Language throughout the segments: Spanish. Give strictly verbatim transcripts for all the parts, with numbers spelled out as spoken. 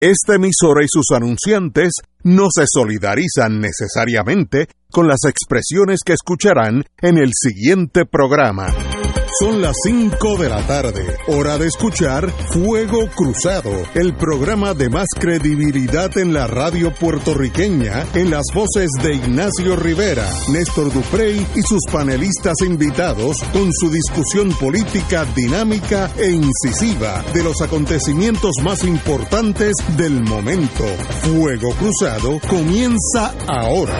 Esta emisora y sus anunciantes no se solidarizan necesariamente con las expresiones que escucharán en el siguiente programa. Son las cinco de la tarde, hora de escuchar Fuego Cruzado, el programa de más credibilidad en la radio puertorriqueña, en las voces de Ignacio Rivera, Néstor Duprey y sus panelistas invitados, con su discusión política dinámica e incisiva de los acontecimientos más importantes del momento. Fuego Cruzado comienza ahora.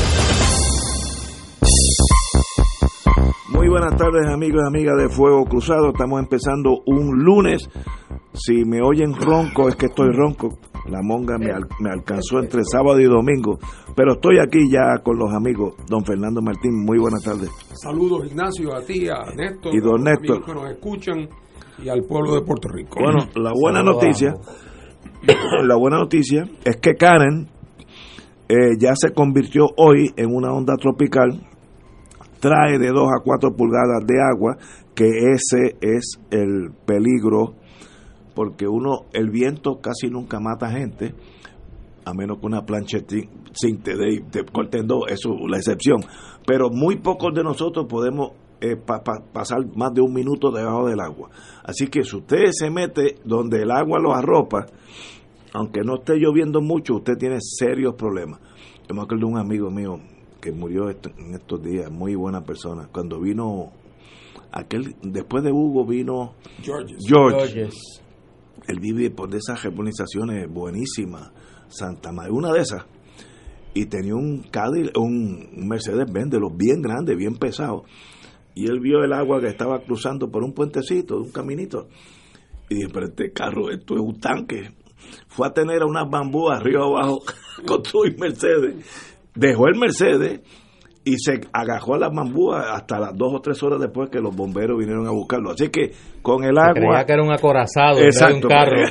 Muy buenas tardes, amigos y amigas de Fuego Cruzado. Estamos empezando un lunes. Si me oyen ronco, es que estoy ronco. La monga me, al, me alcanzó entre sábado y domingo. Pero estoy aquí ya con los amigos. Don Fernando Martín, muy buenas tardes. Saludos, Ignacio, a ti, a Néstor, y don a los Néstor, amigos que nos escuchan, y al pueblo de Puerto Rico. Bueno, la buena noticia, la buena noticia es que Karen eh, ya se convirtió hoy en una onda tropical. Trae de dos a cuatro pulgadas de agua, que ese es el peligro, porque uno, el viento casi nunca mata gente, a menos que una plancha sin te dé te corten dos, eso es la excepción, pero muy pocos de nosotros podemos eh, pa, pa, pasar más de un minuto debajo del agua, así que si usted se mete donde el agua lo arropa, aunque no esté lloviendo mucho, usted tiene serios problemas. Yo me acuerdo de un amigo mío que murió en estos días, muy buena persona, cuando vino aquel, después de Hugo vino Georges. George. Georges. Él vive por de esas urbanizaciones buenísimas, Santa María, una de esas, y tenía un Cadillac, un Mercedes-Benz de los bien grandes, bien pesados, y él vio el agua que estaba cruzando por un puentecito, un caminito, y dije, pero este carro, esto es un tanque. Fue a tener a unas bambúas arriba abajo con su Mercedes. Dejó el Mercedes y se agajó a las bambúas hasta las dos o tres horas después que los bomberos vinieron a buscarlo. Así que con el agua... Se creía que era un acorazado, exacto, un carro.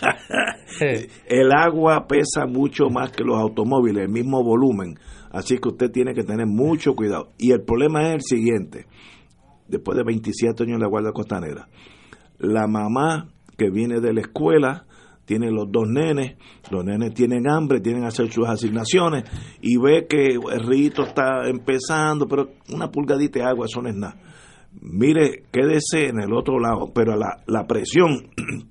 El agua pesa mucho más que los automóviles, el mismo volumen. Así que usted tiene que tener mucho cuidado. Y el problema es el siguiente. Después de veintisiete años en la Guardia Costanera, la mamá que viene de la escuela... tiene los dos nenes, los nenes tienen hambre, tienen que hacer sus asignaciones y ve que el río está empezando, pero una pulgadita de agua, eso no es nada. Mire, quédese en el otro lado, pero la, la presión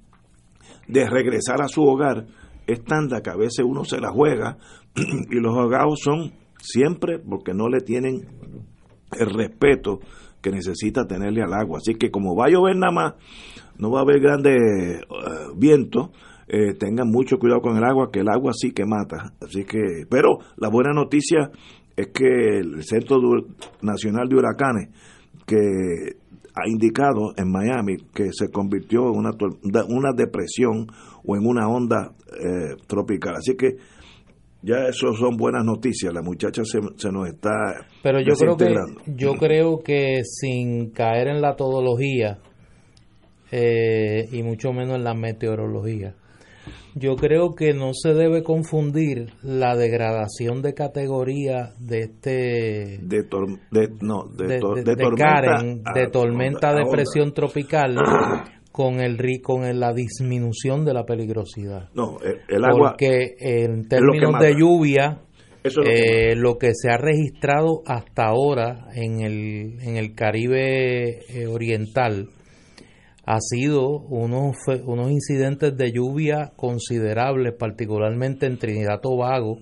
de regresar a su hogar es tanta que a veces uno se la juega y los ahogados son siempre porque no le tienen el respeto que necesita tenerle al agua. Así que como va a llover nada más, no va a haber grande uh, viento. Eh, tengan mucho cuidado con el agua, que el agua sí que mata. Así que, pero la buena noticia es que el Centro Nacional de Huracanes, que ha indicado en Miami que se convirtió en una, una depresión o en una onda eh, tropical. Así que ya eso son buenas noticias. La muchacha se, se nos está pero yo creo que yo creo que sin caer en la todología eh, y mucho menos en la meteorología, yo creo que no se debe confundir la degradación de categoría de este de, tor, de no de, de, tor, de, de, de tormenta Karen, a, de tormenta a, a de onda. presión tropical con el con la disminución de la peligrosidad. No, el, el agua, porque en términos de lluvia, eso es lo, eh, que lo que se ha registrado hasta ahora en el en el Caribe eh, oriental ha sido unos unos incidentes de lluvia considerables, particularmente en Trinidad y Tobago,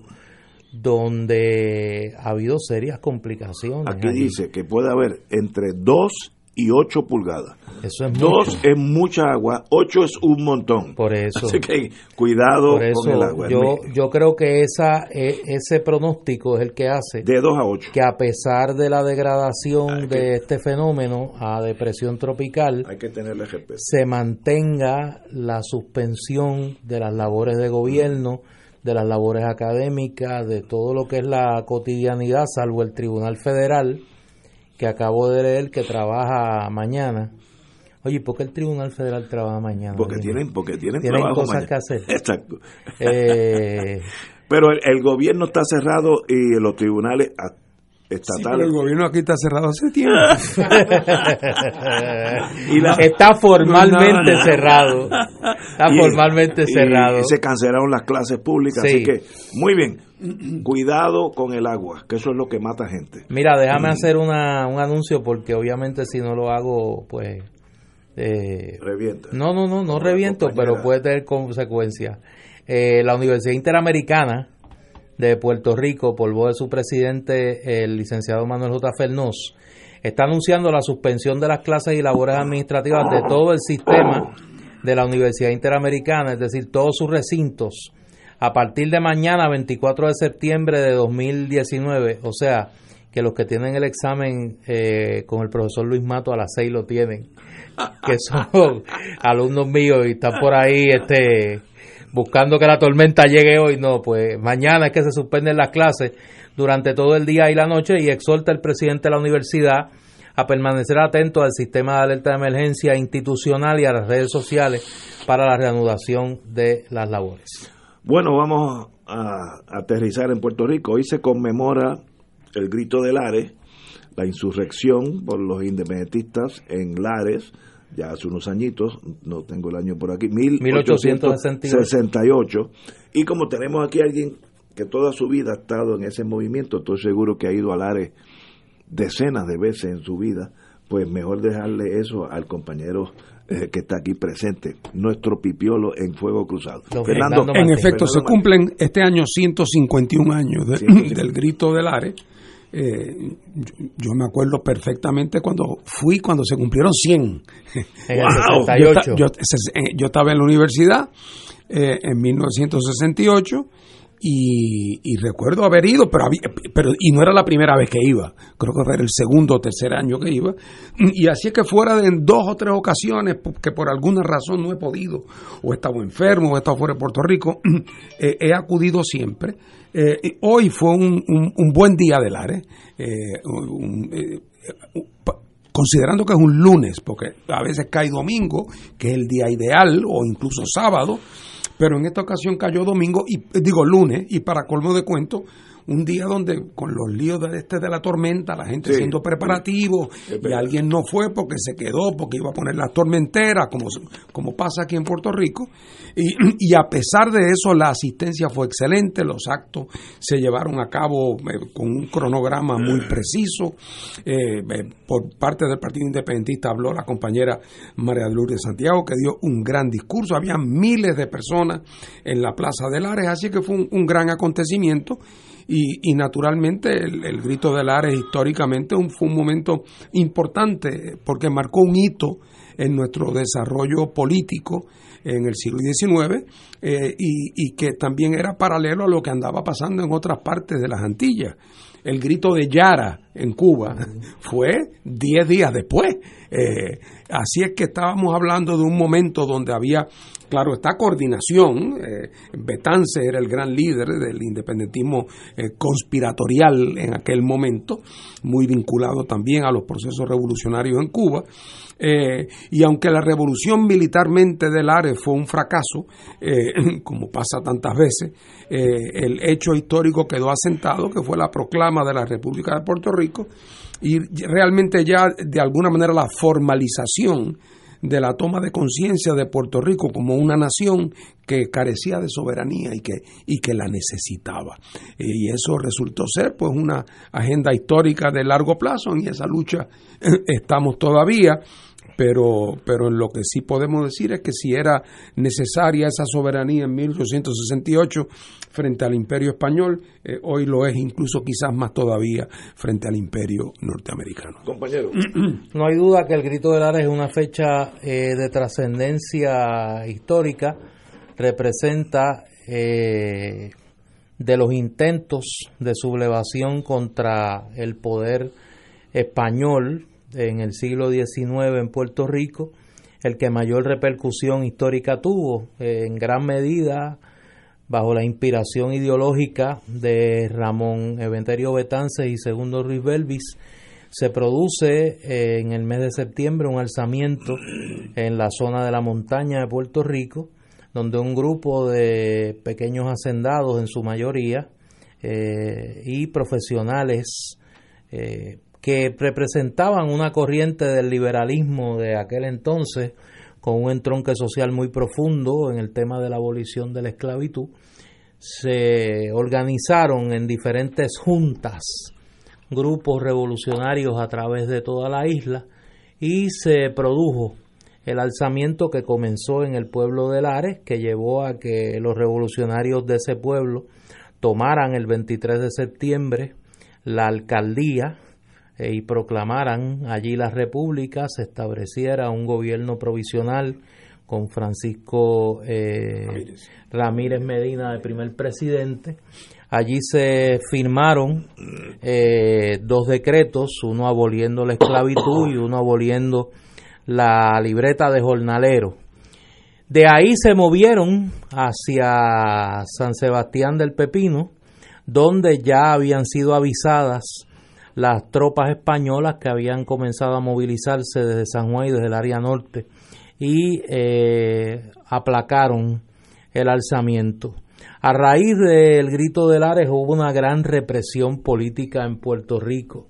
donde ha habido serias complicaciones. Aquí allí dice que puede haber entre dos y ocho pulgadas. Eso es dos mucho. es mucha agua, ocho es un montón. Por eso. Así que cuidado Por eso, con el agua. Yo, yo creo que esa ese pronóstico es el que hace de dos a ocho. Que a pesar de la degradación que, de este fenómeno a depresión tropical, hay que tenerle respeto, se mantenga la suspensión de las labores de gobierno, de las labores académicas, de todo lo que es la cotidianidad, salvo el Tribunal Federal, que acabo de leer que trabaja mañana. Oye, ¿por qué el Tribunal Federal trabaja mañana? Porque tienen, porque tienen, tienen trabajo cosas mañana. que hacer. Exacto. Eh, Pero el, el gobierno está cerrado y los tribunales estatales. Sí, pero el gobierno aquí está cerrado hace tiempo. y la, está formalmente no, no, no. cerrado. Está y, formalmente y, cerrado. Y se cancelaron las clases públicas, sí. Así que, muy bien. Cuidado con el agua, que eso es lo que mata gente. Mira, déjame mm. hacer una, un anuncio, porque obviamente si no lo hago, pues... Eh, revienta. No, no, no, no reviento, pero puede tener consecuencias. Eh, la Universidad Interamericana de Puerto Rico, por voz de su presidente, el licenciado Manuel J. Fernós, está anunciando la suspensión de las clases y labores administrativas de todo el sistema de la Universidad Interamericana, es decir, todos sus recintos, a partir de mañana, veinticuatro de septiembre de dos mil diecinueve, o sea, que los que tienen el examen eh, con el profesor Luis Mato a las seis lo tienen, que son alumnos míos y están por ahí este buscando que la tormenta llegue hoy. No, pues mañana es que se suspenden las clases durante todo el día y la noche, y exhorta el presidente de la universidad a permanecer atento al sistema de alerta de emergencia institucional y a las redes sociales para la reanudación de las labores. Bueno, vamos a aterrizar en Puerto Rico. Hoy se conmemora el Grito de Lares, la insurrección por los independentistas en Lares, ya hace unos añitos, no tengo el año por aquí, mil ochocientos sesenta y ocho. Y como tenemos aquí a alguien que toda su vida ha estado en ese movimiento, estoy seguro que ha ido a Lares decenas de veces en su vida, pues mejor dejarle eso al compañero eh, que está aquí presente, nuestro pipiolo en Fuego Cruzado. Don Fernando, en Martín. efecto, Fernando se cumplen Martín. Este año ciento cincuenta y un años de, ciento cincuenta del Grito de Lares. Eh, yo, yo me acuerdo perfectamente cuando fui, cuando se cumplieron cien. En el sesenta y ocho. Yo, yo, yo estaba en la universidad eh, en mil novecientos sesenta y ocho. Y, y recuerdo haber ido, pero, había, pero y no era la primera vez que iba, creo que era el segundo o tercer año que iba, y así es que fuera de en dos o tres ocasiones que por alguna razón no he podido, o he estado enfermo, o he estado fuera de Puerto Rico, eh, he acudido siempre. Eh, hoy fue un, un, un buen día de Lares, eh, un, eh, un, considerando que es un lunes, porque a veces cae domingo, que es el día ideal, o incluso sábado, pero en esta ocasión cayó domingo, y digo lunes, y para colmo de cuento, un día donde con los líos de este de la tormenta, la gente sí, haciendo preparativos, sí, y alguien no fue porque se quedó, porque iba a poner las tormenteras, como, como pasa aquí en Puerto Rico, y, y a pesar de eso la asistencia fue excelente, los actos se llevaron a cabo eh, con un cronograma muy preciso. Eh, eh, por parte del Partido Independentista habló la compañera María Lourdes Santiago, que dio un gran discurso, había miles de personas en la Plaza de Lares, así que fue un, un gran acontecimiento. Y, y naturalmente el, el Grito de Lares históricamente un, fue un momento importante porque marcó un hito en nuestro desarrollo político en el siglo diecinueve eh, y, y que también era paralelo a lo que andaba pasando en otras partes de las Antillas. El Grito de Yara en Cuba fue diez días después. Eh, así es que estábamos hablando de un momento donde había, claro, esta coordinación. Eh, Betance era el gran líder del independentismo eh, conspiratorial en aquel momento, muy vinculado también a los procesos revolucionarios en Cuba. Eh, y aunque la revolución militarmente de Lares fue un fracaso, eh, como pasa tantas veces, eh, el hecho histórico quedó asentado, que fue la proclama de la República de Puerto Rico, y realmente ya de alguna manera la formalización de la toma de conciencia de Puerto Rico como una nación que carecía de soberanía y que, y que la necesitaba. Y eso resultó ser pues una agenda histórica de largo plazo, y en esa lucha estamos todavía. Pero, pero en lo que sí podemos decir es que si era necesaria esa soberanía en mil ochocientos sesenta y ocho frente al Imperio Español, eh, hoy lo es incluso quizás más todavía frente al Imperio Norteamericano. Compañero. No hay duda que el Grito de Lares es una fecha eh, de trascendencia histórica, representa eh, de los intentos de sublevación contra el poder español en el siglo diecinueve en Puerto Rico, el que mayor repercusión histórica tuvo, eh, en gran medida bajo la inspiración ideológica de Ramón Emeterio Betance y Segundo Ruiz Belvis. Se produce eh, en el mes de septiembre un alzamiento en la zona de la montaña de Puerto Rico, donde un grupo de pequeños hacendados en su mayoría eh, y profesionales eh, que representaban una corriente del liberalismo de aquel entonces, con un entronque social muy profundo en el tema de la abolición de la esclavitud. Se organizaron en diferentes juntas, grupos revolucionarios a través de toda la isla, y se produjo el alzamiento que comenzó en el pueblo de Lares, que llevó a que los revolucionarios de ese pueblo tomaran el veintitrés de septiembre la alcaldía eh, y proclamaran allí la república, se estableciera un gobierno provisional con Francisco eh, Ramírez. Ramírez Medina de primer presidente. Allí se firmaron eh, dos decretos, uno aboliendo la esclavitud y uno aboliendo la libreta de jornalero. De ahí se movieron hacia San Sebastián del Pepino, donde ya habían sido avisadas las tropas españolas que habían comenzado a movilizarse desde San Juan y desde el área norte, y eh, aplacaron el alzamiento. A raíz del Grito de Lares hubo una gran represión política en Puerto Rico.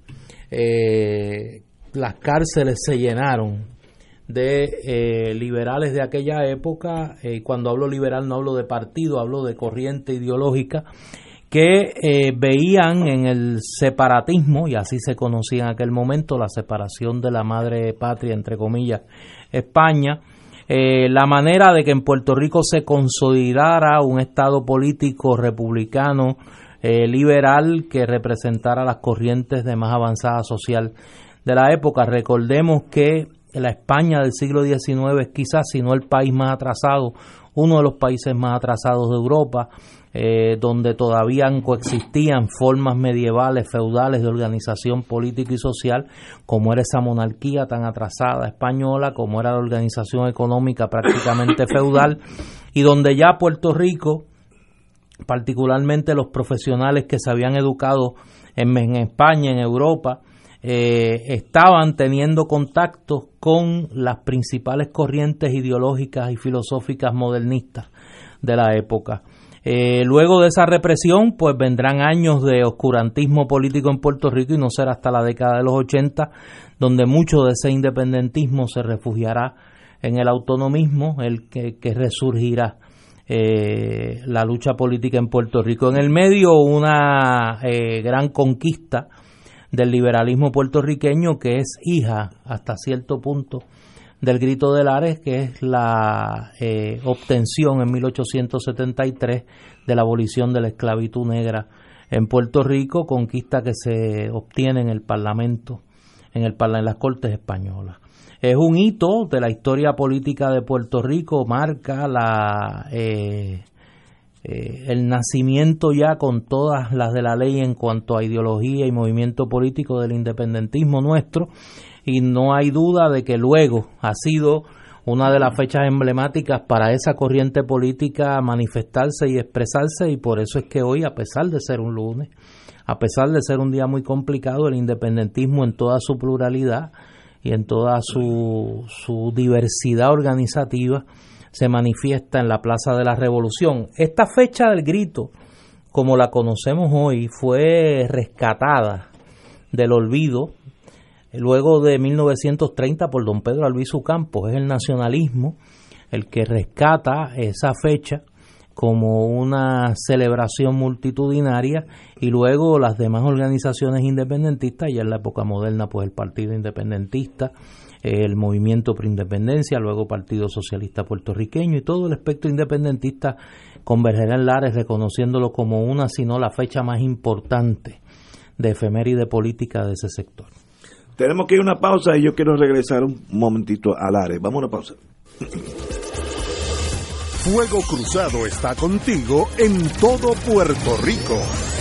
Eh, las cárceles se llenaron de eh, liberales de aquella época. Eh, cuando hablo liberal no hablo de partido, hablo de corriente ideológica, que eh, veían en el separatismo, y así se conocía en aquel momento, la separación de la madre patria, entre comillas, España, eh, la manera de que en Puerto Rico se consolidara un estado político republicano, eh, liberal, que representara las corrientes de más avanzada social de la época. Recordemos que la España del siglo diecinueve es quizás, si no el país más atrasado, uno de los países más atrasados de Europa, eh, donde todavía coexistían formas medievales, feudales de organización política y social, como era esa monarquía tan atrasada española, como era la organización económica prácticamente feudal, y donde ya Puerto Rico, particularmente los profesionales que se habían educado en, en España, en Europa, Eh, estaban teniendo contactos con las principales corrientes ideológicas y filosóficas modernistas de la época. Eh, luego de esa represión, pues vendrán años de oscurantismo político en Puerto Rico, y no será hasta la década de los ochenta donde mucho de ese independentismo se refugiará en el autonomismo, el que, que resurgirá eh, la lucha política en Puerto Rico. En el medio, una eh, gran conquista del liberalismo puertorriqueño, que es hija hasta cierto punto del Grito de Lares, que es la eh, obtención en mil ochocientos setenta y tres de la abolición de la esclavitud negra en Puerto Rico, conquista que se obtiene en el Parlamento, en, el, en las Cortes Españolas. Es un hito de la historia política de Puerto Rico, marca la eh, Eh, el nacimiento ya con todas las de la ley en cuanto a ideología y movimiento político del independentismo nuestro, y no hay duda de que luego ha sido una de las fechas emblemáticas para esa corriente política manifestarse y expresarse, y por eso es que hoy, a pesar de ser un lunes, a pesar de ser un día muy complicado, el independentismo en toda su pluralidad y en toda su, su diversidad organizativa se manifiesta en la Plaza de la Revolución. Esta fecha del Grito, como la conocemos hoy, fue rescatada del olvido luego de mil novecientos treinta por don Pedro Albizu Campos. Es el nacionalismo el que rescata esa fecha como una celebración multitudinaria, y luego las demás organizaciones independentistas, ya en la época moderna, pues el Partido Independentista, el Movimiento Pro Independencia, luego Partido Socialista Puertorriqueño, y todo el espectro independentista convergerá en Lares, reconociéndolo como una, si no la fecha más importante de efeméride política de ese sector. Tenemos que ir a una pausa y yo quiero regresar un momentito a Lares. Vamos a una pausa. Fuego Cruzado está contigo en todo Puerto Rico.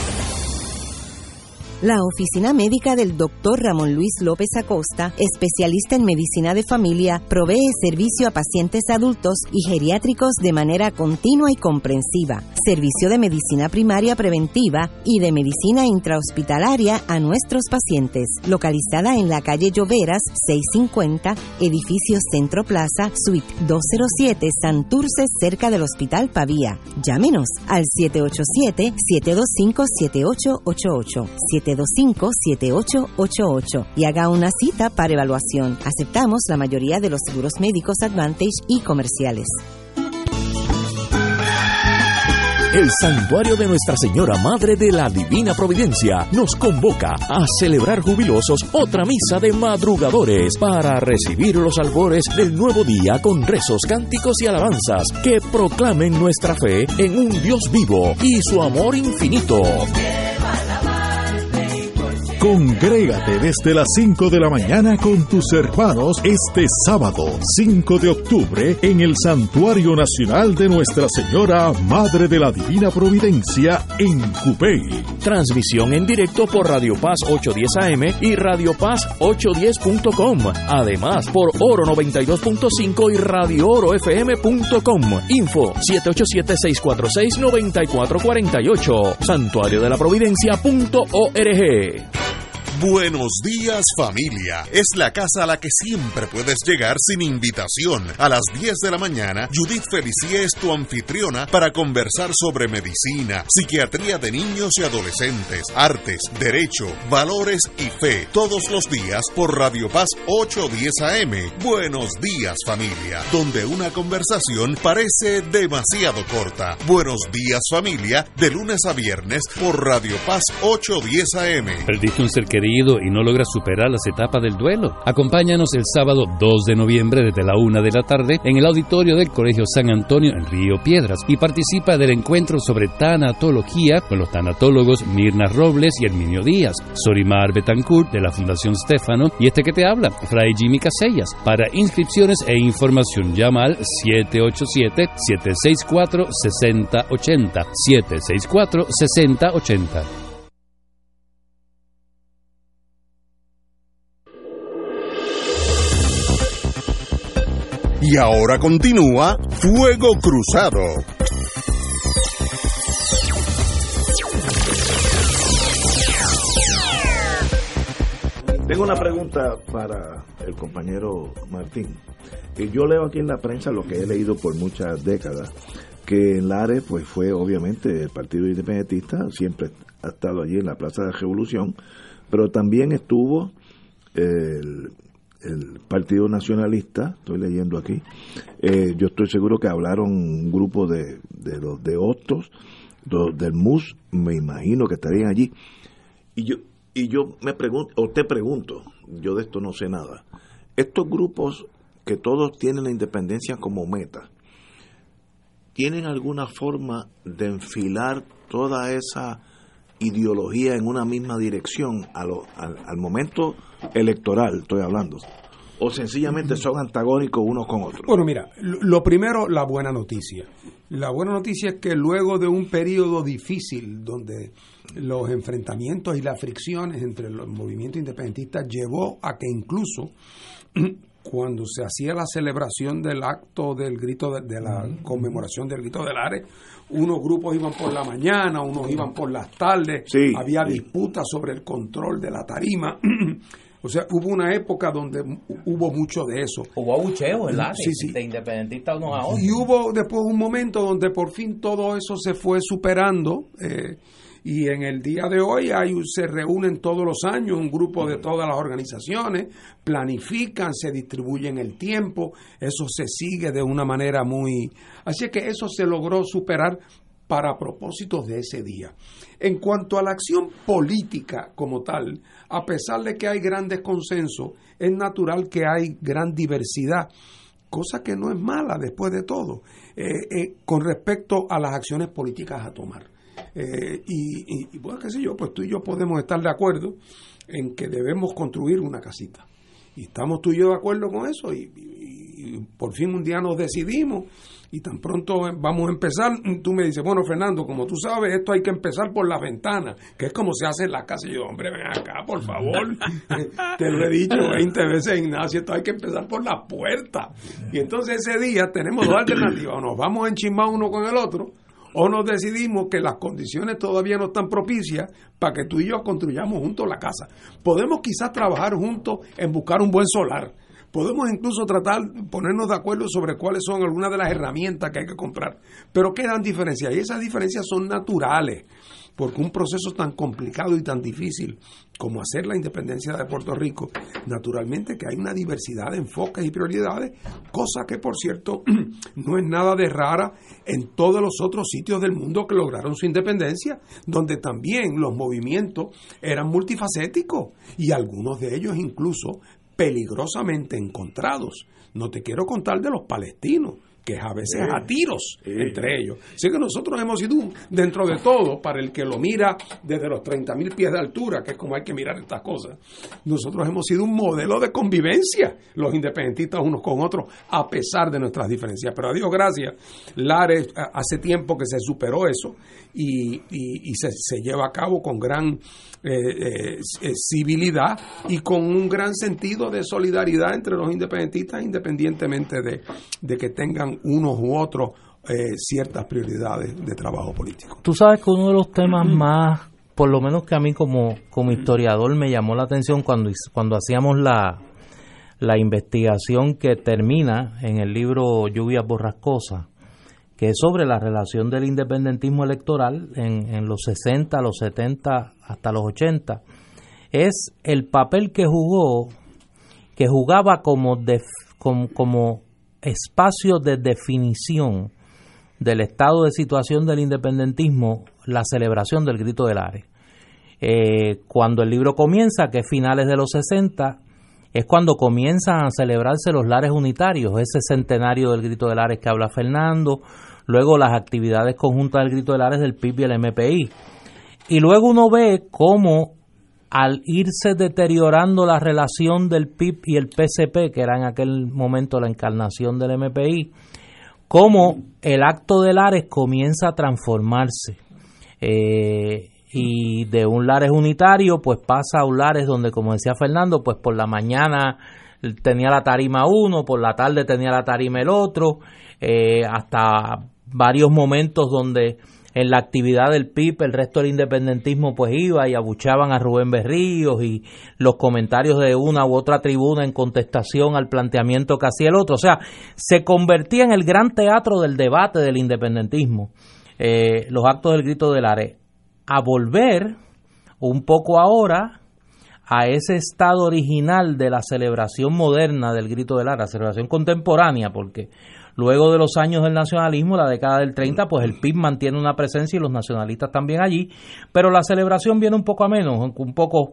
La oficina médica del doctor Ramón Luis López Acosta, especialista en medicina de familia, provee servicio a pacientes adultos y geriátricos de manera continua y comprensiva, servicio de medicina primaria preventiva y de medicina intrahospitalaria a nuestros pacientes. Localizada en la calle Lloveras, seiscientos cincuenta, edificio Centro Plaza, suite doscientos siete, Santurce, cerca del Hospital Pavía. Llámenos al siete ocho siete, siete dos cinco, siete ocho ocho ocho, siete siete dos cinco, siete ocho ocho ocho y haga una cita para evaluación. Aceptamos la mayoría de los seguros médicos Advantage y comerciales. El Santuario de Nuestra Señora Madre de la Divina Providencia nos convoca a celebrar jubilosos otra misa de madrugadores para recibir los albores del nuevo día con rezos, cánticos y alabanzas que proclamen nuestra fe en un Dios vivo y su amor infinito. Congrégate desde las cinco de la mañana con tus hermanos este sábado, cinco de octubre, en el Santuario Nacional de Nuestra Señora Madre de la Divina Providencia en Cupey. Transmisión en directo por Radio Paz ochocientos diez A M y Radio Paz ochocientos diez punto com. Además, por Oro noventa y dos punto cinco y Radio Oro F M punto com. Info siete ocho siete, seis cuatro seis, nueve cuatro cuatro ocho. santuario de la providencia punto org. Buenos días, familia. Es la casa a la que siempre puedes llegar sin invitación. A las diez de la mañana, Judith Felicie es tu anfitriona para conversar sobre medicina, psiquiatría de niños y adolescentes, artes, derecho, valores y fe. Todos los días por Radio Paz ochocientos diez A M. Buenos días, familia. Donde una conversación parece demasiado corta. Buenos días, familia. De lunes a viernes por Radio Paz ochocientos diez A M. ¿Perdiste un ser querido y no logras superar las etapas del duelo? Acompáñanos el sábado dos de noviembre desde la una de la tarde en el auditorio del Colegio San Antonio en Río Piedras y participa del encuentro sobre tanatología con los tanatólogos Mirna Robles y Herminio Díaz, Sorimar Betancourt de la Fundación Stefano y este que te habla, Fray Jimmy Casellas. Para inscripciones e información llama al siete ocho siete, siete seis cuatro, seis cero ocho cero, siete seis cuatro, seis cero ocho cero. Y ahora continúa Fuego Cruzado. Tengo una pregunta para el compañero Martín. Yo leo aquí en la prensa lo que he leído por muchas décadas, que en Lares pues fue obviamente el Partido Independentista, siempre ha estado allí en la Plaza de la Revolución, pero también estuvo el el Partido Nacionalista, estoy leyendo aquí, eh, yo estoy seguro que hablaron un grupo de, de los de Hostos, de, del M U S, me imagino que estarían allí, y yo y yo me pregunto, o te pregunto, yo de esto no sé nada, estos grupos que todos tienen la independencia como meta, ¿tienen alguna forma de enfilar toda esa ideología en una misma dirección a lo, al, al momento electoral, estoy hablando, o sencillamente son antagónicos unos con otros? Bueno, mira, lo primero, la buena noticia. La buena noticia es que luego de un periodo difícil donde los enfrentamientos y las fricciones entre los movimientos independentistas llevó a que incluso cuando se hacía la celebración del acto del grito de, de la conmemoración del grito de Lares, unos grupos iban por la mañana, unos iban por las tardes, sí, había sí. disputas sobre el control de la tarima. O sea, hubo una época donde hubo mucho de eso. Hubo abucheos, ¿verdad? Sí, sí. De independentistas unos a otros. Y hubo después un momento donde por fin todo eso se fue superando. Eh, y en el día de hoy hay, se reúnen todos los años un grupo de todas las organizaciones, planifican, se distribuyen el tiempo, eso se sigue de una manera muy... Así es que eso se logró superar para propósitos de ese día. En cuanto a la acción política como tal, a pesar de que hay grandes consensos, es natural que hay gran diversidad, cosa que no es mala después de todo, eh, eh, con respecto a las acciones políticas a tomar. Eh, y, y, y bueno, qué sé yo, pues tú y yo podemos estar de acuerdo en que debemos construir una casita. Y estamos tú y yo de acuerdo con eso, y, y, y por fin un día nos decidimos, y tan pronto vamos a empezar, tú me dices, bueno, Fernando, como tú sabes, esto hay que empezar por la ventana, que es como se hace en la casa. Y yo, hombre, ven acá, por favor, te lo he dicho veinte veces, Ignacio, esto hay que empezar por la puerta. Y entonces ese día tenemos dos alternativas, o nos vamos a enchimar uno con el otro, o nos decidimos que las condiciones todavía no están propicias para que tú y yo construyamos juntos la casa. Podemos quizás trabajar juntos en buscar un buen solar. Podemos incluso tratar, ponernos de acuerdo sobre cuáles son algunas de las herramientas que hay que comprar. Pero quedan diferencias, y esas diferencias son naturales. porque un proceso tan complicado y tan difícil como hacer la independencia de Puerto Rico, naturalmente que hay una diversidad de enfoques y prioridades, cosa que, por cierto, no es nada de rara en todos los otros sitios del mundo que lograron su independencia, donde también los movimientos eran multifacéticos y algunos de ellos incluso peligrosamente encontrados. No te quiero contar de los palestinos, que es a veces a tiros sí. entre ellos. Así que nosotros hemos sido, un, dentro de todo, para el que lo mira desde los treinta mil pies de altura, que es como hay que mirar estas cosas, nosotros hemos sido un modelo de convivencia, los independentistas unos con otros, a pesar de nuestras diferencias. Pero a Dios gracias, Lares hace tiempo que se superó eso y, y, y se, se lleva a cabo con gran eh, eh, civilidad y con un gran sentido de solidaridad entre los independentistas, independientemente de, de que tengan unos u otros eh, ciertas prioridades de trabajo político. Tú sabes que uno de los temas más, por lo menos que a mí como, como historiador me llamó la atención cuando, cuando hacíamos la, la investigación que termina en el libro Lluvias Borrascosas, que es sobre la relación del independentismo electoral en, en los sesenta, los setenta, hasta los ochenta, es el papel que jugó, que jugaba como, def, como, como espacio de definición del estado de situación del independentismo, la celebración del Grito de Lares. Eh, cuando el libro comienza, que es finales de los sesenta, es cuando comienzan a celebrarse los Lares unitarios, ese centenario del Grito de Lares que habla Fernando, luego las actividades conjuntas del Grito de Lares del P I B y el M P I. Y luego uno ve cómo al irse deteriorando la relación del P I B y el P C P, que era en aquel momento la encarnación del M P I, cómo el acto de Lares comienza a transformarse. Eh, y de un Lares unitario, pues pasa a un Lares donde, como decía Fernando, pues por la mañana tenía la tarima uno, por la tarde tenía la tarima el otro, eh, hasta varios momentos donde en la actividad del P I B el resto del independentismo pues iba y abuchaban a Rubén Berríos y los comentarios de una u otra tribuna en contestación al planteamiento que hacía el otro. O sea, se convertía en el gran teatro del debate del independentismo, eh, los actos del Grito de Lares, a volver un poco ahora a ese estado original de la celebración moderna del Grito de Lares, la celebración contemporánea, porque luego de los años del nacionalismo, la década del treinta, pues el P I B mantiene una presencia y los nacionalistas también allí, pero la celebración viene un poco a menos, un poco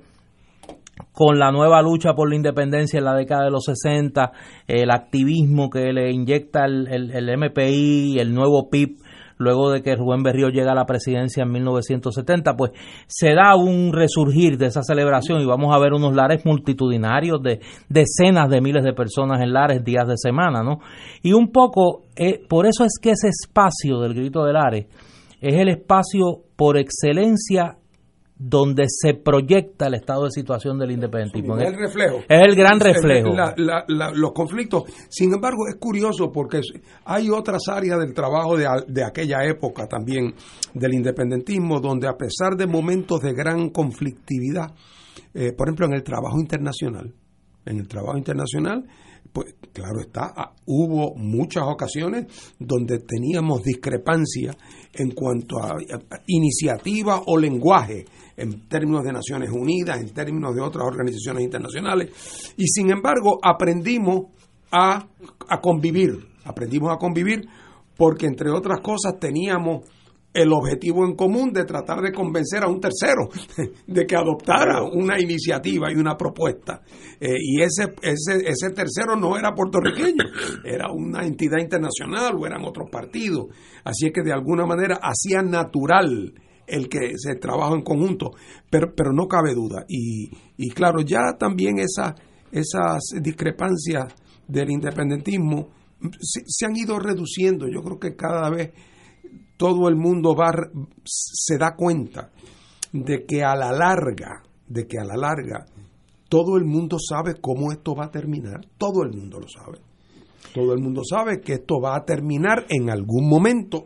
con la nueva lucha por la independencia en la década de los sesenta, el activismo que le inyecta el, el, el M P I, el nuevo P I B, luego de que Rubén Berrío llega a la presidencia en mil novecientos setenta, pues se da un resurgir de esa celebración y vamos a ver unos Lares multitudinarios de decenas de miles de personas en Lares días de semana, ¿no? Y un poco, eh, por eso es que ese espacio del Grito de Lares es el espacio por excelencia donde se proyecta el estado de situación del independentismo. Es el reflejo. Es el gran reflejo. La, la, la, los conflictos. Sin embargo, es curioso porque hay otras áreas del trabajo de, de aquella época también del independentismo donde, a pesar de momentos de gran conflictividad, eh, por ejemplo, en el trabajo internacional, en el trabajo internacional, pues claro está, hubo muchas ocasiones donde teníamos discrepancia en cuanto a, a iniciativa o lenguaje en términos de Naciones Unidas, en términos de otras organizaciones internacionales, y sin embargo aprendimos a, a convivir, aprendimos a convivir porque, entre otras cosas, teníamos el objetivo en común de tratar de convencer a un tercero de que adoptara una iniciativa y una propuesta. Eh, y ese, ese, ese tercero no era puertorriqueño, era una entidad internacional o eran otros partidos. Así es que de alguna manera hacía natural el que se trabajó en conjunto, pero, pero no cabe duda. Y, y claro, ya también esa, esas discrepancias del independentismo se, se han ido reduciendo. Yo creo que cada vez todo el mundo va, se da cuenta de que a la larga, de que a la larga, todo el mundo sabe cómo esto va a terminar. Todo el mundo lo sabe. Todo el mundo sabe que esto va a terminar en algún momento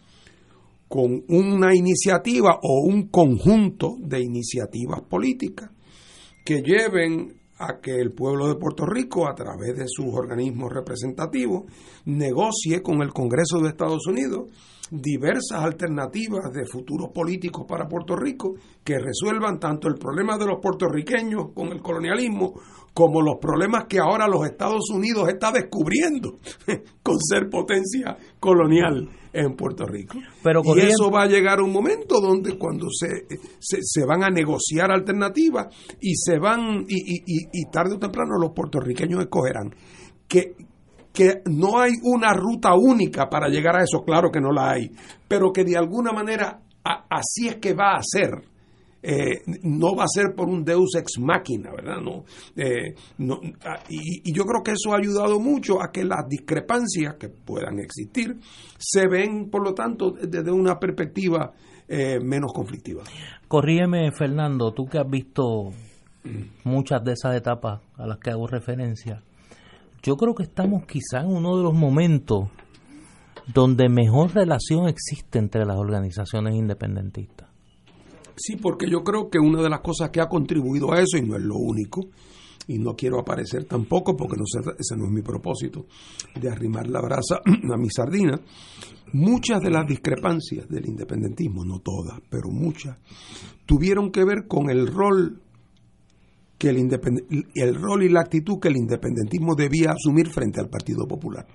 con una iniciativa o un conjunto de iniciativas políticas que lleven a que el pueblo de Puerto Rico, a través de sus organismos representativos, negocie con el Congreso de Estados Unidos diversas alternativas de futuros políticos para Puerto Rico que resuelvan tanto el problema de los puertorriqueños con el colonialismo como los problemas que ahora los Estados Unidos está descubriendo con ser potencia colonial en Puerto Rico. Pero y eso va a llegar a un momento donde cuando se, se, se van a negociar alternativas y se van y, y, y, y tarde o temprano los puertorriqueños escogerán que que no hay una ruta única para llegar a eso, claro que no la hay, pero que de alguna manera a, así es que va a ser. Eh, no va a ser por un deus ex machina, ¿verdad? No, eh, no, y, y yo creo que eso ha ayudado mucho a que las discrepancias que puedan existir se ven, por lo tanto, desde una perspectiva eh, menos conflictiva. Corrígeme, Fernando, tú que has visto muchas de esas etapas a las que hago referencia, yo creo que estamos quizá en uno de los momentos donde mejor relación existe entre las organizaciones independentistas. Sí, porque yo creo que una de las cosas que ha contribuido a eso, y no es lo único, y no quiero aparecer tampoco, porque no sé, ese no es mi propósito, de arrimar la brasa a mi sardina, muchas de las discrepancias del independentismo, no todas, pero muchas, tuvieron que ver con el rol que el, independ- el rol y la actitud que el independentismo debía asumir frente al Partido Popular.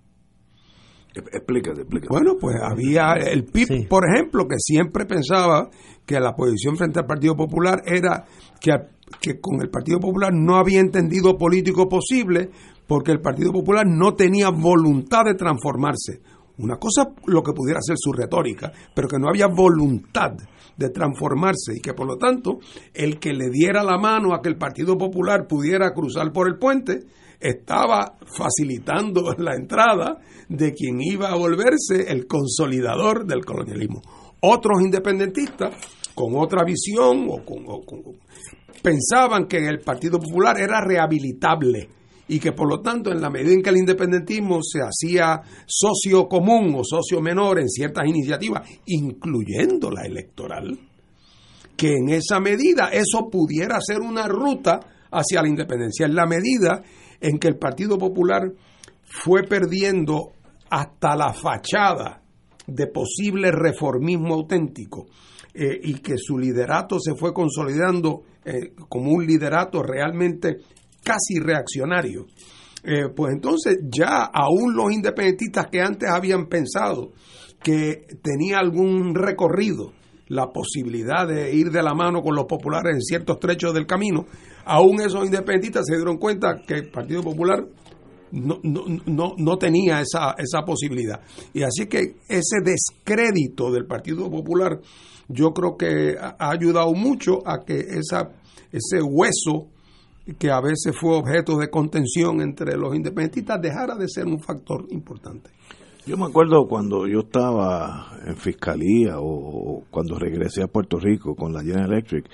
Explícate, explícate. Bueno, pues había el P I B, sí, por ejemplo, que siempre pensaba que la posición frente al Partido Popular era que, que con el Partido Popular no había entendido político posible porque el Partido Popular no tenía voluntad de transformarse. Una cosa lo que pudiera ser su retórica, pero que no había voluntad de transformarse y que por lo tanto el que le diera la mano a que el Partido Popular pudiera cruzar por el puente estaba facilitando la entrada de quien iba a volverse el consolidador del colonialismo. Otros independentistas con otra visión o con, o con, pensaban que el Partido Popular era rehabilitable y que por lo tanto en la medida en que el independentismo se hacía socio común o socio menor en ciertas iniciativas, incluyendo la electoral, que en esa medida eso pudiera ser una ruta hacia la independencia. En la medida en que el Partido Popular fue perdiendo hasta la fachada de posible reformismo auténtico eh, y que su liderato se fue consolidando eh, como un liderato realmente casi reaccionario, eh, pues entonces ya aún los independentistas que antes habían pensado que tenía algún recorrido la posibilidad de ir de la mano con los populares en ciertos trechos del camino, aún esos independentistas se dieron cuenta que el Partido Popular no, no, no, no tenía esa, esa posibilidad. Y así que ese descrédito del Partido Popular yo creo que ha ayudado mucho a que esa, ese hueso que a veces fue objeto de contención entre los independentistas dejara de ser un factor importante. Yo me acuerdo cuando yo estaba en fiscalía o cuando regresé a Puerto Rico con la General Electric,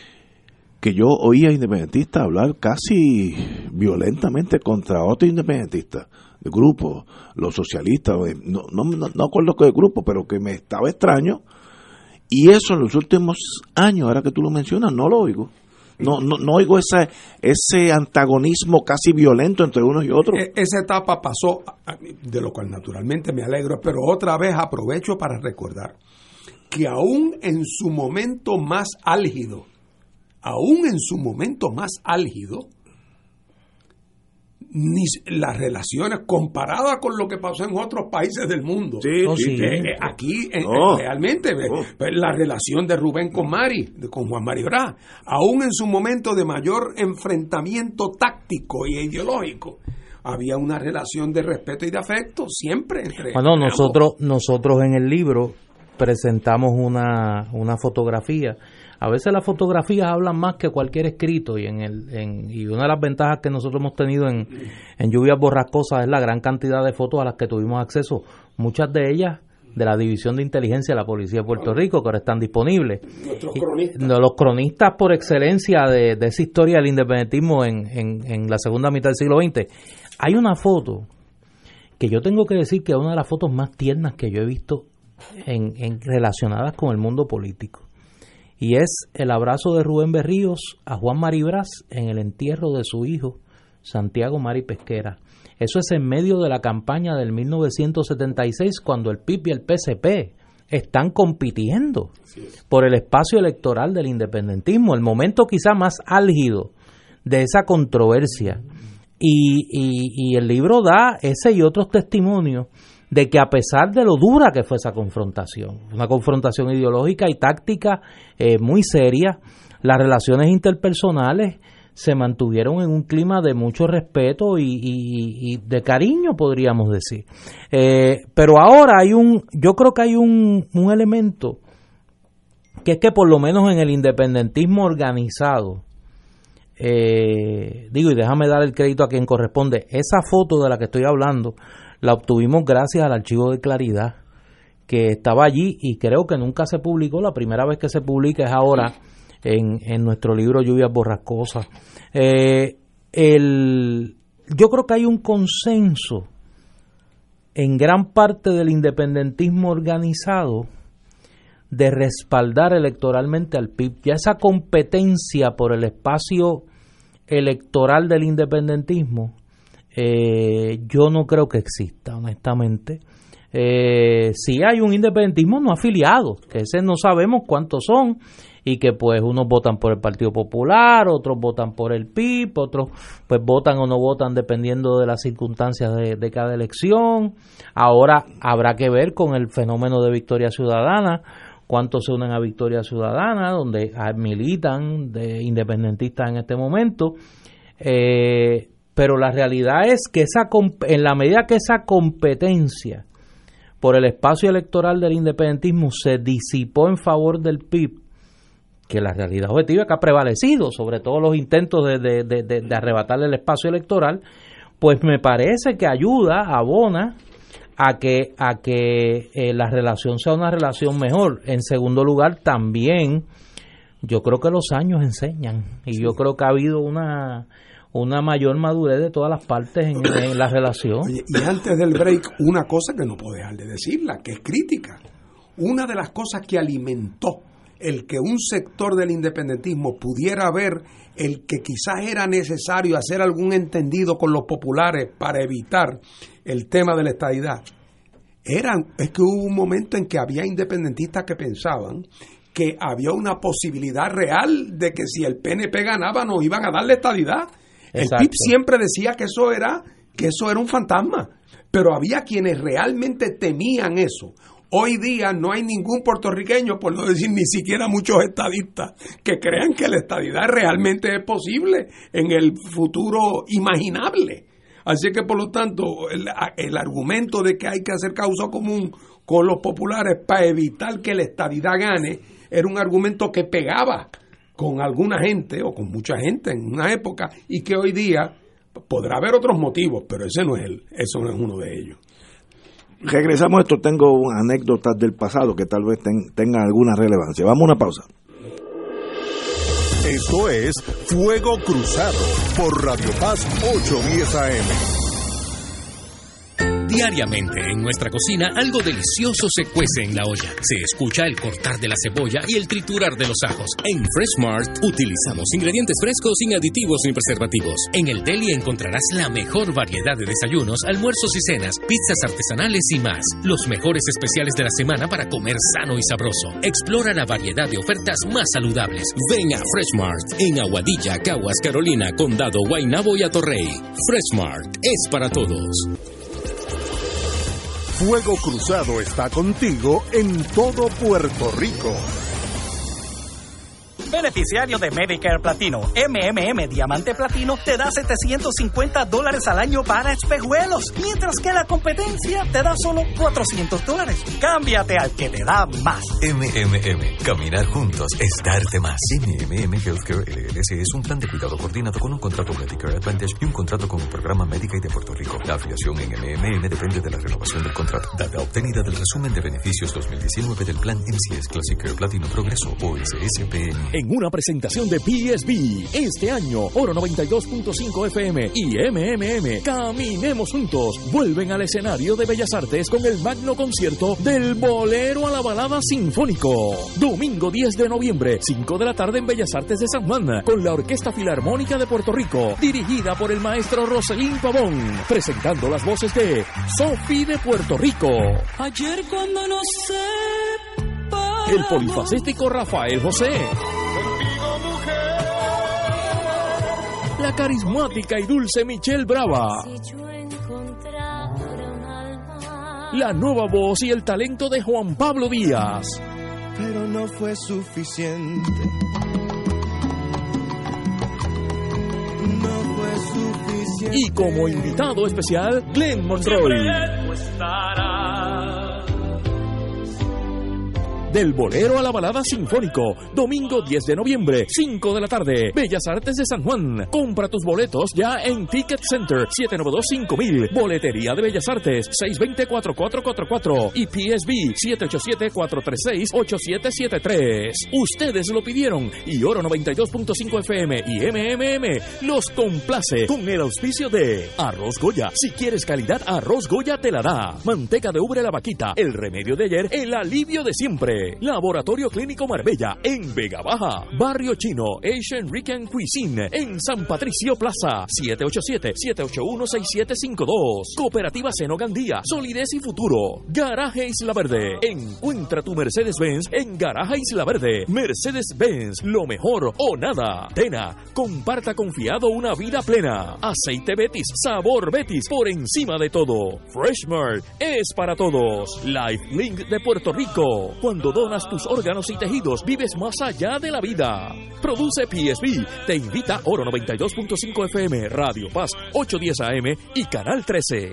que yo oía independentistas hablar casi violentamente contra otros independentistas, de grupos, los socialistas, no, no, no, no acuerdo qué grupo, pero que me estaba extraño, y eso en los últimos años, ahora que tú lo mencionas, no lo oigo. No, no, no oigo ese, ese antagonismo casi violento entre unos y otros. Esa etapa pasó, de lo cual naturalmente me alegro, pero otra vez aprovecho para recordar que aún en su momento más álgido, aún en su momento más álgido, ni las relaciones comparadas con lo que pasó en otros países del mundo. Sí, no, sí, sí. Eh, eh, aquí no. eh, realmente no. eh, la relación de Rubén con Mari, de, con Juan Mari Brás, aún en su momento de mayor enfrentamiento táctico e ideológico, había una relación de respeto y de afecto siempre entre bueno, nosotros nosotros en el libro presentamos una una fotografía. A veces las fotografías hablan más que cualquier escrito y en el en, y una de las ventajas que nosotros hemos tenido en, en Lluvias Borrascosas es la gran cantidad de fotos a las que tuvimos acceso, muchas de ellas de la División de Inteligencia de la Policía de Puerto Rico, que ahora están disponibles. Nuestros cronistas. Y, los cronistas por excelencia de, de esa historia del independentismo en, en, en la segunda mitad del siglo veinte. Hay una foto que yo tengo que decir que es una de las fotos más tiernas que yo he visto en, en relacionadas con el mundo político. Y es el abrazo de Rubén Berríos a Juan Mari Brás en el entierro de su hijo, Santiago Mari Pesquera. Eso es en medio de la campaña del mil novecientos setenta y seis, cuando el P I B y el P S P están compitiendo por el espacio electoral del independentismo, el momento quizá más álgido de esa controversia. Y, y, y el libro da ese y otros testimonios de que a pesar de lo dura que fue esa confrontación, una confrontación ideológica y táctica eh, muy seria, las relaciones interpersonales se mantuvieron en un clima de mucho respeto y, y, y de cariño, podríamos decir. Eh, pero ahora hay un, yo creo que hay un, un elemento que es que por lo menos en el independentismo organizado, eh, digo, y déjame dar el crédito a quien corresponde, esa foto de la que estoy hablando la obtuvimos gracias al Archivo de Claridad, que estaba allí y creo que nunca se publicó. La primera vez que se publica es ahora en, en nuestro libro Lluvias Borrascosas. Eh, el, yo creo que hay un consenso en gran parte del independentismo organizado de respaldar electoralmente al P I B. Ya esa competencia por el espacio electoral del independentismo, eh, yo no creo que exista, honestamente. Eh, sí hay un independentismo no afiliado, que ese no sabemos cuántos son, y que pues unos votan por el Partido Popular, otros votan por el P I B, otros pues votan o no votan dependiendo de las circunstancias de, de cada elección. Ahora habrá que ver con el fenómeno de Victoria Ciudadana, cuántos se unen a Victoria Ciudadana, donde militan de independentistas en este momento. Eh, pero la realidad es que esa en la medida que esa competencia por el espacio electoral del independentismo se disipó en favor del P I B, que la realidad objetiva que ha prevalecido sobre todos los intentos de, de, de, de, de arrebatarle el espacio electoral, pues me parece que ayuda, abona a que a que eh, la relación sea una relación mejor. En segundo lugar, también yo creo que los años enseñan, y sí, yo creo que ha habido una una mayor madurez de todas las partes en, en la relación. Oye, y antes del break, una cosa que no puedo dejar de decirla, que es crítica. Una de las cosas que alimentó el que un sector del independentismo pudiera ver el que quizás era necesario hacer algún entendido con los populares para evitar el tema de la estadidad, eran, es que hubo un momento en que había independentistas que pensaban que había una posibilidad real de que si el P N P ganaba nos iban a dar la estadidad. El P I B siempre decía que eso era que eso era un fantasma, pero había quienes realmente temían eso. Hoy día no hay ningún puertorriqueño, por no decir ni siquiera muchos estadistas, que crean que la estadidad realmente es posible en el futuro imaginable. Así que, por lo tanto, el, el argumento de que hay que hacer causa común con los populares para evitar que la estadidad gane era un argumento que pegaba con alguna gente o con mucha gente en una época, y que hoy día podrá haber otros motivos, pero ese no es el, eso no es uno de ellos. Regresamos a esto, tengo anécdotas del pasado que tal vez ten, tengan alguna relevancia. Vamos a una pausa. Esto es Fuego Cruzado por Radio Paz ochocientos diez A M. Diariamente en nuestra cocina algo delicioso se cuece en la olla. Se escucha el cortar de la cebolla y el triturar de los ajos. En Fresh Mart utilizamos ingredientes frescos sin aditivos ni preservativos. En el deli encontrarás la mejor variedad de desayunos, almuerzos y cenas, pizzas artesanales y más. Los mejores especiales de la semana para comer sano y sabroso. Explora la variedad de ofertas más saludables. Ven a Fresh Mart en Aguadilla, Caguas, Carolina, Condado, Guaynabo y Atorrey. Fresh Mart es para todos. Fuego Cruzado está contigo en todo Puerto Rico. Beneficiario de Medicare Platino, M M M Diamante Platino te da setecientos cincuenta dólares al año para espejuelos, mientras que la competencia te da solo cuatrocientos dólares. Cámbiate al que te da más. M M M, caminar juntos es darte más. M M M Healthcare L L C es un plan de cuidado coordinado con un contrato Medicare Advantage y un contrato con el programa Medicaid de Puerto Rico. La afiliación en M M M depende de la renovación del contrato. Data obtenida del resumen de beneficios dos mil diecinueve del plan M C S Classic Care Platino Progreso o S S P N. en una presentación de P S B. Este año, Oro noventa y dos punto cinco F M y M M M, Caminemos Juntos, vuelven al escenario de Bellas Artes con el magno concierto del Bolero a la Balada Sinfónico. Domingo diez de noviembre, cinco de la tarde en Bellas Artes de San Juan, con la Orquesta Filarmónica de Puerto Rico, dirigida por el maestro Roselín Pavón, presentando las voces de Sofi de Puerto Rico, ayer cuando no sé, el polifacético Rafael José, contigo, mujer, la carismática y dulce Michelle Brava, si yo encontrara un alma, la nueva voz y el talento de Juan Pablo Díaz. Pero no fue suficiente. No fue suficiente. Y como invitado especial, Glenn Monroy. Del Bolero a la Balada Sinfónico, domingo diez de noviembre, cinco de la tarde, Bellas Artes de San Juan. Compra tus boletos ya en Ticket Center, siete nueve dos cinco mil, Boletería de Bellas Artes, seis dos cero cuatro cuatro cuatro cuatro y P S B, siete ocho siete cuatro tres seis ocho siete siete tres. Ustedes lo pidieron y Oro noventa y dos punto cinco F M y M M M los complace con el auspicio de Arroz Goya. Si quieres calidad, Arroz Goya te la da. Manteca de ubre La Vaquita, el remedio de ayer, el alivio de siempre. Laboratorio Clínico Marbella en Vega Baja. Barrio Chino Asian Rican Cuisine en San Patricio Plaza, siete ocho siete siete ocho uno seis siete cinco dos. Cooperativa Seno Gandía, solidez y futuro. Garaje Isla Verde. Encuentra tu Mercedes-Benz en Garaje Isla Verde. Mercedes-Benz, lo mejor o nada. Tena, comparta confiado una vida plena. Aceite Betis, sabor Betis, por encima de todo. Freshmart es para todos. Lifelink de Puerto Rico. Cuando donas tus órganos y tejidos, vives más allá de la vida. Produce P S B. Te invita Oro noventa y dos punto cinco F M, Radio Paz ochocientos diez A M y Canal trece.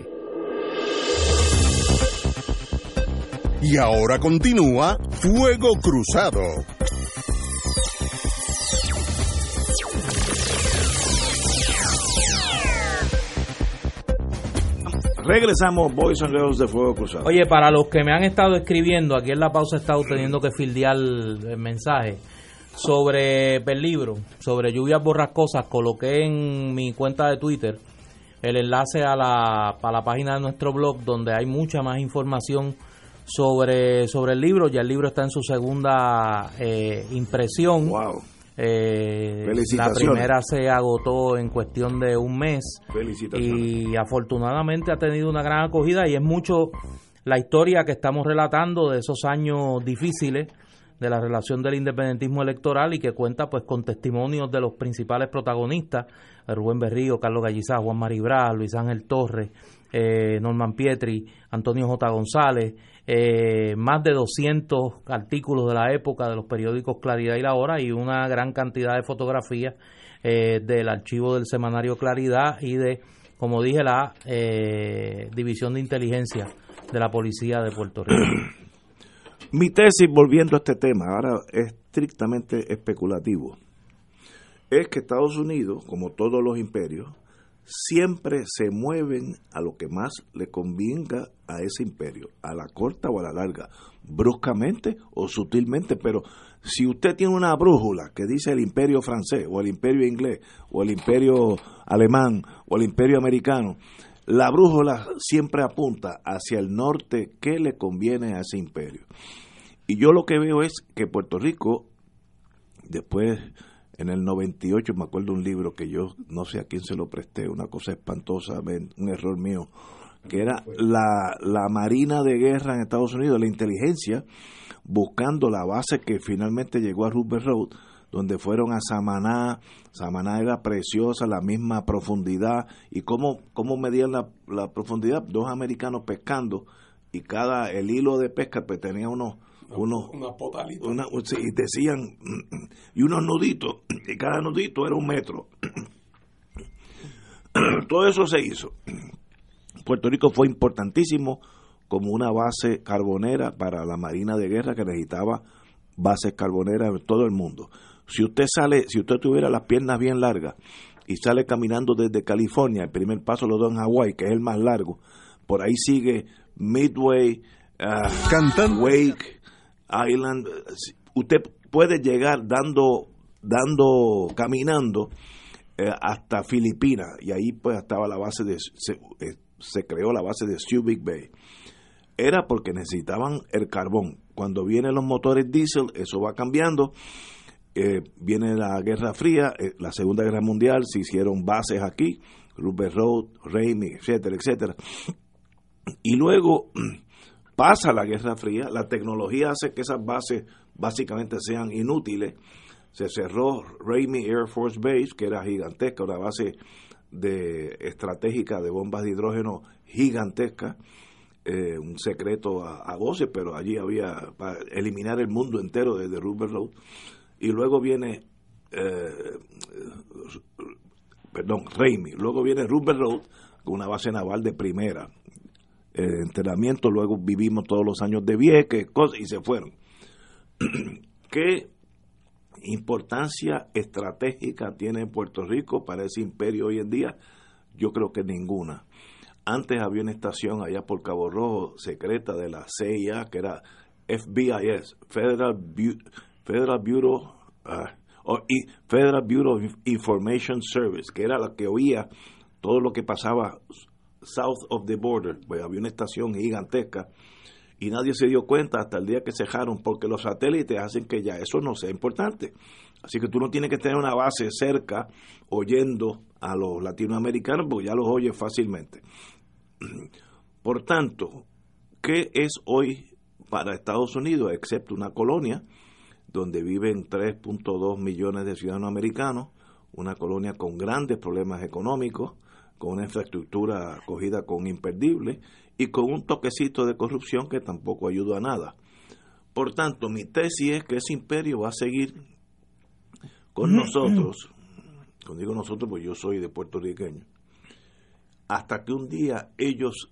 Y ahora continúa Fuego Cruzado. Regresamos, Boys and Girls de Fuego Cruzado. Oye, para los que me han estado escribiendo, aquí en la pausa he estado teniendo que fildear el mensaje sobre el libro, sobre lluvias borrascosas. Coloqué en mi cuenta de Twitter el enlace a la, a la página de nuestro blog, donde hay mucha más información sobre, sobre el libro. Ya el libro está en su segunda eh, impresión. Wow. Eh, la primera se agotó en cuestión de un mes y afortunadamente ha tenido una gran acogida, y es mucho la historia que estamos relatando de esos años difíciles de la relación del independentismo electoral, y que cuenta pues con testimonios de los principales protagonistas: Rubén Berrío, Carlos Gallizá, Juan Maribra, Luis Ángel Torres, eh, Norman Pietri, Antonio J. González, eh, más de doscientos artículos de la época de los periódicos Claridad y La Hora, y una gran cantidad de fotografías eh, del archivo del semanario Claridad y de, como dije, la eh, División de Inteligencia de la Policía de Puerto Rico. Mi tesis, volviendo a este tema, ahora es estrictamente especulativo, es que Estados Unidos, como todos los imperios, siempre se mueven a lo que más le convenga a ese imperio, a la corta o a la larga, bruscamente o sutilmente. Pero si usted tiene una brújula que dice el imperio francés o el imperio inglés o el imperio alemán o el imperio americano, la brújula siempre apunta hacia el norte que le conviene a ese imperio. Y yo lo que veo es que Puerto Rico, después, en el noventa y ocho, me acuerdo un libro que yo no sé a quién se lo presté, una cosa espantosa, un error mío, que era la, la Marina de Guerra en Estados Unidos, la inteligencia, buscando la base que finalmente llegó a Roosevelt Road, donde fueron a Samaná. Samaná era preciosa, la misma profundidad. ¿Y cómo, cómo medían la, la profundidad? Dos americanos pescando, y cada, el hilo de pesca pues tenía unos, unos una potalita. Una, y decían, y unos nuditos, y cada nudito era un metro. Todo eso se hizo. Puerto Rico fue importantísimo como una base carbonera para la Marina de Guerra, que necesitaba bases carboneras en todo el mundo. Si usted sale, si usted tuviera las piernas bien largas y sale caminando desde California, el primer paso lo da en Hawái, que es el más largo, por ahí sigue Midway, uh, Wake Island. Usted puede llegar dando dando, caminando eh, hasta Filipinas, y ahí pues estaba la base de, se, eh, se creó la base de Subic Bay. Era porque necesitaban el carbón. Cuando vienen los motores diésel, eso va cambiando. Eh, viene la Guerra Fría, eh, la Segunda Guerra Mundial, se hicieron bases aquí, Roosevelt Road, Ramey, etcétera, etcétera. Y luego pasa la Guerra Fría, la tecnología hace que esas bases básicamente sean inútiles. Se cerró Ramey Air Force Base, que era gigantesca, una base de estratégica de bombas de hidrógeno gigantesca, eh, un secreto a, a voces, pero allí había para eliminar el mundo entero desde Roosevelt Road. Y luego viene eh, perdón, Ramey, luego viene Roosevelt Road, con una base naval de primera, eh, entrenamiento, luego vivimos todos los años de Vieques, cosas, y se fueron. ¿Qué importancia estratégica tiene Puerto Rico para ese imperio hoy en día? Yo creo que ninguna. Antes había una estación allá por Cabo Rojo, secreta de la C I A, que era F B I S, Federal Bu- Federal Bureau uh, o Federal Bureau of Information Service, que era la que oía todo lo que pasaba south of the border. Pues había una estación gigantesca y nadie se dio cuenta hasta el día que cejaron, porque los satélites hacen que ya eso no sea importante. Así que tú no tienes que tener una base cerca oyendo a los latinoamericanos, porque ya los oyes fácilmente. Por tanto, ¿qué es hoy para Estados Unidos, excepto una colonia donde viven tres punto dos millones de ciudadanos americanos, una colonia con grandes problemas económicos, con una infraestructura acogida con imperdible y con un toquecito de corrupción que tampoco ayuda a nada? Por tanto, mi tesis es que ese imperio va a seguir con nosotros, cuando digo nosotros, pues yo soy de puertorriqueño, hasta que un día ellos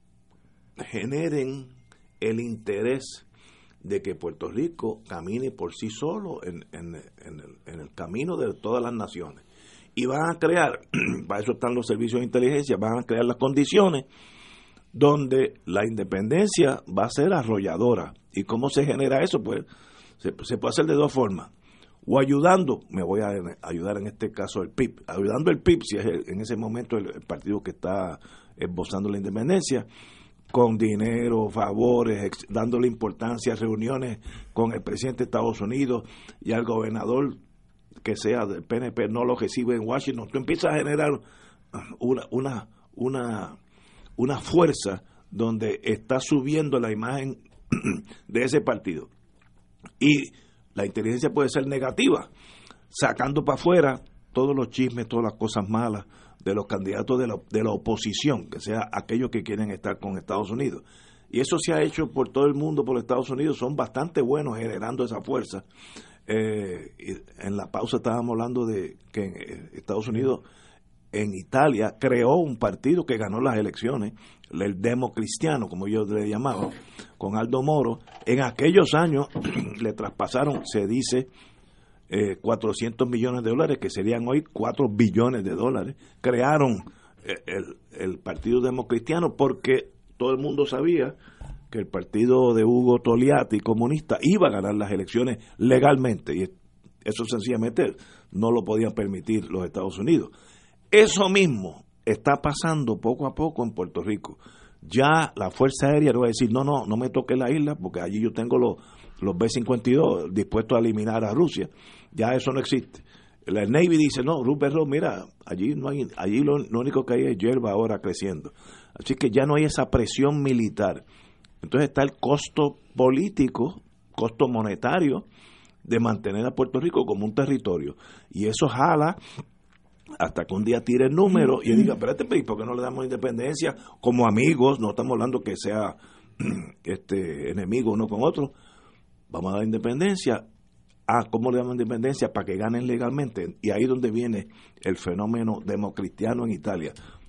generen el interés de que Puerto Rico camine por sí solo en, en, en, el, en el camino de todas las naciones. Y van a crear, para eso están los servicios de inteligencia, van a crear las condiciones donde la independencia va a ser arrolladora. ¿Y cómo se genera eso? Pues se, se puede hacer de dos formas. O ayudando, me voy a ayudar en este caso el P I B, ayudando el P I B, si es el, en ese momento el, el partido que está esbozando la independencia, con dinero, favores, ex, dándole importancia a reuniones con el presidente de Estados Unidos y al gobernador que sea del P N P, no lo recibe en Washington. Tú empiezas a generar una, una, una, una fuerza donde está subiendo la imagen de ese partido. Y la inteligencia puede ser negativa, sacando para afuera todos los chismes, todas las cosas malas de los candidatos de la, de la oposición, que sea aquellos que quieren estar con Estados Unidos. Y eso se ha hecho por todo el mundo, por Estados Unidos, son bastante buenos generando esa fuerza. Eh, en la pausa estábamos hablando de que en Estados Unidos, en Italia, creó un partido que ganó las elecciones, el Democristiano, como yo le llamaba, con Aldo Moro. En aquellos años le traspasaron, se dice, eh, cuatrocientos millones de dólares, que serían hoy cuatro billones de dólares. Crearon el, el Partido Democristiano porque todo el mundo sabía que el partido de Hugo Togliatti, comunista, iba a ganar las elecciones legalmente, y eso sencillamente no lo podían permitir los Estados Unidos. Eso mismo está pasando poco a poco en Puerto Rico. Ya la Fuerza Aérea no va a decir, no, no, no me toque la isla, porque allí yo tengo los, los B cincuenta y dos dispuestos a eliminar a Rusia. Ya eso no existe. La Navy dice, no, Roosevelt Road, mira, allí no hay, allí lo, lo único que hay es hierba ahora creciendo. Así que ya no hay esa presión militar. Entonces está el costo político, costo monetario, de mantener a Puerto Rico como un territorio. Y eso jala hasta que un día tire el número y diga, espérate, ¿por qué no le damos independencia como amigos? No estamos hablando que sea este enemigo uno con otro. Vamos a dar independencia. Ah, ¿cómo le damos independencia? Para que ganen legalmente. Y ahí es donde viene el fenómeno democristiano en Italia.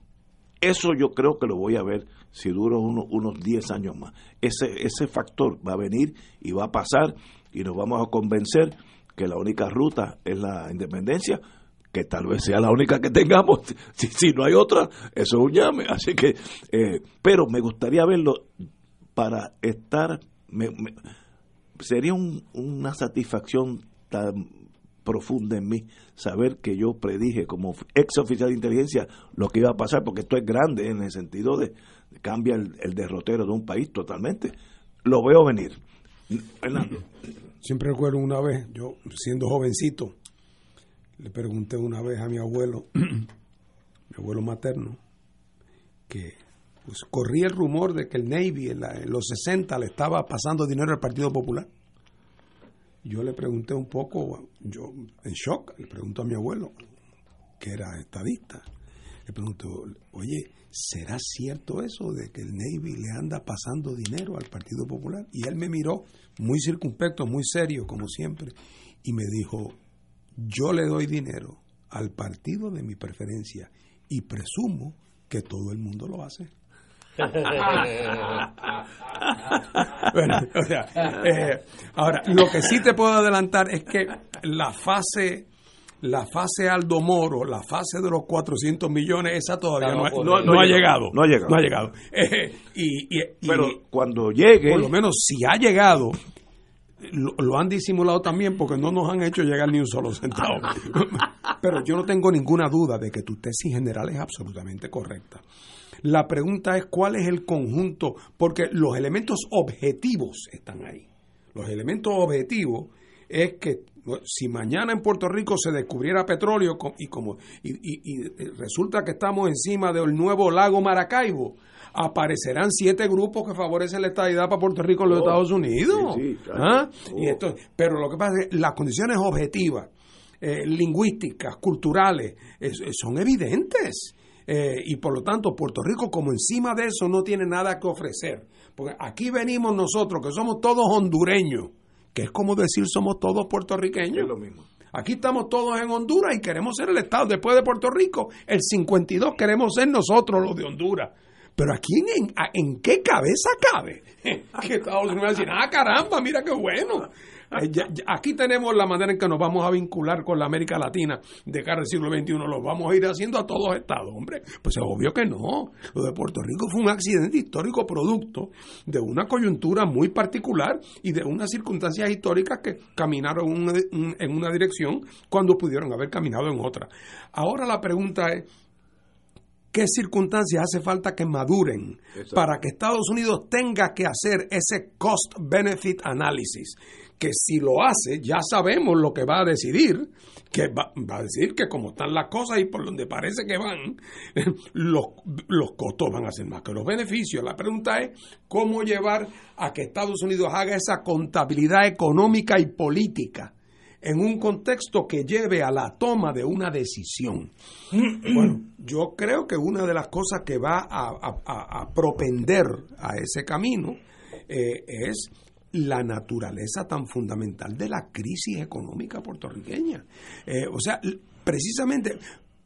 Eso yo creo que lo voy a ver si duro uno, unos diez años más. Ese, ese factor va a venir y va a pasar, y nos vamos a convencer que la única ruta es la independencia, que tal vez sea la única que tengamos. Si, si no hay otra, eso es un llame. Así que, eh, pero me gustaría verlo para estar, me, me, sería un, una satisfacción tan profunda en mí saber que yo predije como ex oficial de inteligencia lo que iba a pasar, porque esto es grande en el sentido de, de cambia el, el derrotero de un país totalmente. Lo veo venir. Fernando. Siempre recuerdo una vez, yo siendo jovencito, le pregunté una vez a mi abuelo, mi abuelo materno, que pues corría el rumor de que el Navy en, la, en los sesenta le estaba pasando dinero al Partido Popular. Yo le pregunté un poco, yo en shock, le pregunto a mi abuelo, que era estadista, le pregunto, oye, ¿será cierto eso de que el Navy le anda pasando dinero al Partido Popular? Y él me miró muy circunspecto, muy serio, como siempre, y me dijo, yo le doy dinero al partido de mi preferencia y presumo que todo el mundo lo hace. Bueno, o sea, eh, ahora, lo que sí te puedo adelantar es que la fase la fase Aldo Moro, la fase de los cuatrocientos millones, esa todavía no, no, no, no, no ha llegado. No ha llegado. No ha llegado. Eh, y, y, Pero y, cuando llegue... Por lo menos si ha llegado, lo, lo han disimulado también porque no nos han hecho llegar ni un solo centavo. Pero yo no tengo ninguna duda de que tu tesis general es absolutamente correcta. La pregunta es cuál es el conjunto, porque los elementos objetivos están ahí. Los elementos objetivos es que si mañana en Puerto Rico se descubriera petróleo y como y, y, y resulta que estamos encima del nuevo lago Maracaibo, aparecerán siete grupos que favorecen la estadidad para Puerto Rico en los oh, Estados Unidos. Sí, sí, claro. ¿Ah? Oh. Y esto, pero lo que pasa es que las condiciones objetivas, eh, lingüísticas, culturales, eh, son evidentes. Eh, y por lo tanto Puerto Rico como encima de eso no tiene nada que ofrecer, porque aquí venimos nosotros que somos todos hondureños, que es como decir somos todos puertorriqueños. Es lo mismo. Aquí estamos todos en Honduras y queremos ser el Estado después de Puerto Rico, el cincuenta y dos queremos ser nosotros los de Honduras. Pero aquí en, en qué cabeza cabe que Estados Unidos va a decir, ah caramba, mira qué bueno. Eh, ya, ya, aquí tenemos la manera en que nos vamos a vincular con la América Latina de cara al siglo veintiuno, los vamos a ir haciendo a todos los estados, hombre. Pues es obvio que no. Lo de Puerto Rico fue un accidente histórico producto de una coyuntura muy particular y de unas circunstancias históricas que caminaron en una, en una dirección cuando pudieron haber caminado en otra. Ahora la pregunta es, ¿qué circunstancias hace falta que maduren Exacto. para que Estados Unidos tenga que hacer ese cost-benefit analysis? Que si lo hace, ya sabemos lo que va a decidir, que va, va a decir que como están las cosas y por donde parece que van, los, los costos van a ser más que los beneficios. La pregunta es cómo llevar a que Estados Unidos haga esa contabilidad económica y política en un contexto que lleve a la toma de una decisión. Bueno, yo creo que una de las cosas que va a, a, a propender a ese camino eh, es la naturaleza tan fundamental de la crisis económica puertorriqueña. Eh, o sea, precisamente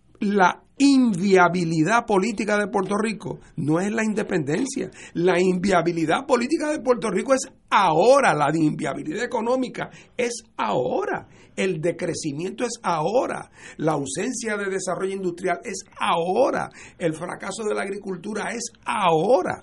la inviabilidad política de Puerto Rico no es la independencia. La inviabilidad política de Puerto Rico es ahora. La inviabilidad económica es ahora. El decrecimiento es ahora. La ausencia de desarrollo industrial es ahora. El fracaso de la agricultura es ahora.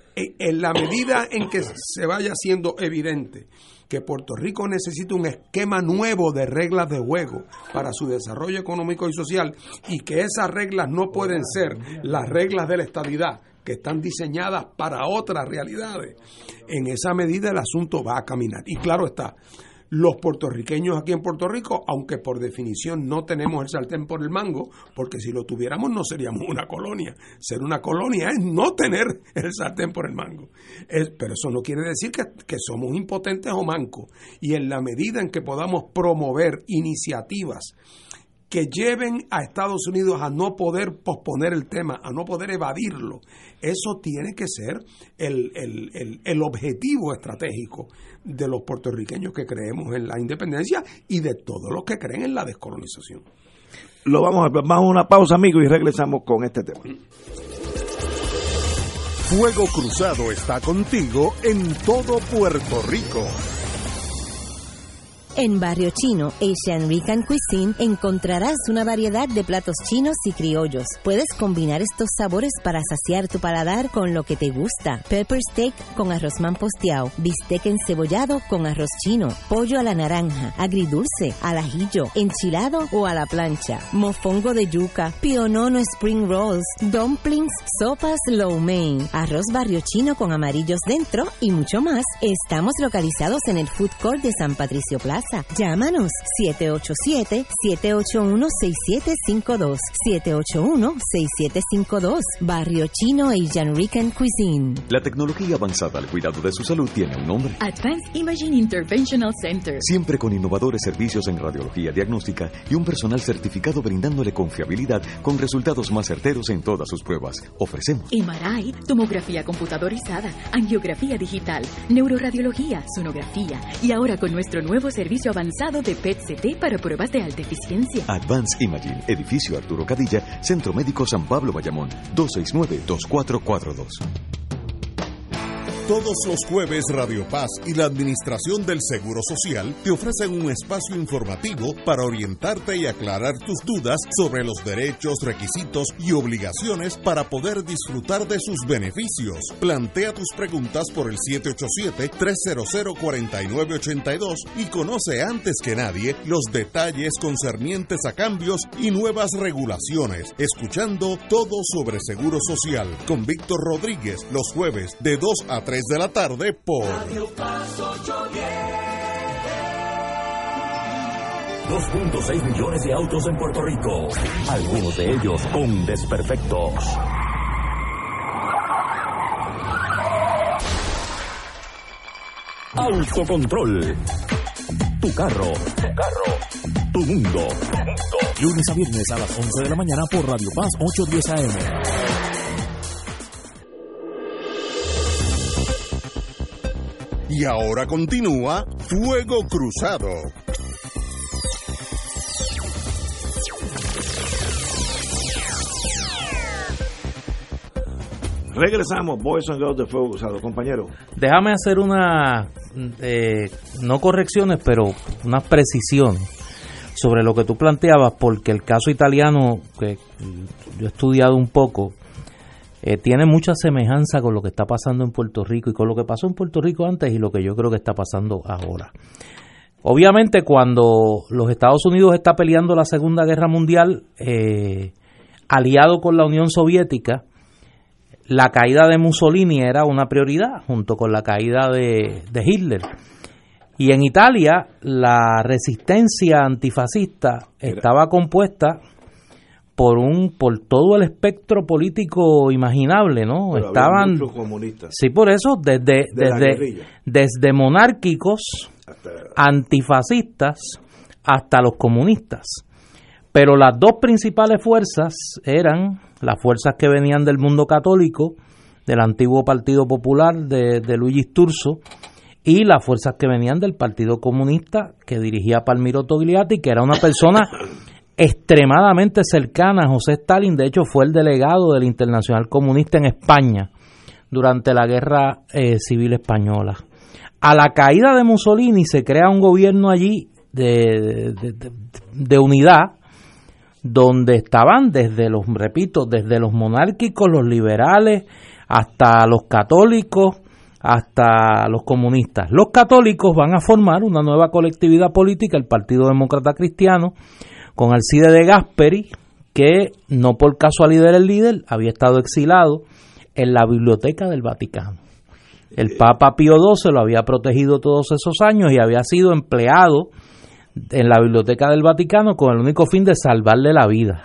En la medida en que se vaya siendo evidente que Puerto Rico necesita un esquema nuevo de reglas de juego para su desarrollo económico y social, y que esas reglas no pueden ser las reglas de la estabilidad, que están diseñadas para otras realidades, en esa medida el asunto va a caminar. Y claro está, los puertorriqueños aquí en Puerto Rico, aunque por definición no tenemos el sartén por el mango, porque si lo tuviéramos no seríamos una colonia. Ser una colonia es no tener el sartén por el mango. Es, pero eso no quiere decir que, que somos impotentes o mancos. Y en la medida en que podamos promover iniciativas que lleven a Estados Unidos a no poder posponer el tema, a no poder evadirlo, eso tiene que ser el, el, el, el objetivo estratégico de los puertorriqueños que creemos en la independencia y de todos los que creen en la descolonización. Lo vamos a vamos a una pausa, amigos, y regresamos con este tema. Fuego Cruzado está contigo en todo Puerto Rico. En Barrio Chino, Asian Rican Cuisine, encontrarás una variedad de platos chinos y criollos. Puedes combinar estos sabores para saciar tu paladar con lo que te gusta. Pepper steak con arroz manposteado, bistec encebollado con arroz chino, pollo a la naranja, agridulce, al ajillo, enchilado o a la plancha, mofongo de yuca, pionono spring rolls, dumplings, sopas lo mein, arroz barrio chino con amarillos dentro y mucho más. Estamos localizados en el Food Court de San Patricio Plaza. Llámanos siete ocho siete, siete ocho uno, seis siete cinco dos, siete ocho uno, seis siete cinco dos. Barrio Chino Asian Rican Cuisine. La tecnología avanzada al cuidado de su salud tiene un nombre: Advanced Imaging Interventional Center. Siempre con innovadores servicios en radiología diagnóstica y un personal certificado brindándole confiabilidad con resultados más certeros en todas sus pruebas. Ofrecemos M R I, tomografía computadorizada, angiografía digital, neuroradiología, sonografía y ahora con nuestro nuevo servicio avanzado de P E T C T para pruebas de alta eficiencia. Advanced Imaging, edificio Arturo Cadilla, Centro Médico San Pablo Bayamón, dos seis nueve, dos cuatro cuatro dos. Todos los jueves Radio Paz y la Administración del Seguro Social te ofrecen un espacio informativo para orientarte y aclarar tus dudas sobre los derechos, requisitos y obligaciones para poder disfrutar de sus beneficios. Plantea tus preguntas por el siete ocho siete, tres cero cero, cuatro nueve ocho dos y conoce antes que nadie los detalles concernientes a cambios y nuevas regulaciones, escuchando Todo sobre Seguro Social con Víctor Rodríguez los jueves de dos a tres de la tarde por Radio Paz ochocientos diez. dos punto seis millones de autos en Puerto Rico, algunos de ellos con desperfectos. Autocontrol. Tu carro, tu carro, tu mundo. tu mundo. Lunes a viernes a las once de la mañana por Radio Paz ochocientos diez A M. Y ahora continúa Fuego Cruzado. Regresamos, Boys and Girls de Fuego Cruzado, compañero. Déjame hacer una, eh, no correcciones, pero unas precisiones sobre lo que tú planteabas, porque el caso italiano, que yo he estudiado un poco, Eh, tiene mucha semejanza con lo que está pasando en Puerto Rico y con lo que pasó en Puerto Rico antes y lo que yo creo que está pasando ahora. Obviamente, cuando los Estados Unidos está peleando la Segunda Guerra Mundial, eh, aliado con la Unión Soviética, la caída de Mussolini era una prioridad, junto con la caída de, de Hitler. Y en Italia, la resistencia antifascista estaba compuesta por un por todo el espectro político imaginable, ¿no? Pero estaban muchos comunistas. Sí, por eso desde de desde desde monárquicos, hasta antifascistas hasta los comunistas. Pero las dos principales fuerzas eran las fuerzas que venían del mundo católico, del antiguo Partido Popular de, de Luigi Sturzo, y las fuerzas que venían del Partido Comunista que dirigía Palmiro Togliatti, que era una persona extremadamente cercana a José Stalin. De hecho, fue el delegado del Internacional Comunista en España durante la Guerra eh, Civil Española. A la caída de Mussolini se crea un gobierno allí de, de, de, de unidad, donde estaban desde los, repito, desde los monárquicos, los liberales, hasta los católicos, hasta los comunistas. Los católicos van a formar una nueva colectividad política, el Partido Demócrata Cristiano, con Alcide de Gasperi, que no por casualidad era el líder, había estado exilado en la Biblioteca del Vaticano. El Papa Pío doce lo había protegido todos esos años y había sido empleado en la Biblioteca del Vaticano con el único fin de salvarle la vida.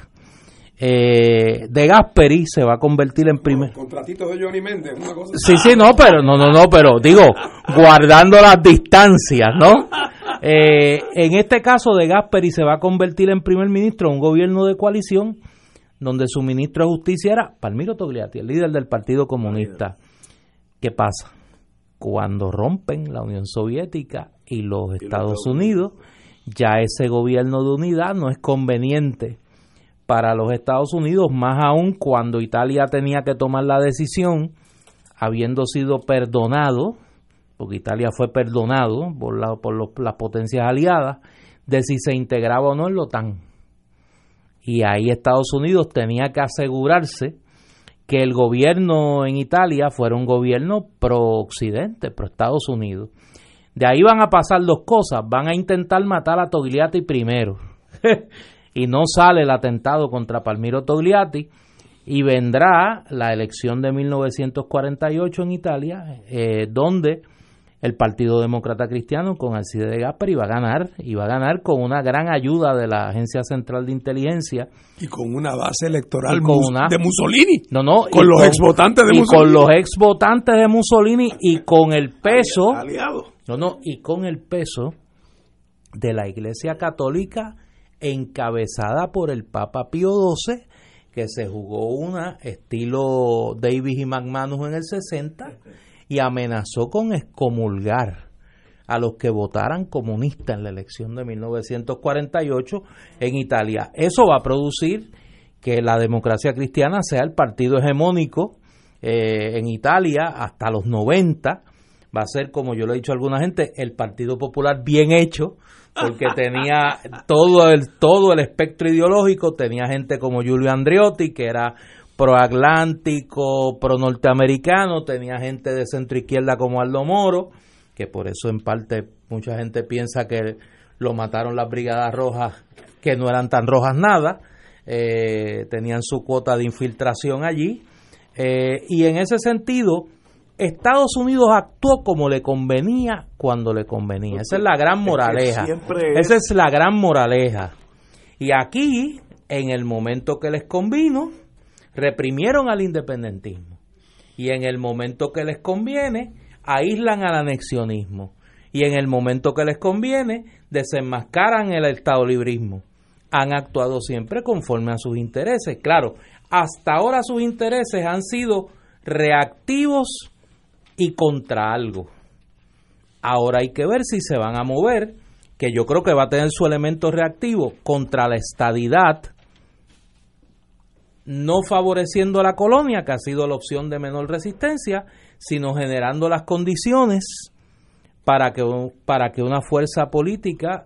Eh, de Gasperi se va a convertir en primer... Contratitos de Johnny Méndez, una cosa. Sí, sí, no, pero no, no, no, pero digo, guardando las distancias, ¿no? Eh, en este caso, de Gasperi se va a convertir en primer ministro de un gobierno de coalición donde su ministro de Justicia era Palmiro Togliatti, el líder del Partido Comunista. ¿Qué pasa? Cuando rompen la Unión Soviética y los Estados Unidos, ya ese gobierno de unidad no es conveniente para los Estados Unidos, más aún cuando Italia tenía que tomar la decisión, habiendo sido perdonado porque Italia fue perdonado por, la, por los, las potencias aliadas, de si se integraba o no en la OTAN. Y ahí Estados Unidos tenía que asegurarse que el gobierno en Italia fuera un gobierno pro-occidente, pro-Estados Unidos. De ahí van a pasar dos cosas. Van a intentar matar a Togliatti primero. Y no sale el atentado contra Palmiro Togliatti. Y vendrá la elección de mil novecientos cuarenta y ocho en Italia, eh, donde el Partido Demócrata Cristiano con Alcide de Gasperi iba a ganar, y va a ganar con una gran ayuda de la Agencia Central de Inteligencia. Y con una base electoral con una, de Mussolini. No, no. Con los exvotantes de y Mussolini. con los exvotantes de Mussolini y con el peso. Aliado. No, no, y con el peso de la Iglesia Católica encabezada por el Papa Pío doce, que se jugó una estilo Davis y McManus en el sesenta y amenazó con excomulgar a los que votaran comunistas en la elección de mil novecientos cuarenta y ocho en Italia. Eso va a producir que la Democracia Cristiana sea el partido hegemónico eh, en Italia hasta los noventa. Va a ser, como yo le he dicho a alguna gente, el Partido Popular bien hecho, porque tenía todo el todo el espectro ideológico. Tenía gente como Giulio Andreotti, que era proatlántico, pro norteamericano, tenía gente de centro izquierda como Aldo Moro, que por eso en parte mucha gente piensa que lo mataron las Brigadas Rojas, que no eran tan rojas nada, eh, tenían su cuota de infiltración allí, eh, y en ese sentido Estados Unidos actuó como le convenía cuando le convenía. Esa es la gran moraleja. Esa es la gran moraleja. Y aquí, en el momento que les convino, reprimieron al independentismo. Y en el momento que les conviene, aíslan al anexionismo. Y en el momento que les conviene, desenmascaran el estadolibrismo. Han actuado siempre conforme a sus intereses. Claro, hasta ahora sus intereses han sido reactivos y contra algo. Ahora hay que ver si se van a mover, que yo creo que va a tener su elemento reactivo contra la estadidad, no favoreciendo a la colonia, que ha sido la opción de menor resistencia, sino generando las condiciones para que, para que una fuerza política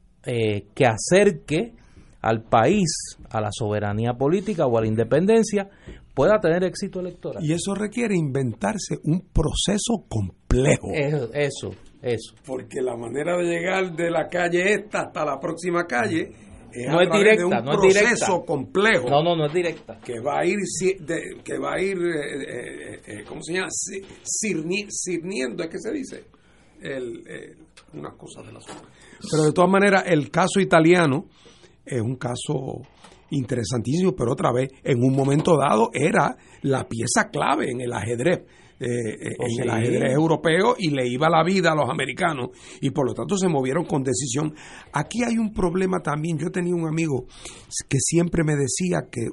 eh, que acerque al país a la soberanía política o a la independencia pueda tener éxito electoral. Y eso requiere inventarse un proceso complejo. Eso, eso, eso. Porque la manera de llegar de la calle esta hasta la próxima calle es no a es través directa, de un no es proceso directa. complejo. No, no, no es directa. Que va a ir, de, que va a ir, eh, eh, eh, ¿cómo se llama? Cirni, cirniendo, ¿es que se dice? El, eh, unas cosas de las otras. Pero de todas maneras, el caso italiano es un caso interesantísimo, pero otra vez, en un momento dado, era la pieza clave en el ajedrez, eh, eh, oh, en sí. el ajedrez europeo, y le iba la vida a los americanos, y por lo tanto se movieron con decisión. Aquí hay un problema también. Yo tenía un amigo que siempre me decía que,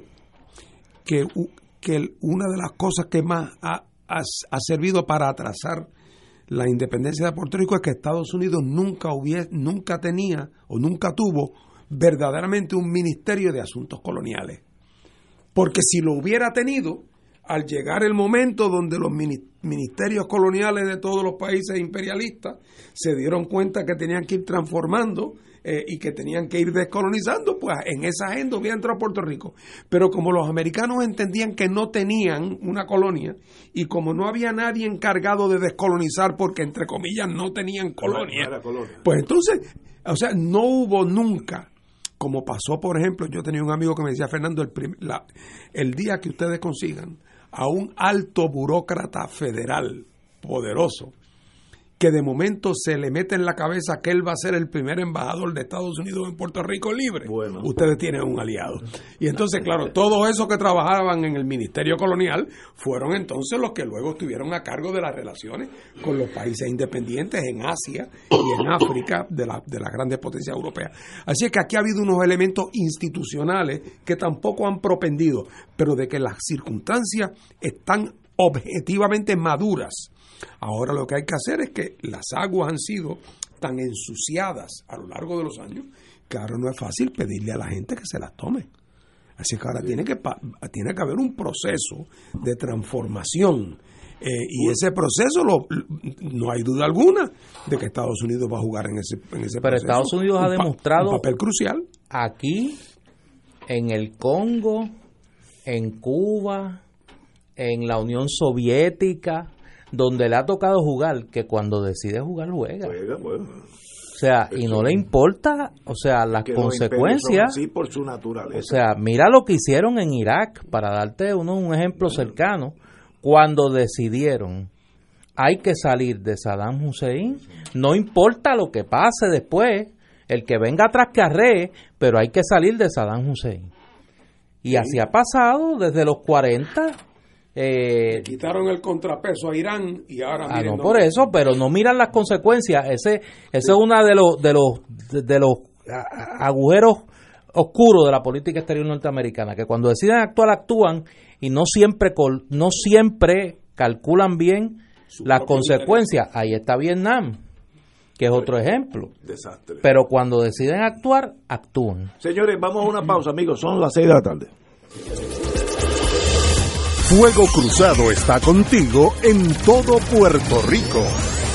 que, que una de las cosas que más ha, ha, ha servido para atrasar la independencia de Puerto Rico es que Estados Unidos nunca hubiese, nunca tenía o nunca tuvo verdaderamente un ministerio de asuntos coloniales, porque si lo hubiera tenido, al llegar el momento donde los ministerios coloniales de todos los países imperialistas se dieron cuenta que tenían que ir transformando eh, y que tenían que ir descolonizando, pues en esa agenda hubiera entrado Puerto Rico. Pero como los americanos entendían que no tenían una colonia, y como no había nadie encargado de descolonizar porque entre comillas no tenían colonia, no colonia. Pues entonces, o sea, no hubo nunca, como pasó, por ejemplo, yo tenía un amigo que me decía, Fernando, el, prim, la, el día que ustedes consigan a un alto burócrata federal poderoso, que de momento se le mete en la cabeza que él va a ser el primer embajador de Estados Unidos en Puerto Rico libre, bueno, ustedes tienen un aliado. Y entonces, claro, todos esos que trabajaban en el Ministerio Colonial fueron entonces los que luego estuvieron a cargo de las relaciones con los países independientes en Asia y en África de, la, de las grandes potencias europeas. Así es que aquí ha habido unos elementos institucionales que tampoco han propendido, pero de que las circunstancias están objetivamente maduras. Ahora lo que hay que hacer es que las aguas han sido tan ensuciadas a lo largo de los años que ahora no es fácil pedirle a la gente que se las tome. Así que ahora tiene que, tiene que haber un proceso de transformación Eh, y ese proceso, lo, no hay duda alguna de que Estados Unidos va a jugar en ese, en ese Pero proceso. Estados Unidos ha demostrado un papel crucial. Aquí, en el Congo, en Cuba, en la Unión Soviética, donde le ha tocado jugar, que cuando decide jugar, juega. Juega, bueno. O sea, y no le importa, o sea, las que consecuencias. Sí, por su naturaleza. O sea, mira lo que hicieron en Irak, para darte uno un ejemplo cercano, cuando decidieron hay que salir de Saddam Hussein, no importa lo que pase después, el que venga atrás que arree, pero hay que salir de Saddam Hussein. Y sí. Así ha pasado desde los cuarenta. Eh, Le quitaron el contrapeso a Irán y ahora ah, miren no por eso, pero no miran las consecuencias. Ese, ese es uno de los de los de, de los agujeros oscuros de la política exterior norteamericana, que cuando deciden actuar actúan y no siempre no siempre calculan bien Su las consecuencias. Interés. Ahí está Vietnam, que es otro ejemplo. Desastre. Pero cuando deciden actuar, actúan. Señores, vamos a una pausa, amigos. Son las seis de la tarde. Fuego Cruzado está contigo en todo Puerto Rico.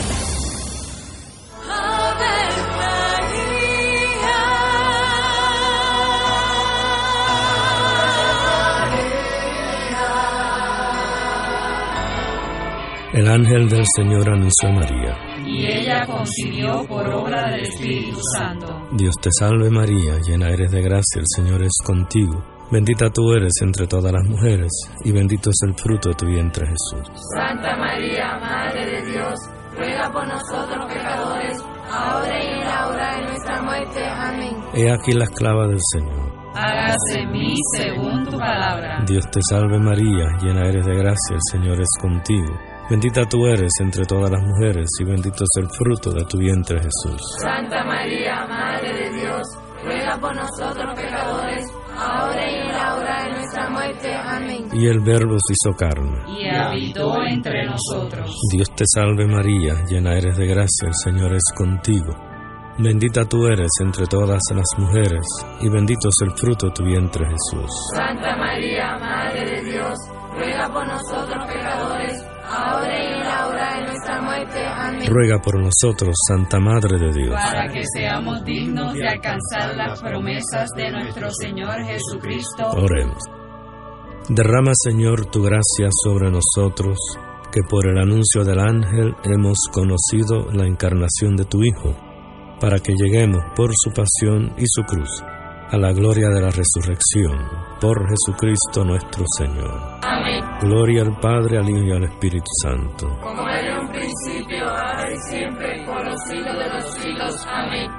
El ángel del Señor anunció a María. Y ella concibió por obra del Espíritu Santo. Dios te salve María, llena eres de gracia, el Señor es contigo. Bendita tú eres entre todas las mujeres, y bendito es el fruto de tu vientre, Jesús. Santa María, Madre de Dios, ruega por nosotros pecadores, ahora y en la hora de nuestra muerte. Amén. He aquí la esclava del Señor. Hágase en mí según tu palabra. Dios te salve María, llena eres de gracia, el Señor es contigo. Bendita tú eres entre todas las mujeres, y bendito es el fruto de tu vientre, Jesús. Santa María, Madre de Dios, ruega por nosotros pecadores, ahora y en la hora de nuestra muerte. Amén. Y el Verbo se hizo carne, y habitó entre nosotros. Dios te salve María, llena eres de gracia, el Señor es contigo. Bendita tú eres entre todas las mujeres, y bendito es el fruto de tu vientre, Jesús. Santa María, Madre de Dios, ruega por nosotros pecadores, ahora y en la hora de nuestra muerte. Amén. Ruega por nosotros, Santa Madre de Dios, para que seamos dignos de alcanzar las promesas de nuestro Señor Jesucristo. Oremos. Derrama, Señor, tu gracia sobre nosotros, que por el anuncio del ángel hemos conocido la encarnación de tu Hijo, para que lleguemos por su pasión y su cruz a la gloria de la resurrección, por Jesucristo nuestro Señor. Amén. Gloria al Padre, al Hijo y al Espíritu Santo. Como era en un principio, ahora y siempre, por los siglos de los siglos. Amén.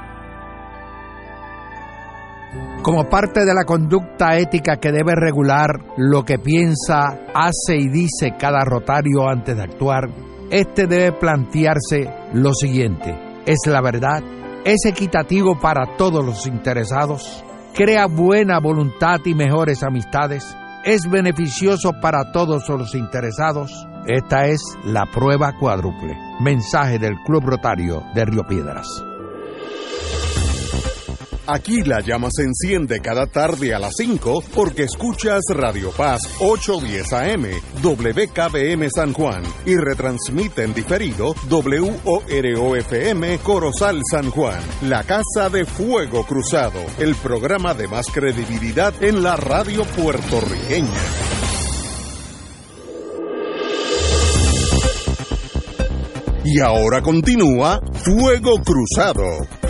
Como parte de la conducta ética que debe regular lo que piensa, hace y dice cada rotario antes de actuar, este debe plantearse lo siguiente: ¿es la verdad? ¿Es equitativo para todos los interesados? ¿Crea buena voluntad y mejores amistades? ¿Es beneficioso para todos los interesados? Esta es la prueba cuádruple. Mensaje del Club Rotario de Río Piedras. Aquí la llama se enciende cada tarde a las cinco porque escuchas Radio Paz ochocientos diez A M, W K B M San Juan y retransmite en diferido W O R O F M Corozal San Juan, la Casa de Fuego Cruzado, el programa de más credibilidad en la radio puertorriqueña. Y ahora continúa Fuego Cruzado.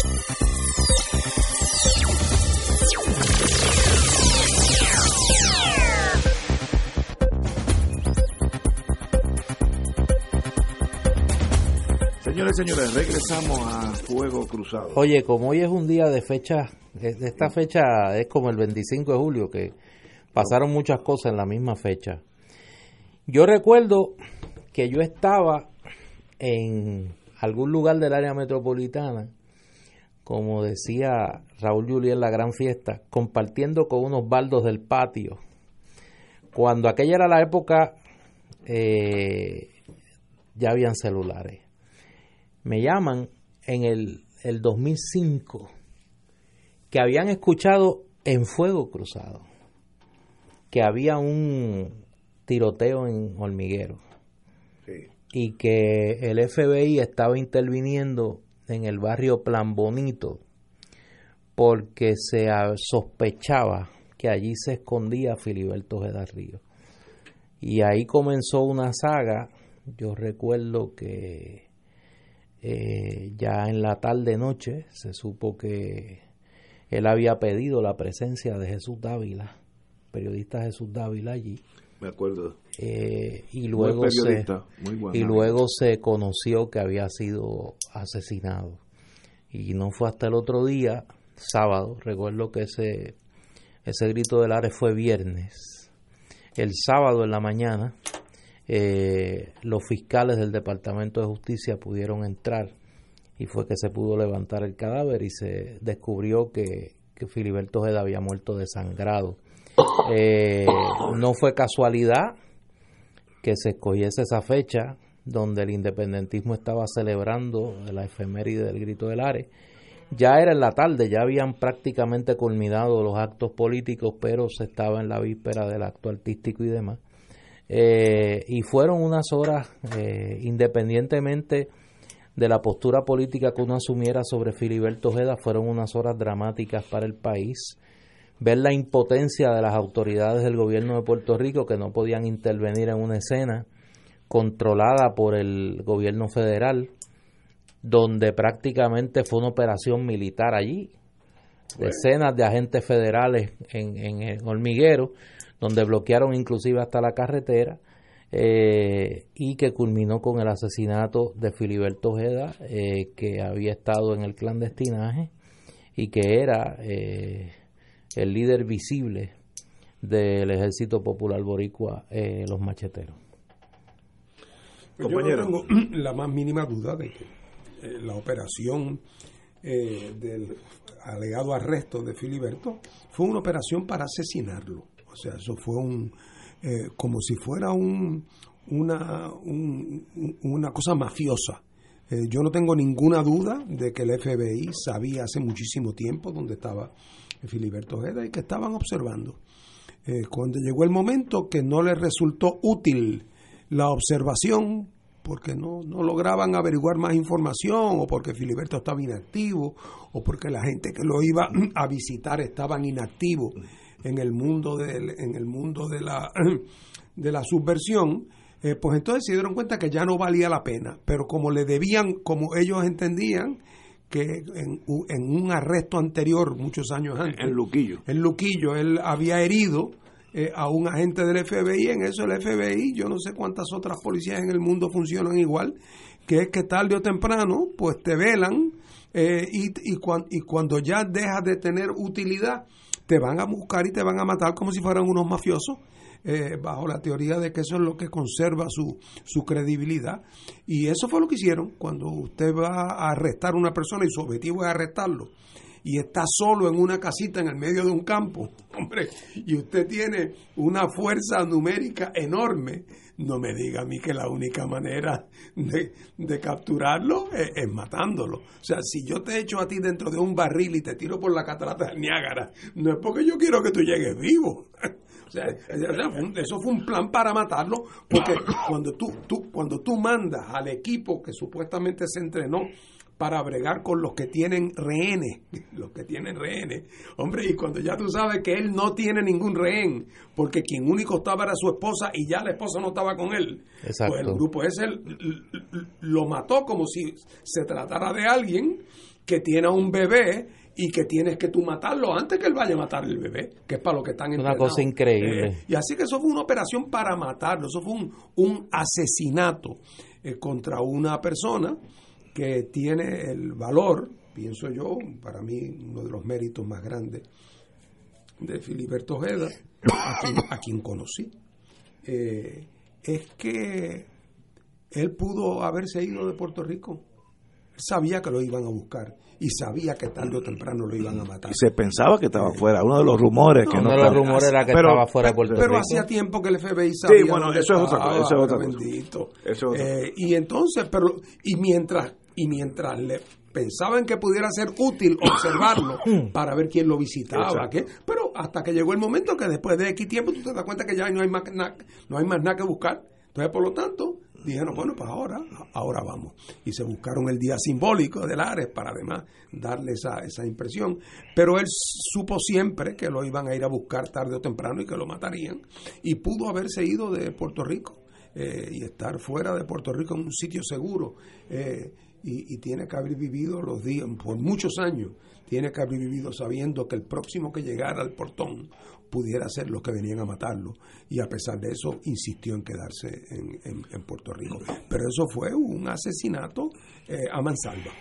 Señores, señores, regresamos a Fuego Cruzado. Oye, como hoy es un día de fecha, esta fecha es como el veinticinco de julio, que pasaron muchas cosas en la misma fecha. Yo recuerdo que yo estaba en algún lugar del área metropolitana, como decía Raúl Julián en la gran fiesta, compartiendo con unos baldos del patio. Cuando aquella era la época, eh, ya habían celulares. Me llaman en el, el dos mil cinco que habían escuchado en Fuego Cruzado que había un tiroteo en Hormiguero. Sí. Y que el F B I estaba interviniendo en el barrio Plan Bonito porque se sospechaba que allí se escondía Filiberto Ojeda Ríos. Y ahí comenzó una saga. Yo recuerdo que eh, ya en la tarde noche se supo que él había pedido la presencia de Jesús Dávila, periodista Jesús Dávila allí. Me acuerdo. Eh, y luego se y luego se conoció que había sido asesinado. Y no fue hasta el otro día, sábado, recuerdo que ese ese grito del Ares fue viernes. El sábado en la mañana, eh, los fiscales del Departamento de Justicia pudieron entrar y fue que se pudo levantar el cadáver y se descubrió que, que Filiberto Ojeda había muerto desangrado. Eh, no fue casualidad que se escogiese esa fecha donde el independentismo estaba celebrando la efeméride del grito del Ares. Ya era en la tarde, ya habían prácticamente culminado los actos políticos, pero se estaba en la víspera del acto artístico y demás. Eh, y fueron unas horas, eh, independientemente de la postura política que uno asumiera sobre Filiberto Ojeda, fueron unas horas dramáticas para el país. Ver la impotencia de las autoridades del gobierno de Puerto Rico, que no podían intervenir en una escena controlada por el gobierno federal, donde prácticamente fue una operación militar allí, decenas de agentes federales en, en el hormiguero, donde bloquearon inclusive hasta la carretera, eh, y que culminó con el asesinato de Filiberto Ojeda, eh, que había estado en el clandestinaje y que era eh, el líder visible del Ejército Popular Boricua, eh, los macheteros. Compañero, yo no tengo la más mínima duda de que Eh, la operación eh, del alegado arresto de Filiberto fue una operación para asesinarlo. O sea, eso fue un eh, como si fuera un una un, una cosa mafiosa. Eh, yo no tengo ninguna duda de que el F B I sabía hace muchísimo tiempo dónde estaba Filiberto Ojeda y que estaban observando. Eh, cuando llegó el momento que no les resultó útil la observación, porque no, no lograban averiguar más información, o porque Filiberto estaba inactivo, o porque la gente que lo iba a visitar estaban inactivos en el mundo del, en el mundo de la de la subversión, eh, pues entonces se dieron cuenta que ya no valía la pena. Pero como le debían, como ellos entendían que en, en un arresto anterior, muchos años antes, en Luquillo, en Luquillo él había herido Eh, a un agente del F B I. En eso el F B I, yo no sé cuántas otras policías en el mundo funcionan igual, que es que tarde o temprano pues te velan, eh, y, y, cuan, y cuando ya dejas de tener utilidad te van a buscar y te van a matar como si fueran unos mafiosos, eh, bajo la teoría de que eso es lo que conserva su, su credibilidad. Y eso fue lo que hicieron. Cuando usted va a arrestar a una persona y su objetivo es arrestarlo y está solo en una casita en el medio de un campo, hombre, y usted tiene una fuerza numérica enorme, no me diga a mí que la única manera de, de capturarlo es, es matándolo. O sea, si yo te echo a ti dentro de un barril y te tiro por la catarata del Niágara, no es porque yo quiero que tú llegues vivo. O sea, eso fue un plan para matarlo, porque cuando tú, tú, cuando tú mandas al equipo que supuestamente se entrenó para bregar con los que tienen rehenes, los que tienen rehenes, hombre, y cuando ya tú sabes que él no tiene ningún rehén, porque quien único estaba era su esposa y ya la esposa no estaba con él. Exacto. Pues el grupo ese lo mató como si se tratara de alguien que tiene un bebé y que tienes que tú matarlo antes que él vaya a matar el bebé, que es para lo que están entrenados. Una cosa increíble. Eh, y así que eso fue una operación para matarlo, eso fue un, un asesinato eh, contra una persona que tiene el valor, pienso yo, para mí uno de los méritos más grandes de Filiberto Ojeda, a quien, a quien conocí, eh, es que él pudo haberse ido de Puerto Rico. Él sabía que lo iban a buscar y sabía que tarde o temprano lo iban a matar. Y se pensaba que estaba fuera, uno de los rumores. No, que uno no de los rumores era que pero, estaba fuera de Puerto pero, Rico. Pero hacía tiempo que el F B I sabía. Sí, bueno, eso es otra cosa. Eso es otra cosa. Bendito. Eso es otra eh, y entonces, pero y mientras y mientras le pensaban que pudiera ser útil observarlo para ver quién lo visitaba, ¿qué? Pero hasta que llegó el momento que después de X tiempo tú te das cuenta que ya no hay más na, no hay más nada que buscar. Entonces, por lo tanto, dijeron, bueno, pues ahora, ahora vamos. Y se buscaron el día simbólico de Lares para además darle esa, esa impresión. Pero él supo siempre que lo iban a ir a buscar tarde o temprano y que lo matarían. Y pudo haberse ido de Puerto Rico eh, y estar fuera de Puerto Rico en un sitio seguro. Eh, y, y tiene que haber vivido los días, por muchos años, tiene que haber vivido sabiendo que el próximo que llegara al portón pudiera ser los que venían a matarlo, y a pesar de eso insistió en quedarse en, en, en Puerto Rico. Pero eso fue un asesinato eh, a mansalva.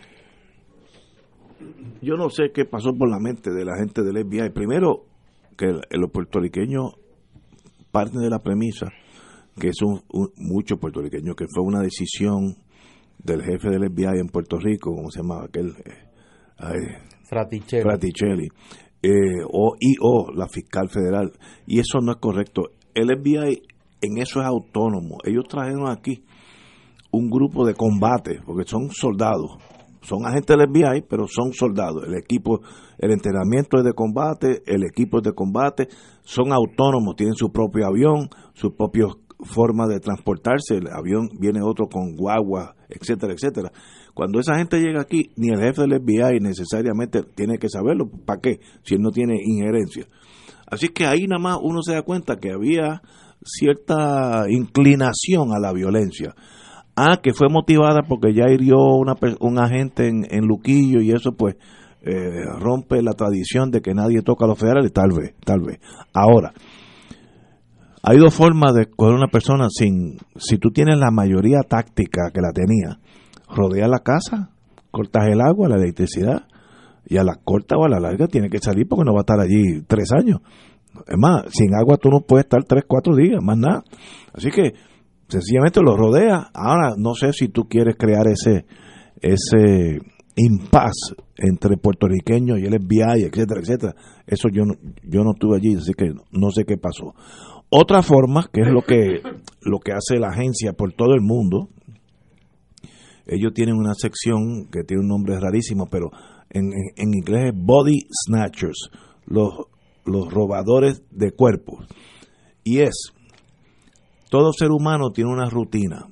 Yo no sé qué pasó por la mente de la gente del F B I. Primero, que los puertorriqueños parten de la premisa que son un, muchos puertorriqueños, que fue una decisión del jefe del F B I en Puerto Rico, ¿cómo se llamaba aquel? Eh, ay, Fraticelli. Fraticelli. Eh, o, y o la fiscal federal, y eso no es correcto. El F B I en eso es autónomo. Ellos trajeron aquí un grupo de combate, porque son soldados, son agentes del F B I, pero son soldados. El equipo, el entrenamiento es de combate, el equipo es de combate, son autónomos, tienen su propio avión, su propia forma de transportarse. El avión viene otro con guagua, etcétera, etcétera. Cuando esa gente llega aquí, ni el jefe del F B I necesariamente tiene que saberlo. ¿Para qué? Si él no tiene injerencia. Así que ahí nada más uno se da cuenta que había cierta inclinación a la violencia. Ah, que fue motivada porque ya hirió una, un agente en, en Luquillo, y eso pues eh, rompe la tradición de que nadie toca a los federales. Tal vez, tal vez. Ahora, hay dos formas de coger una persona sin... Si tú tienes la mayoría táctica que la tenía, rodea la casa, cortas el agua, la electricidad, y a la corta o a la larga tiene que salir porque no va a estar allí tres años. Es más, sin agua tú no puedes estar tres, cuatro días, más nada. Así que sencillamente lo rodea. Ahora, no sé si tú quieres crear ese ese impasse entre puertorriqueños y el F B I, etcétera, etcétera. Eso yo no, yo no estuve allí, así que no sé qué pasó. Otra forma, que es lo que lo que hace la agencia por todo el mundo, ellos tienen una sección que tiene un nombre rarísimo, pero en, en, en inglés es Body Snatchers, los, los robadores de cuerpos. Y es, todo ser humano tiene una rutina,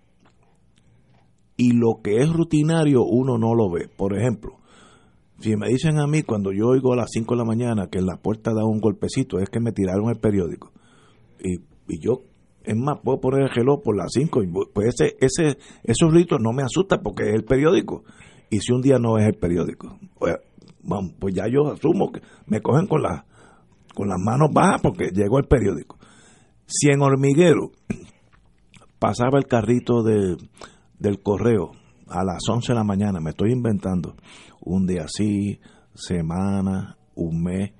y lo que es rutinario uno no lo ve. Por ejemplo, si me dicen a mí cuando yo oigo a las cinco de la mañana que en la puerta da un golpecito, es que me tiraron el periódico. Y, y yo, es más, puedo poner el reloj por las cinco, y pues ese, ese, esos ritos no me asustan porque es el periódico. Y si un día no es el periódico, pues, vamos, pues ya yo asumo que me cogen con, la, con las manos bajas porque llegó el periódico. Si en Hormiguero pasaba el carrito de, del correo a las once de la mañana, me estoy inventando, un día así, semana, un mes,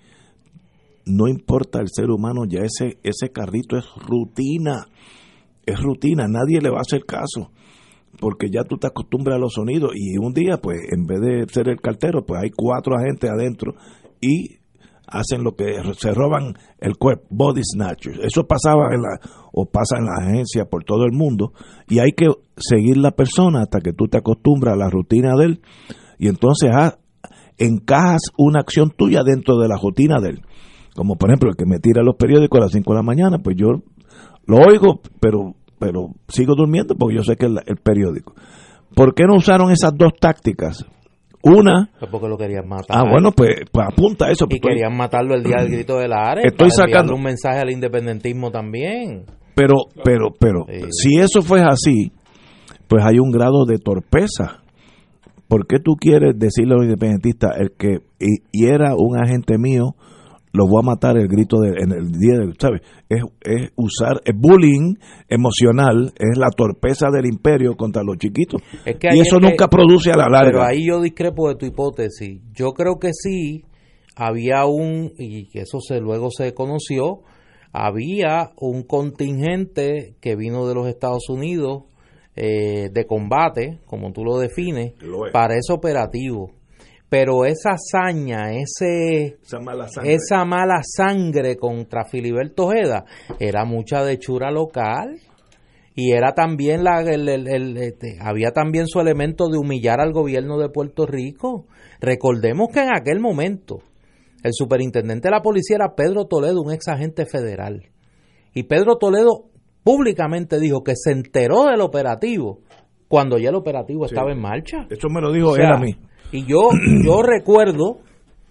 no importa el ser humano, ya ese ese carrito es rutina, es rutina, nadie le va a hacer caso, porque ya tú te acostumbras a los sonidos, y un día, pues, en vez de ser el cartero, pues hay cuatro agentes adentro y hacen lo que se roban el cuerpo, body snatchers. Eso pasaba en la, o pasa en la agencia por todo el mundo, y hay que seguir la persona hasta que tú te acostumbras a la rutina de él, y entonces ah, encajas una acción tuya dentro de la rutina de él. Como por ejemplo el que me tira los periódicos a las cinco de la mañana, pues yo lo oigo, pero pero sigo durmiendo porque yo sé que es el, el periódico. ¿Por qué no usaron esas dos tácticas? Una... Pues porque lo querían matar. Ah, bueno, pues, pues apunta eso. Y querían matarlo el día del grito de la Ares. Estoy para sacando un mensaje al independentismo también. Pero, pero, pero, sí. Si eso fue así, pues hay un grado de torpeza. ¿Por qué tú quieres decirle a los independentistas, el que hiera un agente mío, lo voy a matar el grito de, en el día del, ¿sabes? Es, es usar, es bullying emocional, es la torpeza del imperio contra los chiquitos. Es que y eso nunca que, produce a la larga. Pero ahí yo discrepo de tu hipótesis. Yo creo que sí, había un, y que eso se luego se conoció, había un contingente que vino de los Estados Unidos eh, de combate, como tú lo defines, lo para ese operativo. Pero esa hazaña, ese, esa mala sangre, esa mala sangre contra Filiberto Ojeda era mucha de hechura local, y era también la el, el, el, este, había también su elemento de humillar al gobierno de Puerto Rico. Recordemos que en aquel momento el superintendente de la policía era Pedro Toledo, un ex agente federal, y Pedro Toledo públicamente dijo que se enteró del operativo cuando ya el operativo Sí. estaba en marcha. Eso me lo dijo O sea, él a mí. Y yo, yo recuerdo,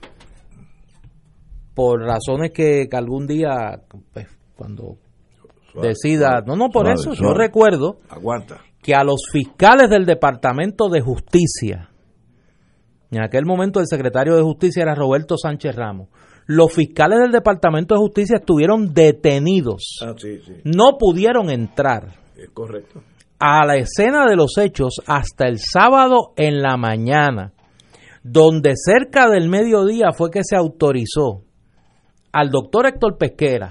por razones que, que algún día, pues, cuando Suave, decida, suave, no, no, por suave, eso, suave. yo recuerdo Aguanta. que a los fiscales del Departamento de Justicia, en aquel momento el secretario de Justicia era Roberto Sánchez Ramos, los fiscales del Departamento de Justicia estuvieron detenidos, Ah, sí, sí. no pudieron entrar Es correcto. a la escena de los hechos hasta el sábado en la mañana, donde cerca del mediodía fue que se autorizó al doctor Héctor Pesquera,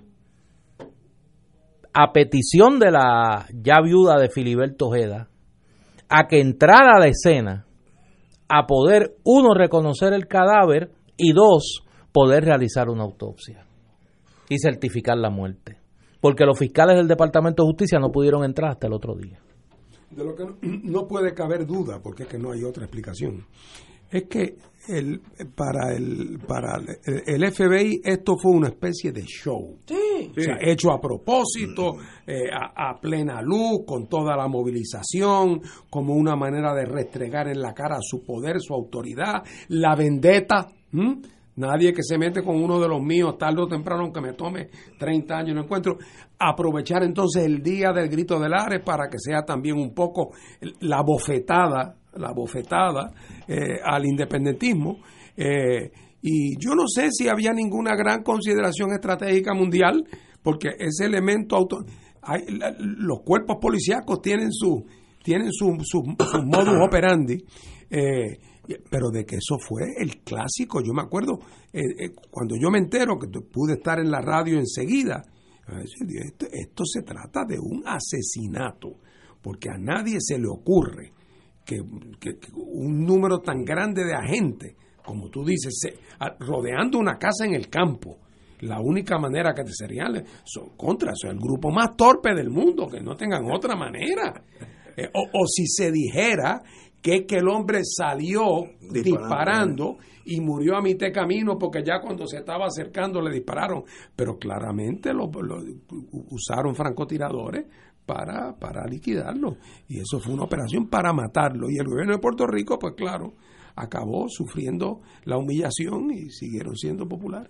a petición de la ya viuda de Filiberto Ojeda, a que entrara a la escena a poder, uno, reconocer el cadáver y dos, poder realizar una autopsia y certificar la muerte. Porque los fiscales del Departamento de Justicia no pudieron entrar hasta el otro día. De lo que no, no puede caber duda, porque es que no hay otra explicación, es que el, para, el, para el, el F B I esto fue una especie de show. Sí. O sea, hecho a propósito, eh, a, a plena luz, con toda la movilización, como una manera de restregar en la cara su poder, su autoridad, la vendetta. ¿Mm? Nadie que se mete con uno de los míos, tarde o temprano, aunque me tome treinta años, no encuentro. Aprovechar entonces el día del grito del Ares para que sea también un poco la bofetada, la bofetada eh, al independentismo. Eh, y yo no sé si había ninguna gran consideración estratégica mundial, porque ese elemento auto, hay, la, los cuerpos policíacos tienen su tienen su, su, su modus operandi. Eh, pero de que eso fue el clásico, yo me acuerdo, eh, eh, cuando yo me entero, que pude estar en la radio enseguida, esto, esto se trata de un asesinato, porque a nadie se le ocurre que, que, que un número tan grande de agentes, como tú dices, se, a, rodeando una casa en el campo, la única manera que te serían son contra, o sea, el grupo más torpe del mundo, que no tengan otra manera. Eh, o, o si se dijera que es que el hombre salió disparando. disparando y murió a mitad de camino porque ya cuando se estaba acercando le dispararon, pero claramente lo, lo usaron francotiradores para, para liquidarlo, y eso fue una operación para matarlo, y el gobierno de Puerto Rico, pues claro, acabó sufriendo la humillación y siguieron siendo populares.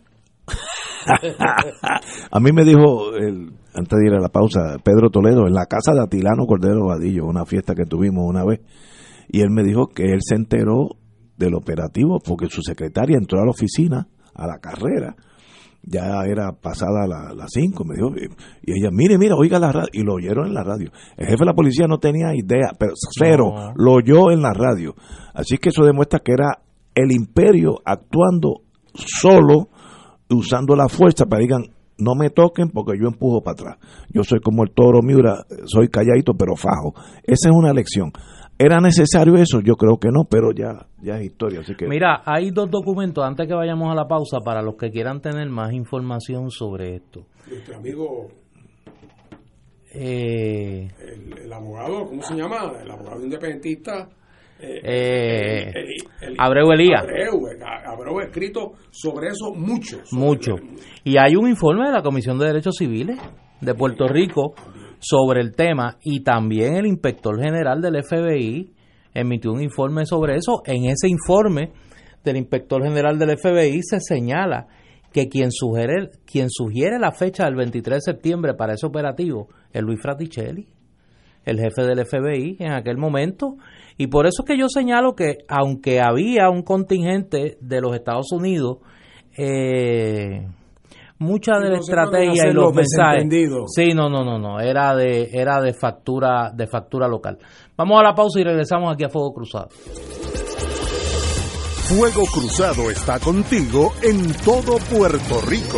A mí me dijo, el, antes de ir a la pausa, Pedro Toledo, en la casa de Atilano Cordero Vadillo, una fiesta que tuvimos una vez, y él me dijo que él se enteró del operativo porque su secretaria entró a la oficina a la carrera, ya era pasada las la cinco, me dijo, y ella, mire, mira, oiga la radio, y lo oyeron en la radio. El jefe de la policía no tenía idea, pero cero, no. Lo oyó en la radio. Así que eso demuestra que era el imperio actuando solo, usando la fuerza para que digan, no me toquen porque yo empujo para atrás. Yo soy como el toro Miura, soy calladito pero fajo. Esa es una lección. ¿Era necesario eso? Yo creo que no, pero ya, ya es historia. Así que... Mira, hay dos documentos, antes que vayamos a la pausa, para los que quieran tener más información sobre esto. Nuestro amigo, eh, el, el abogado, ¿cómo se llama? El abogado independentista. Eh, eh, el, el, el, Abreu Elías. Abreu, Abreu ha escrito sobre eso mucho. Sobre mucho. El, y hay un informe de la Comisión de Derechos Civiles de Puerto Rico sobre el tema, y también el inspector general del F B I emitió un informe sobre eso. En ese informe del inspector general del F B I se señala que quien sugiere, quien sugiere la fecha del veintitrés de septiembre para ese operativo es Luis Fraticelli, el jefe del F B I en aquel momento. Y por eso es que yo señalo que aunque había un contingente de los Estados Unidos, eh, mucha de la estrategia y los mensajes, sí, no, no, no, no, era de, era de factura, de factura local. Vamos a la pausa y regresamos aquí a Fuego Cruzado. Fuego Cruzado está contigo en todo Puerto Rico.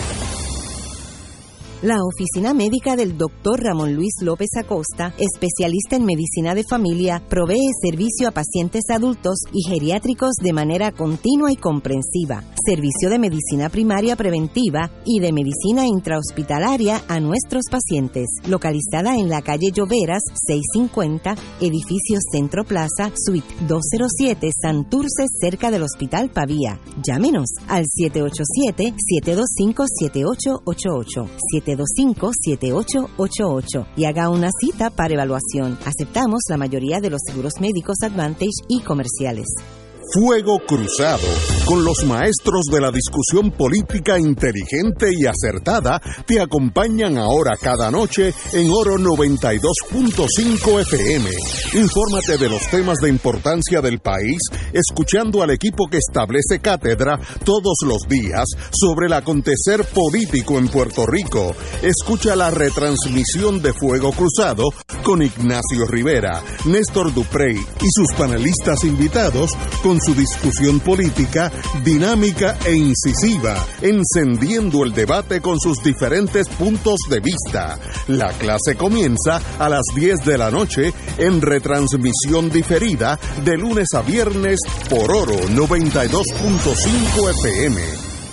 La oficina médica del doctor Ramón Luis López Acosta, especialista en medicina de familia, provee servicio a pacientes adultos y geriátricos de manera continua y comprensiva, servicio de medicina primaria preventiva y de medicina intrahospitalaria a nuestros pacientes. Localizada en la calle Lloveras, seiscientos cincuenta, edificio Centro Plaza, suite doscientos siete, Santurce, cerca del Hospital Pavía. Llámenos al siete ocho siete, siete dos cinco, siete ocho ocho ocho, siete siete dos cinco, siete ocho ocho ocho y haga una cita para evaluación. Aceptamos la mayoría de los seguros médicos Advantage y comerciales. Fuego Cruzado, con los maestros de la discusión política inteligente y acertada, te acompañan ahora cada noche en Oro noventa y dos punto cinco F M. Infórmate de los temas de importancia del país, escuchando al equipo que establece cátedra todos los días sobre el acontecer político en Puerto Rico. Escucha la retransmisión de Fuego Cruzado con Ignacio Rivera, Néstor Duprey y sus panelistas invitados con su discusión política dinámica e incisiva, encendiendo el debate con sus diferentes puntos de vista. La clase comienza a las diez de la noche en retransmisión diferida de lunes a viernes por Oro noventa y dos punto cinco F M.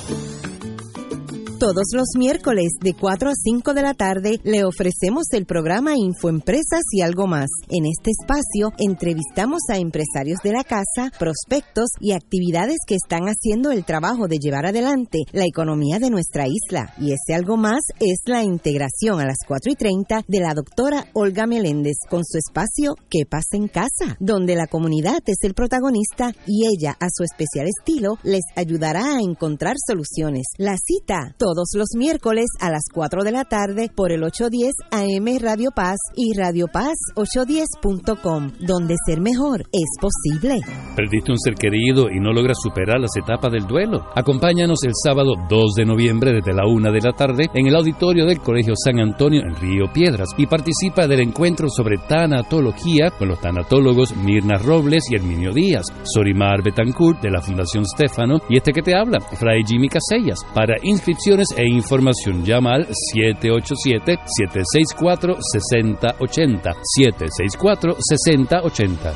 Todos los miércoles de cuatro a cinco de la tarde le ofrecemos el programa Infoempresas y algo más. En este espacio entrevistamos a empresarios de la casa, prospectos y actividades que están haciendo el trabajo de llevar adelante la economía de nuestra isla. Y ese algo más es la integración a las cuatro y treinta de la doctora Olga Meléndez con su espacio ¿Qué pasa en casa?, donde la comunidad es el protagonista y ella, a su especial estilo, les ayudará a encontrar soluciones. La cita todos los miércoles a las cuatro de la tarde por el ochocientos diez A M Radio Paz y Radio Paz ochocientos diez punto com, donde ser mejor es posible. ¿Perdiste un ser querido y no logras superar las etapas del duelo? Acompáñanos el sábado dos de noviembre desde la una de la tarde en el auditorio del Colegio San Antonio en Río Piedras y participa del encuentro sobre tanatología con los tanatólogos Mirna Robles y Herminio Díaz, Sorimar Betancourt de la Fundación Stefano y este que te habla, Fray Jimmy Casellas. Para inscripciones e información llama al siete ocho siete, siete seis cuatro, seis cero ocho cero, siete seis cuatro, seis cero ocho cero.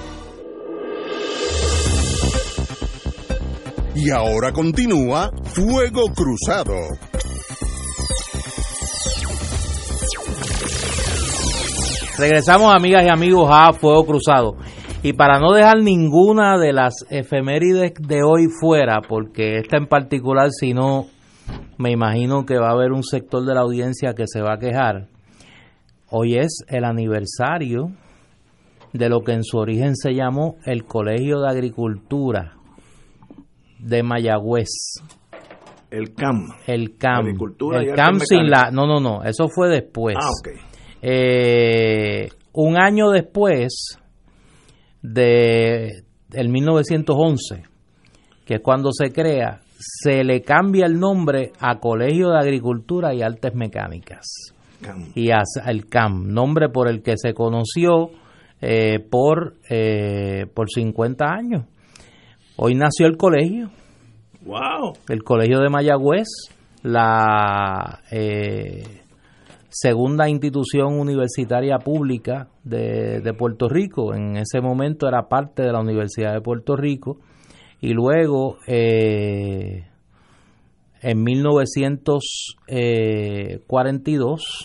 Y ahora continúa Fuego Cruzado. Regresamos, amigas y amigos, a Fuego Cruzado. Y para no dejar ninguna de las efemérides de hoy fuera, porque esta en particular, si no, me imagino que va a haber un sector de la audiencia que se va a quejar. Hoy es el aniversario de lo que en su origen se llamó el Colegio de Agricultura de Mayagüez. El C A M. El C A M. Agricultura el y C A M sin mecánica. la... No, no, no, eso fue después. Ah, ok. Eh, un año después de el mil novecientos once, que es cuando se crea, se le cambia el nombre a Colegio de Agricultura y Artes Mecánicas. C A M. Y a, el C A M, nombre por el que se conoció eh, por, eh, por cincuenta años. Hoy nació el colegio. ¡Wow! El Colegio de Mayagüez, la eh, segunda institución universitaria pública de, de Puerto Rico. En ese momento era parte de la Universidad de Puerto Rico. Y luego, eh, en mil novecientos cuarenta y dos,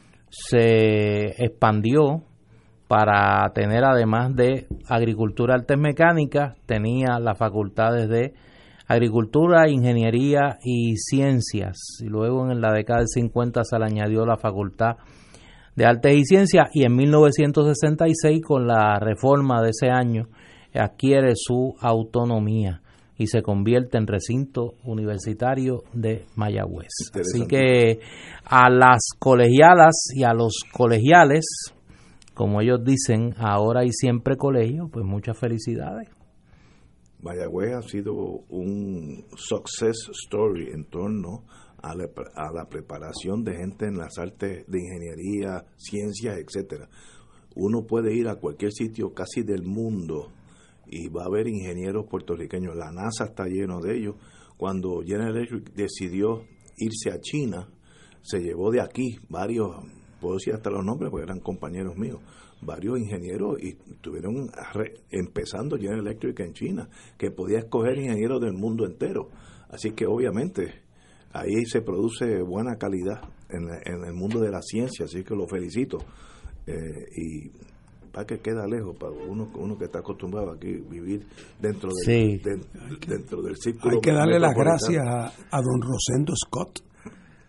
se expandió para tener, además de agricultura, artes mecánicas, tenía las facultades de agricultura, ingeniería y ciencias. Y luego en la década del cincuenta se le añadió la facultad de artes y ciencias, y en mil novecientos sesenta y seis, con la reforma de ese año, adquiere su autonomía y se convierte en recinto universitario de Mayagüez. Así que a las colegialas y a los colegiales, como ellos dicen, ahora y siempre colegio, pues muchas felicidades. Mayagüez ha sido un success story en torno a la, a la preparación de gente en las artes de ingeniería, ciencias, etcétera. Uno puede ir a cualquier sitio casi del mundo y va a haber ingenieros puertorriqueños. La NASA está lleno de ellos. Cuando General Electric decidió irse a China, se llevó de aquí varios, puedo decir hasta los nombres porque eran compañeros míos, varios ingenieros, y estuvieron re, empezando General Electric en China, que podía escoger ingenieros del mundo entero. Así que obviamente ahí se produce buena calidad en, la, en el mundo de la ciencia, así que lo felicito. Eh, y para que queda lejos para uno uno que está acostumbrado aquí vivir dentro del, sí. de, dentro del círculo. Hay que darle las gracias a, a don Rosendo Scott,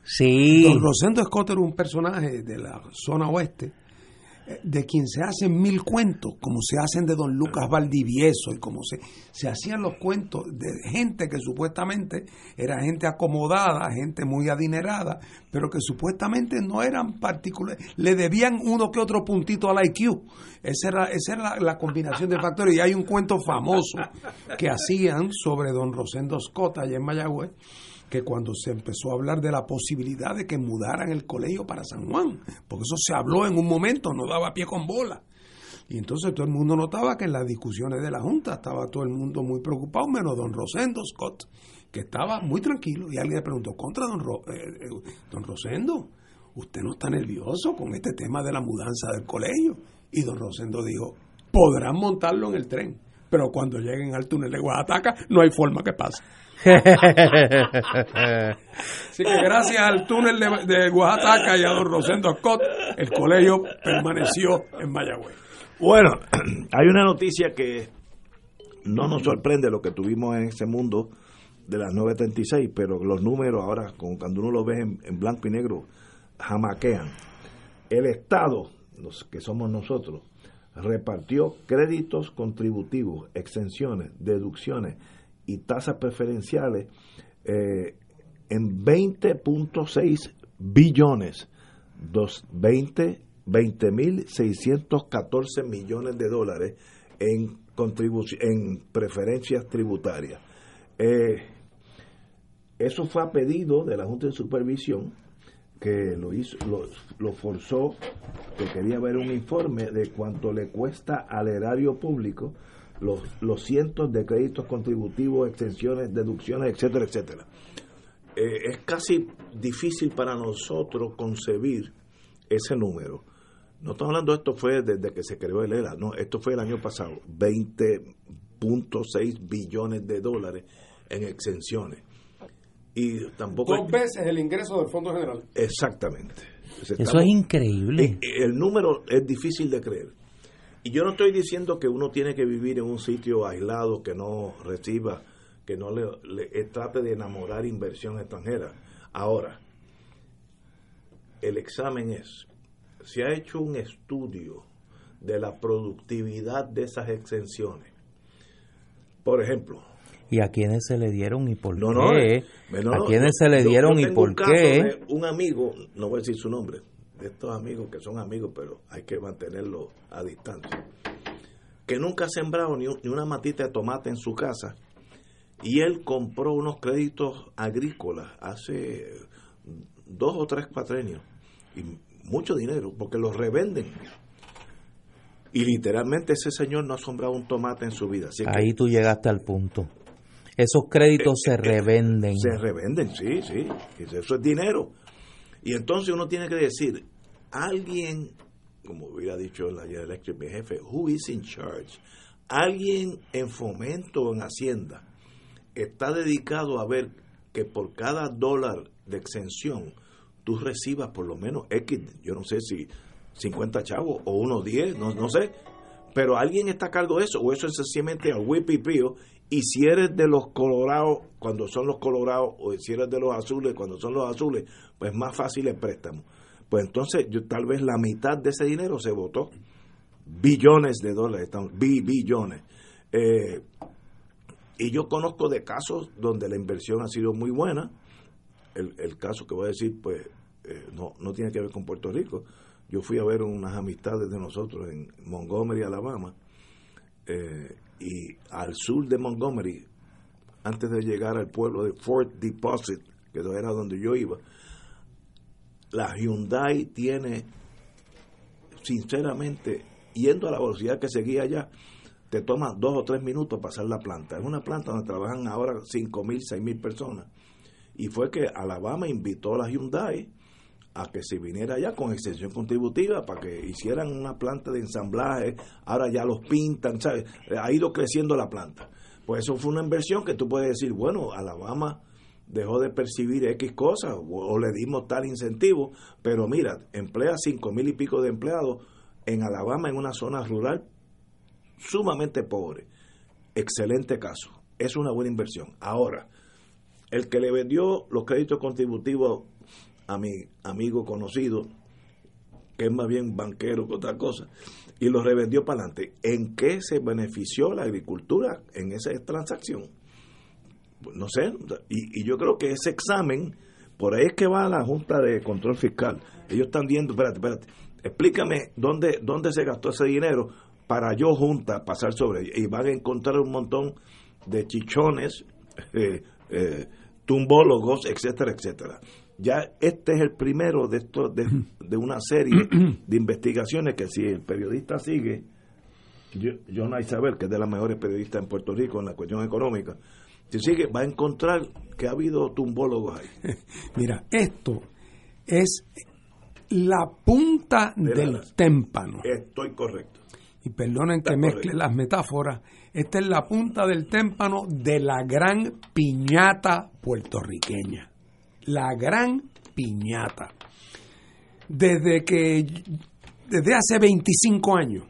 Sí. Don Rosendo Scott era un personaje de la zona oeste, de quien se hacen mil cuentos, como se hacen de don Lucas Valdivieso, y como se, se hacían los cuentos de gente que supuestamente era gente acomodada, gente muy adinerada, pero que supuestamente no eran particulares, le debían uno que otro puntito al I Q. Esa era, esa era la, la combinación de factores. Y hay un cuento famoso que hacían sobre don Rosendo Scott allá en Mayagüez, que cuando se empezó a hablar de la posibilidad de que mudaran el colegio para San Juan, porque eso se habló en un momento, no daba pie con bola. Y entonces todo el mundo notaba que en las discusiones de la Junta estaba todo el mundo muy preocupado, menos don Rosendo Scott, que estaba muy tranquilo. Y alguien le preguntó, contra don, Ro, eh, eh, don Rosendo, ¿usted no está nervioso con este tema de la mudanza del colegio? Y don Rosendo dijo, podrán montarlo en el tren, pero cuando lleguen al túnel de Oaxaca no hay forma que pase. Así que gracias al túnel de, de Oaxaca y a don Rosendo Scott, el colegio permaneció en Mayagüez. Bueno, hay una noticia que no nos sorprende lo que tuvimos en ese mundo de las nueve treinta y seis, pero los números ahora, cuando uno los ve en, en blanco y negro, jamaquean. El Estado, los que somos nosotros, repartió créditos contributivos, exenciones, deducciones y tasas preferenciales eh, en veinte punto seis billones, veinte mil seiscientos catorce millones de dólares en contribu- en preferencias tributarias. Eh, eso fue a pedido de la Junta de Supervisión, que lo hizo, lo, lo forzó, que quería ver un informe de cuánto le cuesta al erario público los, los cientos de créditos contributivos, extensiones, deducciones, etcétera, etcétera. Eh, es casi difícil para nosotros concebir ese número. No estamos hablando de esto fue desde que se creó el E L A, no, esto fue el año pasado, veinte punto seis billones de dólares en exenciones. Y tampoco dos veces el ingreso del Fondo General. Exactamente. Eso estamos, es increíble. El, el número es difícil de creer. Y yo no estoy diciendo que uno tiene que vivir en un sitio aislado, que no reciba, que no le, le trate de enamorar inversión extranjera. Ahora, el examen es, se ha hecho un estudio de la productividad de esas exenciones. Por ejemplo, ¿y a quiénes se le dieron y por no, qué? No, no, ¿A no, quiénes no, se le dieron yo, yo y por un qué? Un amigo, no voy a decir su nombre, de estos amigos que son amigos, pero hay que mantenerlo a distancia, que nunca ha sembrado ni, ni una matita de tomate en su casa, y él compró unos créditos agrícolas hace dos o tres cuatrenios, y mucho dinero, porque los revenden. Y literalmente ese señor no ha sembrado un tomate en su vida. Así Ahí que, tú llegaste al punto. Esos créditos eh, se eh, revenden. Se revenden, sí, sí. Eso es dinero. Y entonces uno tiene que decir, alguien, como hubiera dicho la General Electric, mi jefe, who is in charge? Alguien en Fomento o en Hacienda está dedicado a ver que por cada dólar de exención tú recibas por lo menos X, yo no sé si cincuenta chavos o unos diez, no, no sé, pero alguien está a cargo de eso, o eso es sencillamente al whipipío. Y si eres de los colorados cuando son los colorados, o si eres de los azules cuando son los azules, pues más fácil el préstamo. Pues entonces yo tal vez la mitad de ese dinero se votó, billones de dólares, bi, billones. Eh, y yo conozco de casos donde la inversión ha sido muy buena. El, el caso que voy a decir, pues eh, no, no tiene que ver con Puerto Rico. Yo fui a ver unas amistades de nosotros en Montgomery, Alabama, eh, y al sur de Montgomery, antes de llegar al pueblo de Fort Deposit, que era donde yo iba, la Hyundai tiene, sinceramente, yendo a la velocidad que seguía allá, te toma dos o tres minutos pasar la planta. Es una planta donde trabajan ahora cinco mil, seis mil personas. Y fue que Alabama invitó a la Hyundai a que se viniera allá con extensión contributiva para que hicieran una planta de ensamblaje. Ahora ya los pintan, ¿sabes? Ha ido creciendo la planta. Pues eso fue una inversión que tú puedes decir, bueno, Alabama dejó de percibir X cosas o, o le dimos tal incentivo, pero mira, emplea cinco mil y pico de empleados en Alabama, en una zona rural sumamente pobre. Excelente caso. Es una buena inversión. Ahora, el que le vendió los créditos contributivos a mi amigo conocido, que es más bien banquero que otra cosa, y lo revendió para adelante. ¿En qué se benefició la agricultura en esa transacción? Pues no sé, y, y yo creo que ese examen, por ahí es que va la Junta de Control Fiscal. Ellos están viendo, espérate, espérate, explícame dónde, dónde se gastó ese dinero para yo, Junta, pasar sobre ello. Y van a encontrar un montón de chichones, eh, eh, tumbólogos, etcétera, etcétera. Ya este es el primero de estos de, de una serie de investigaciones que, si el periodista sigue, Jonah Isabel, que es de las mejores periodistas en Puerto Rico en la cuestión económica, si sigue, va a encontrar que ha habido tumbólogos ahí. Mira, esto es la punta de del la, témpano. Estoy correcto. Y perdonen que Está mezcle correcto. las metáforas. Esta es la punta del témpano de la gran piñata puertorriqueña. La gran piñata. Desde que, desde hace veinticinco años,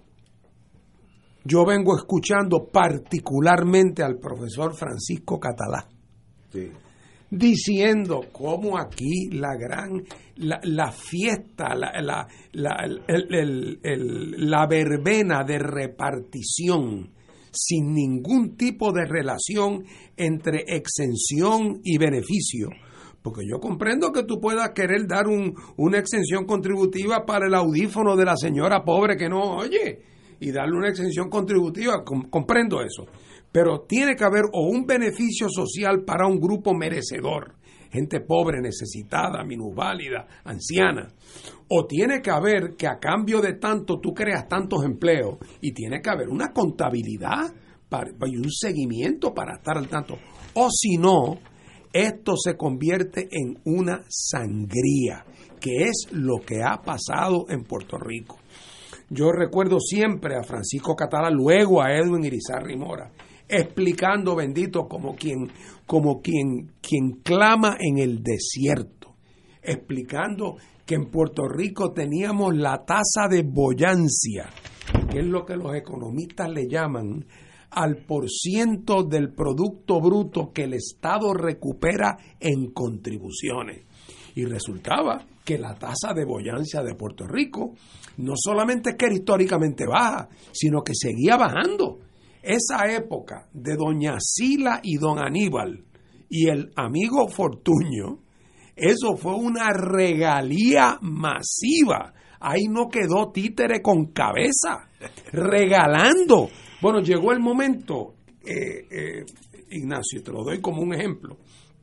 yo vengo escuchando particularmente al profesor Francisco Catalá, sí, diciendo cómo aquí la gran, la, la fiesta, la, la, la, el, el, el, la verbena de repartición, sin ningún tipo de relación entre exención y beneficio. Porque yo comprendo que tú puedas querer dar un, una exención contributiva para el audífono de la señora pobre que no oye, y darle una exención contributiva, com, comprendo eso. Pero tiene que haber o un beneficio social para un grupo merecedor, gente pobre, necesitada, minusválida, anciana. O tiene que haber que a cambio de tanto tú creas tantos empleos, y tiene que haber una contabilidad para, y un seguimiento para estar al tanto. O si no, esto se convierte en una sangría, que es lo que ha pasado en Puerto Rico. Yo recuerdo siempre a Francisco Catalá, luego a Edwin Irizarry Mora, explicando, bendito, como quien, como quien, quien clama en el desierto, explicando que en Puerto Rico teníamos la tasa de boyancia, que es lo que los economistas le llaman al porciento del Producto Bruto que el Estado recupera en contribuciones. Y resultaba que la tasa de boyancia de Puerto Rico no solamente es que era históricamente baja, sino que seguía bajando. Esa época de doña Sila y don Aníbal y el amigo Fortuño, eso fue una regalía masiva. Ahí no quedó títere con cabeza, regalando. Bueno, llegó el momento, eh, eh, Ignacio, te lo doy como un ejemplo.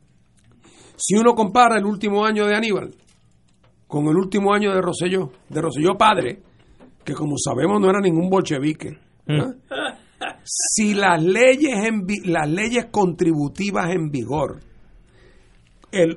Si uno compara el último año de Aníbal con el último año de Rosselló, de Rosselló padre, que como sabemos no era ningún bolchevique, ¿no? Si las leyes en vi- las leyes contributivas en vigor, el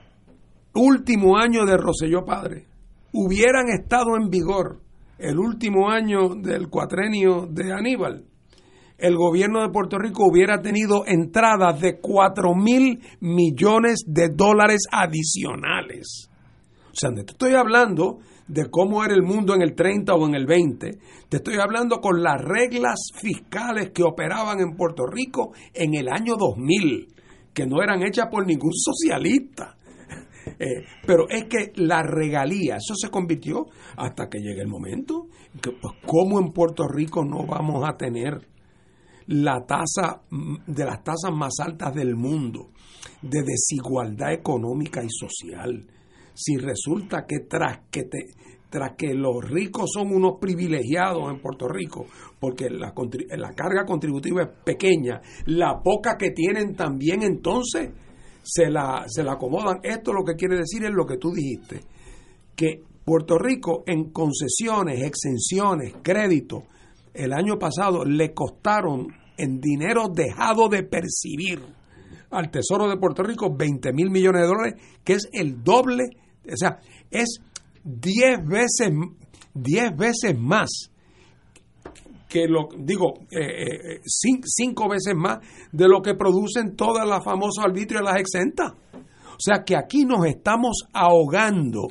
último año de Rosselló padre, hubieran estado en vigor el último año del cuatrenio de Aníbal, el gobierno de Puerto Rico hubiera tenido entradas de cuatro mil millones de dólares adicionales. O sea, te estoy hablando de cómo era el mundo en el treinta o en el veinte. Te estoy hablando con las reglas fiscales que operaban en Puerto Rico en el año dos mil, que no eran hechas por ningún socialista. Eh, pero es que la regalía, eso se convirtió hasta que llegue el momento, que, pues, ¿cómo en Puerto Rico no vamos a tener la tasa de las tasas más altas del mundo de desigualdad económica y social? Si resulta que tras que te, tras que los ricos son unos privilegiados en Puerto Rico, porque la, la carga contributiva es pequeña, la poca que tienen también entonces se la, se la acomodan. Esto lo que quiere decir es lo que tú dijiste, que Puerto Rico en concesiones, exenciones, créditos, el año pasado le costaron en dinero dejado de percibir al Tesoro de Puerto Rico veinte mil millones de dólares, que es el doble, o sea, es diez veces, diez veces más que lo, digo, eh, eh, cinco, cinco veces más de lo que producen todas las famosas arbitrios de las exentas. O sea que aquí nos estamos ahogando.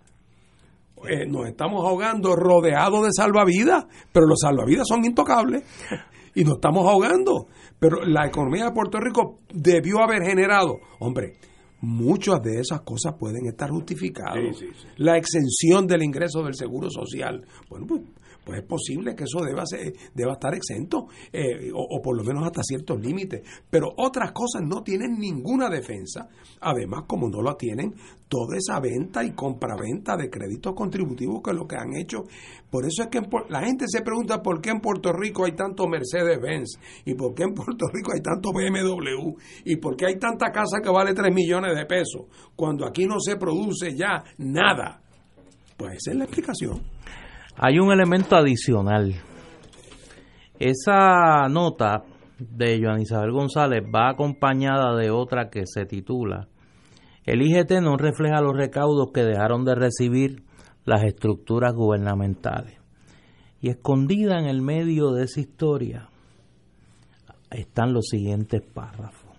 Eh, nos estamos ahogando rodeados de salvavidas, pero los salvavidas son intocables y nos estamos ahogando. Pero la economía de Puerto Rico debió haber generado, hombre, muchas de esas cosas pueden estar justificadas. Sí, sí, sí. La exención del ingreso del Seguro Social, bueno, pues, pues es posible que eso deba ser, deba estar exento, eh, o, o por lo menos hasta ciertos límites, pero otras cosas no tienen ninguna defensa, además como no la tienen toda esa venta y compraventa de créditos contributivos que es lo que han hecho. Por eso es que en, la gente se pregunta por qué en Puerto Rico hay tanto Mercedes-Benz, y por qué en Puerto Rico hay tanto B M W, y por qué hay tanta casa que vale tres millones de pesos, cuando aquí no se produce ya nada. Pues esa es la explicación. Hay un elemento adicional. Esa nota de Joan Isabel González va acompañada de otra que se titula "El I G T no refleja los recaudos que dejaron de recibir las estructuras gubernamentales". Y escondida en el medio de esa historia están los siguientes párrafos.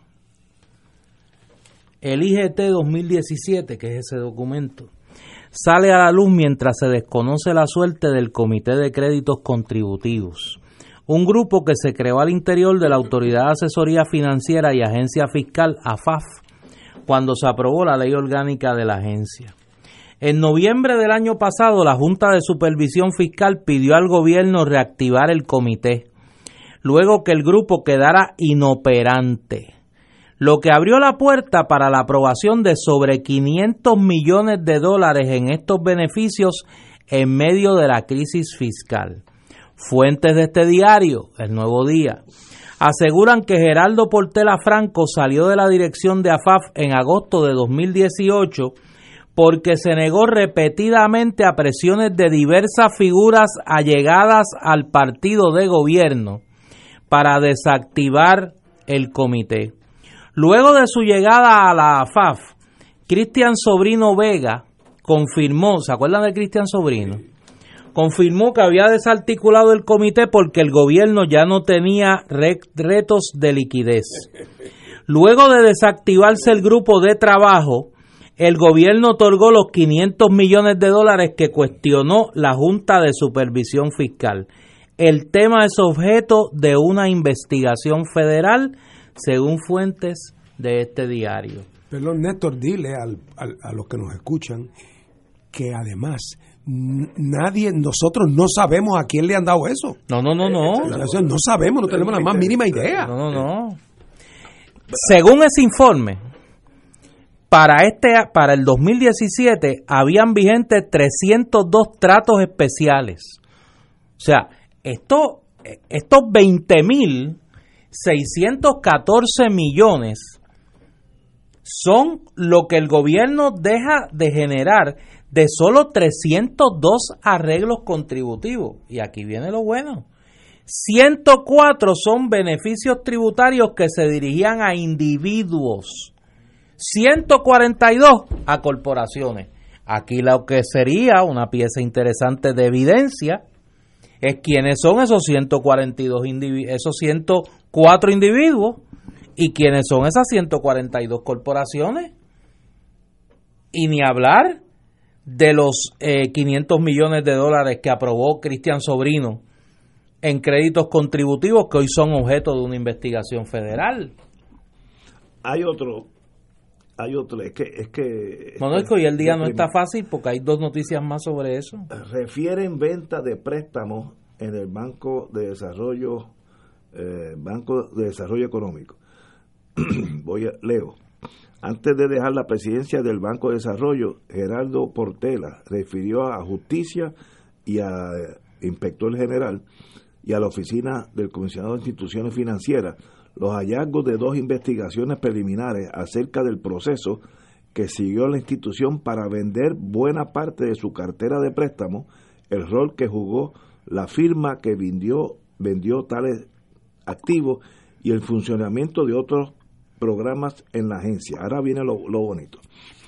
El I G T dos mil diecisiete, que es ese documento, sale a la luz mientras se desconoce la suerte del Comité de Créditos Contributivos, un grupo que se creó al interior de la Autoridad de Asesoría Financiera y Agencia Fiscal, A F A F, cuando se aprobó la ley orgánica de la agencia. En noviembre del año pasado, la Junta de Supervisión Fiscal pidió al gobierno reactivar el comité, luego que el grupo quedara inoperante, lo que abrió la puerta para la aprobación de sobre quinientos millones de dólares en estos beneficios en medio de la crisis fiscal. Fuentes de este diario, El Nuevo Día, aseguran que Geraldo Portela Franco salió de la dirección de A F A F en agosto de dos mil dieciocho porque se negó repetidamente a presiones de diversas figuras allegadas al partido de gobierno para desactivar el comité. Luego de su llegada a la A F A F, Cristian Sobrino Vega confirmó, ¿se acuerdan de Cristian Sobrino? Confirmó que había desarticulado el comité porque el gobierno ya no tenía retos de liquidez. Luego de desactivarse el grupo de trabajo, el gobierno otorgó los quinientos millones de dólares que cuestionó la Junta de Supervisión Fiscal. El tema es objeto de una investigación federal, según fuentes de este diario. Perdón, Néstor, dile al, al, a los que nos escuchan que además nadie, nosotros no sabemos a quién le han dado eso. No, no, no, no. Eso no sabemos, no tenemos la más mínima idea. No, no, no. Según ese informe, para este para el dos mil diecisiete habían vigentes trescientos dos tratos especiales. O sea, esto, estos veinte mil seiscientos catorce millones son lo que el gobierno deja de generar de solo trescientos dos arreglos contributivos. Y aquí viene lo bueno. ciento cuatro son beneficios tributarios que se dirigían a individuos. ciento cuarenta y dos a corporaciones. Aquí lo que sería una pieza interesante de evidencia es quiénes son esos ciento cuarenta y dos individuos, esos ciento cuatro individuos, y quiénes son esas ciento cuarenta y dos corporaciones. Y ni hablar de los eh, quinientos millones de dólares que aprobó Cristian Sobrino en créditos contributivos que hoy son objeto de una investigación federal. Hay otro, hay otro, es que... Es que bueno, es que hoy el día no está fácil porque hay dos noticias más sobre eso. Refieren venta de préstamos en el Banco de Desarrollo, eh, Banco de Desarrollo Económico. Voy a, leo. Antes de dejar la presidencia del Banco de Desarrollo, Geraldo Portela refirió a Justicia y a Inspector General y a la Oficina del Comisionado de Instituciones Financieras los hallazgos de dos investigaciones preliminares acerca del proceso que siguió la institución para vender buena parte de su cartera de préstamos, el rol que jugó la firma que vendió, vendió tales activos y el funcionamiento de otros programas en la agencia. Ahora viene lo, lo bonito.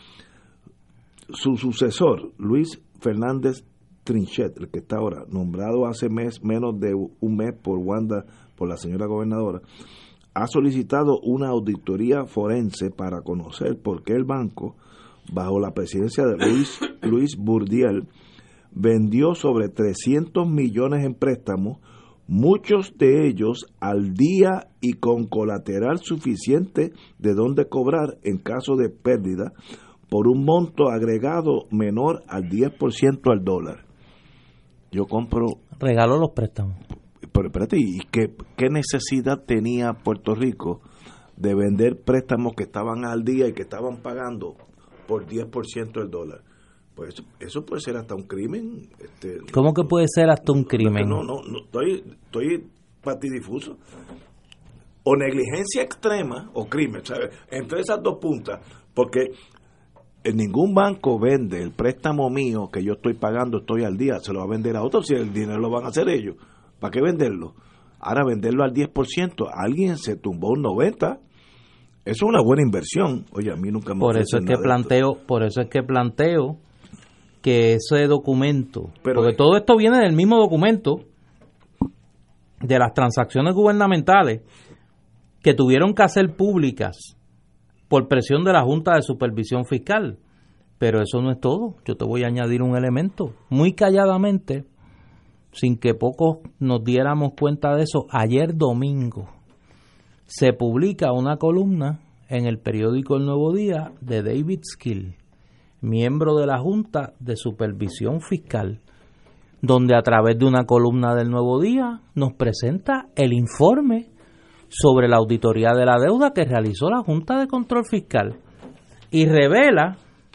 Su sucesor, Luis Fernández Trinchet, el que está ahora, nombrado hace mes, menos de un mes por Wanda, por la señora gobernadora, ha solicitado una auditoría forense para conocer por qué el banco, bajo la presidencia de Luis, Luis Burdiel, vendió sobre trescientos millones en préstamos, muchos de ellos al día y con colateral suficiente de donde cobrar en caso de pérdida por un monto agregado menor al diez por ciento al dólar. Yo compro... Regaló los préstamos. Pero espérate, ¿y qué, qué necesidad tenía Puerto Rico de vender préstamos que estaban al día y que estaban pagando por diez por ciento del dólar? Pues eso, eso puede ser hasta un crimen. Este, ¿Cómo que puede ser hasta un crimen? No, no, no, estoy, estoy patidifuso. O negligencia extrema o crimen, ¿sabes? Entre esas dos puntas, porque en ningún banco vende el préstamo mío que yo estoy pagando, estoy al día, se lo va a vender a otro si el dinero lo van a hacer ellos. ¿Para qué venderlo? Ahora venderlo al diez por ciento, alguien se tumbó un noventa por ciento. Eso es una buena inversión. Oye, a mí nunca me Por eso es que planteo, por eso es que planteo que ese documento, Pero, porque todo esto viene del mismo documento de las transacciones gubernamentales que tuvieron que hacer públicas por presión de la Junta de Supervisión Fiscal. Pero eso no es todo. Yo te voy a añadir un elemento. Muy calladamente, sin que pocos nos diéramos cuenta de eso, ayer domingo se publica una columna en el periódico El Nuevo Día de David Skill, miembro de la Junta de Supervisión Fiscal, donde a través de una columna del Nuevo Día nos presenta el informe sobre la auditoría de la deuda que realizó la Junta de Control Fiscal y revela,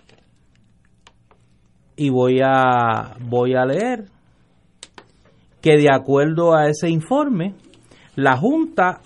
y voy a voy a leer, que de acuerdo a ese informe, la Junta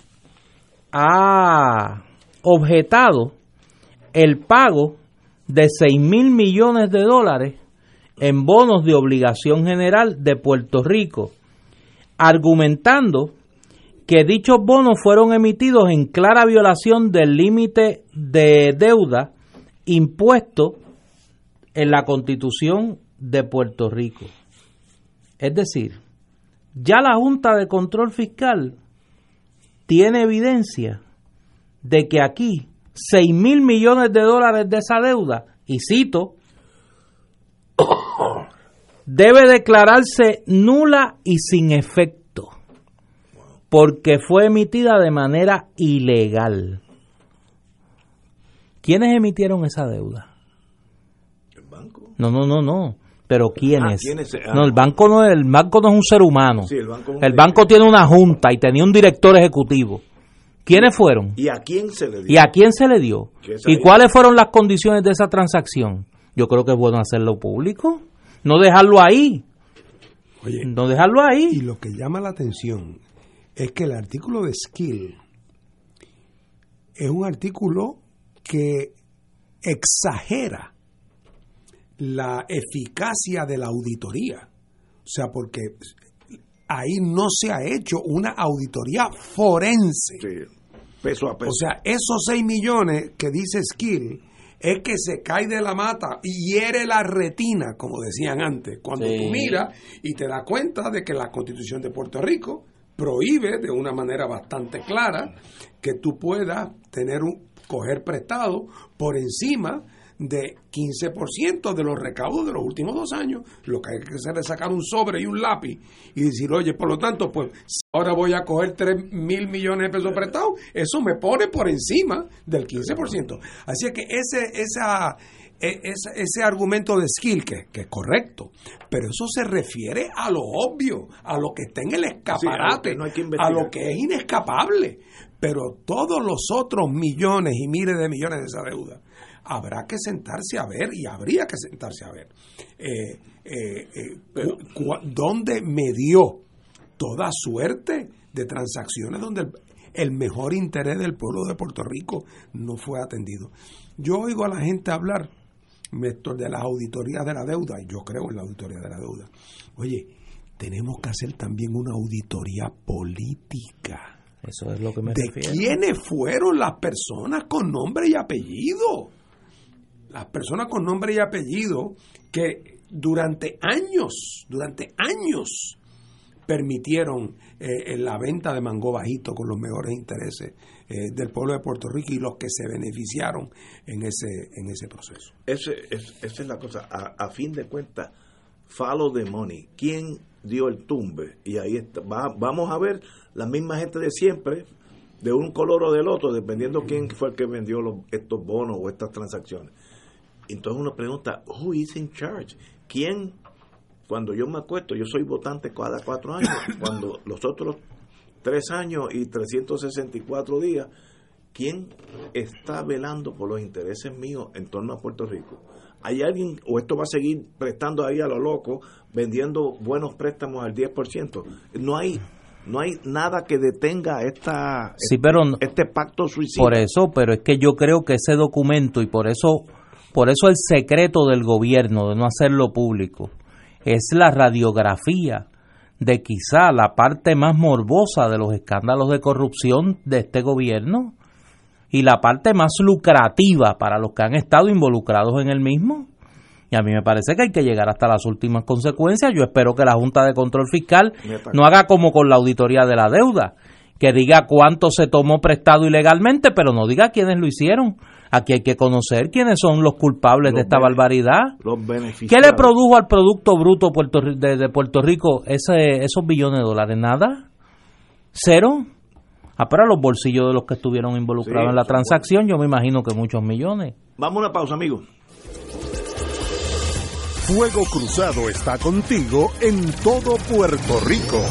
ha objetado el pago de seis mil millones de dólares en bonos de obligación general de Puerto Rico, argumentando que dichos bonos fueron emitidos en clara violación del límite de deuda impuesto en la Constitución de Puerto Rico. Es decir, ya la Junta de Control Fiscal tiene evidencia de que aquí seis mil millones de dólares de esa deuda, y cito, debe declararse nula y sin efecto, porque fue emitida de manera ilegal. ¿Quiénes emitieron esa deuda? ¿El banco? No, no, no, no. Pero ¿quiénes? Ah, ¿quiénes? Ah, no, el banco no, el banco no es un ser humano. Sí, el banco, el banco tiene una junta y tenía un director ejecutivo. ¿Quiénes fueron? ¿Y a quién se le dio? ¿Y a quién se le dio? ¿Y cuáles fueron las condiciones de esa transacción? Yo creo que es bueno hacerlo público, no dejarlo ahí. Oye, no dejarlo ahí. Y lo que llama la atención es que el artículo de Skill es un artículo que exagera la eficacia de la auditoría. O sea, porque ahí no se ha hecho una auditoría forense. Sí, peso a peso. O sea, esos seis millones que dice Skill es que se cae de la mata y hiere la retina, como decían antes, cuando sí. tú miras y te das cuenta de que la Constitución de Puerto Rico prohíbe de una manera bastante clara que tú puedas tener un, coger prestado por encima de quince por ciento de los recaudos de los últimos dos años. Lo que hay que hacer es sacar un sobre y un lápiz y decir, oye, por lo tanto, pues ahora voy a coger tres mil millones de pesos prestados, eso me pone por encima del quince por ciento. Así es que ese esa ese, ese argumento de Skill, que, que es correcto, pero eso se refiere a lo obvio, a lo que está en el escaparate, sí, a, lo no hay que a lo que es inescapable. Pero todos los otros millones y miles de millones de esa deuda, habrá que sentarse a ver, y habría que sentarse a ver eh, eh, eh, Pero, cu- dónde me dio toda suerte de transacciones donde el, el mejor interés del pueblo de Puerto Rico no fue atendido. Yo oigo a la gente hablar, Néstor, de las auditorías de la deuda, y yo creo en la auditoría de la deuda. Oye, tenemos que hacer también una auditoría política. Eso es lo que me ¿De refiero. quiénes fueron las personas con nombre y apellido? Las personas con nombre y apellido que durante años, durante años, permitieron eh, la venta de mango bajito con los mejores intereses eh, del pueblo de Puerto Rico y los que se beneficiaron en ese en ese proceso. Ese, es, esa es la cosa. A, a fin de cuentas, follow the money. ¿Quién dio el tumbe? Y ahí está. Va, vamos a ver la misma gente de siempre, de un color o del otro, dependiendo quién fue el que vendió los, estos bonos o estas transacciones. Entonces uno pregunta, who is in charge? ¿Quién? Cuando yo me acuesto, yo soy votante cada cuatro años, cuando los otros tres años y trescientos sesenta y cuatro días, ¿quién está velando por los intereses míos en torno a Puerto Rico? ¿Hay alguien, o esto va a seguir prestando ahí a lo loco, vendiendo buenos préstamos al diez por ciento? No hay no hay nada que detenga esta sí, este, pero, este pacto suicida. Por eso, pero es que yo creo que ese documento, y por eso, por eso el secreto del gobierno de no hacerlo público, es la radiografía de quizá la parte más morbosa de los escándalos de corrupción de este gobierno y la parte más lucrativa para los que han estado involucrados en el mismo. Y a mí me parece que hay que llegar hasta las últimas consecuencias. Yo espero que la Junta de Control Fiscal no haga como con la auditoría de la deuda, que diga cuánto se tomó prestado ilegalmente, pero no diga quiénes lo hicieron. Aquí hay que conocer quiénes son los culpables los de esta barbaridad. Los beneficiarios. ¿Qué le produjo al Producto Bruto Puerto, de, de Puerto Rico ese, esos billones de dólares? ¿Nada? ¿Cero? Ah, para los bolsillos de los que estuvieron involucrados sí, en la transacción, yo me imagino que muchos millones. Vamos a una pausa, amigos. Fuego Cruzado está contigo en todo Puerto Rico.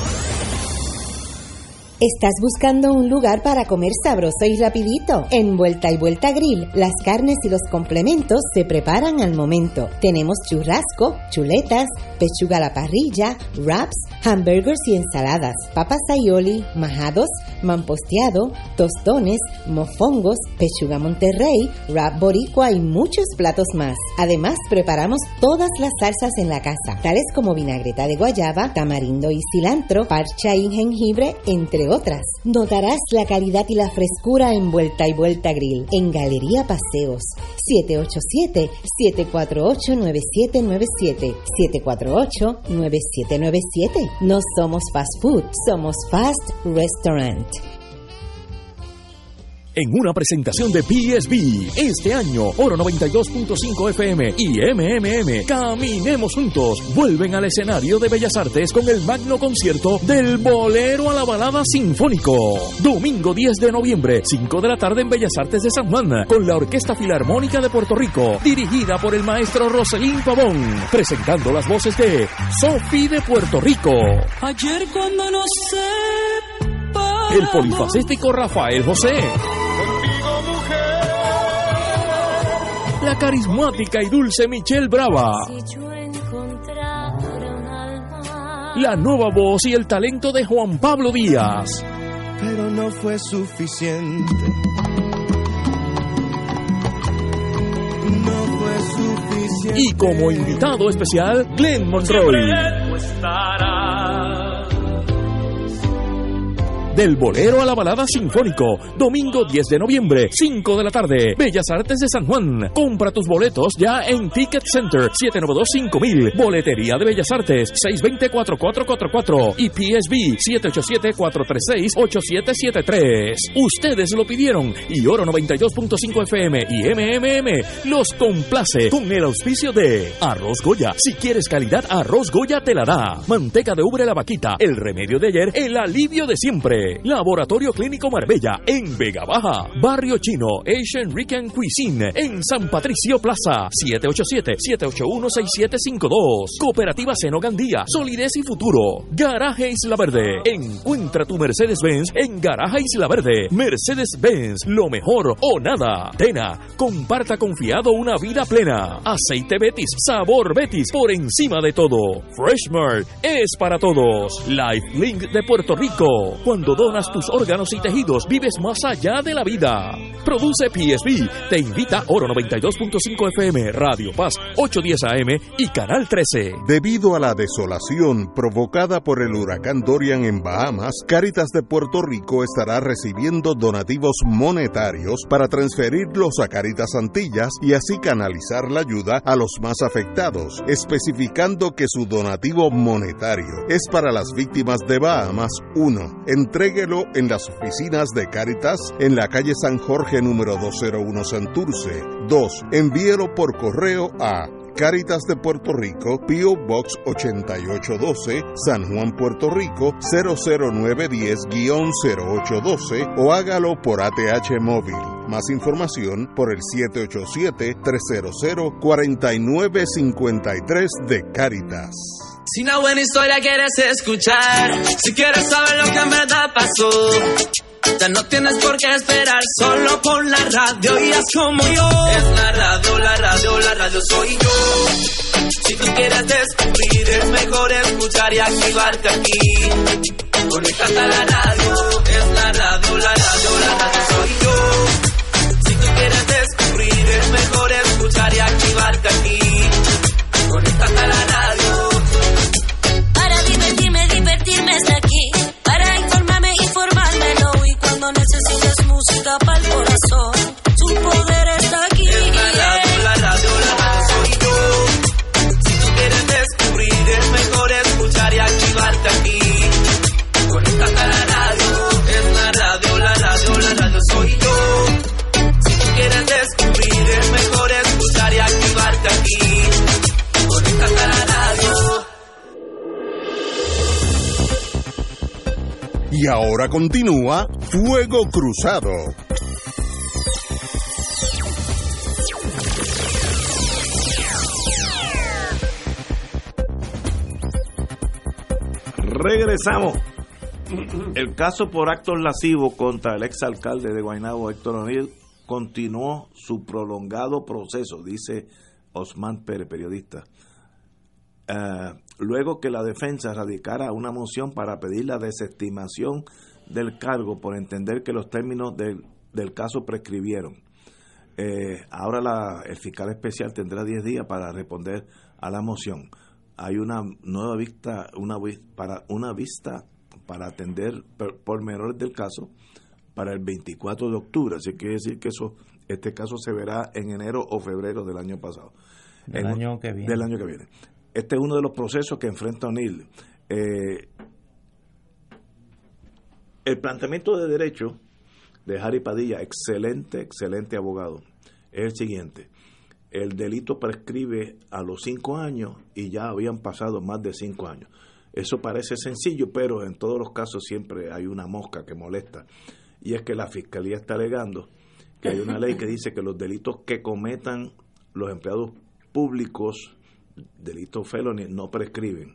¿Estás buscando un lugar para comer sabroso y rapidito? En Vuelta y Vuelta Grill, las carnes y los complementos se preparan al momento. Tenemos churrasco, chuletas, pechuga a la parrilla, wraps, hamburgers y ensaladas, papas aioli, majados, mamposteado, tostones, mofongos, pechuga Monterrey, wrap boricua y muchos platos más. Además, preparamos todas las salsas en la casa, tales como vinagreta de guayaba, tamarindo y cilantro, parcha y jengibre, entre otras. Notarás la calidad y la frescura en Vuelta y Vuelta Grill, en Galería Paseos, siete ocho siete, siete cuatro ocho, nueve siete nueve siete, siete cuatro ocho, nueve siete nueve siete. No somos fast food, somos fast restaurant. En una presentación de P S B, este año, Oro noventa y dos punto cinco F M y M M M, Caminemos Juntos, vuelven al escenario de Bellas Artes con el magno concierto del Bolero a la Balada Sinfónico. Domingo diez de noviembre, cinco de la tarde en Bellas Artes de San Juan, con la Orquesta Filarmónica de Puerto Rico, dirigida por el maestro Roselín Pavón, presentando las voces de Sofi de Puerto Rico. Ayer cuando no sé... El polifacético Rafael José. Contigo, mujer. La carismática y dulce Michelle Brava. Si yo encontrara un alma. La nueva voz y el talento de Juan Pablo Díaz. Pero no fue suficiente. No fue suficiente. Y como invitado especial, Glenn Monroy. Del Bolero a la Balada Sinfónico, domingo diez de noviembre, cinco de la tarde, Bellas Artes de San Juan. Compra tus boletos ya en Ticket Center, siete nueve dos cinco mil, Boletería de Bellas Artes, seis dos cero, cuatro cuatro cuatro cuatro y P S B, siete ocho siete, cuatro tres seis, ocho siete siete tres. Ustedes lo pidieron y Oro noventa y dos punto cinco F M y M M M los complace con el auspicio de Arroz Goya. Si quieres calidad, Arroz Goya te la da. Manteca de ubre La Vaquita, el remedio de ayer, el alivio de siempre. Laboratorio Clínico Marbella en Vega Baja. Barrio Chino Asian Rican Cuisine en San Patricio Plaza, siete ocho siete, siete ocho uno, seis siete cinco dos. Cooperativa Seno Gandía, solidez y futuro. Garaje Isla Verde. Encuentra tu Mercedes-Benz en Garaje Isla Verde. Mercedes-Benz, lo mejor o nada. Tena, comparta confiado una vida plena. Aceite Betis, sabor Betis, por encima de todo. Freshmart es para todos. Lifelink de Puerto Rico. Cuando donas tus órganos y tejidos, vives más allá de la vida. Produce P S B. Te invita Oro noventa y dos punto cinco F M, Radio Paz ochocientos diez A M y Canal trece. Debido a la desolación provocada por el huracán Dorian en Bahamas, Cáritas de Puerto Rico estará recibiendo donativos monetarios para transferirlos a Cáritas Antillas y así canalizar la ayuda a los más afectados, especificando que su donativo monetario es para las víctimas de Bahamas. Uno. Entréguelo en las oficinas de Cáritas en la calle San Jorge número doscientos uno Santurce. dos. Envíelo por correo a Cáritas de Puerto Rico, P O Box ochenta y ocho doce, San Juan, Puerto Rico cero cero nueve uno cero cero ocho uno dos o hágalo por A T H móvil. Más información por el siete ocho siete, tres cero cero, cuatro nueve cinco tres de Cáritas. Si una buena historia quieres escuchar, si quieres saber lo que en verdad pasó, ya no tienes por qué esperar, solo pon la radio y haz como yo. Es la radio, la radio, la radio soy yo. Si tú quieres descubrir, es mejor escuchar y activarte aquí. Conéctate a la radio, es la radio, la radio, la radio soy yo. Si tú quieres descubrir, es mejor escuchar y activarte aquí. Conéctate a la radio. Para divertirme, divertirme está aquí. Para informarme, informarme no. Y cuando necesites música para el corazón, su poder está aquí. Es la radio, la radio, la radio soy yo. Si tú quieres descubrir, es mejor escuchar y activarte aquí. Conéctate a la radio. Es la radio, la radio, la radio soy yo. Si tú quieres descubrir, es mejor escuchar y activarte aquí. Conéctate a la radio. Y ahora continúa Fuego Cruzado. Regresamos. El caso por actos lascivos contra el exalcalde de Guaynabo, Héctor O'Neill, continuó su prolongado proceso, dice Osman Pérez, periodista. Uh, luego que la defensa radicara una moción para pedir la desestimación del cargo por entender que los términos del, del caso prescribieron. Eh, ahora la, el fiscal especial tendrá diez días para responder a la moción. Hay una nueva vista, una para una vista para atender pormenores del caso para el veinticuatro de octubre, así que quiere decir que eso, este caso se verá en enero o febrero del año pasado. Del en, año que viene. Del año que viene. Este es uno de los procesos que enfrenta O'Neill. Eh, el planteamiento de derecho de Harry Padilla, excelente, excelente abogado, es el siguiente. El delito prescribe a los cinco años y ya habían pasado más de cinco años. Eso parece sencillo, pero en todos los casos siempre hay una mosca que molesta. Y es que la Fiscalía está alegando que hay una ley que dice que los delitos que cometan los empleados públicos, delitos felony, no prescriben.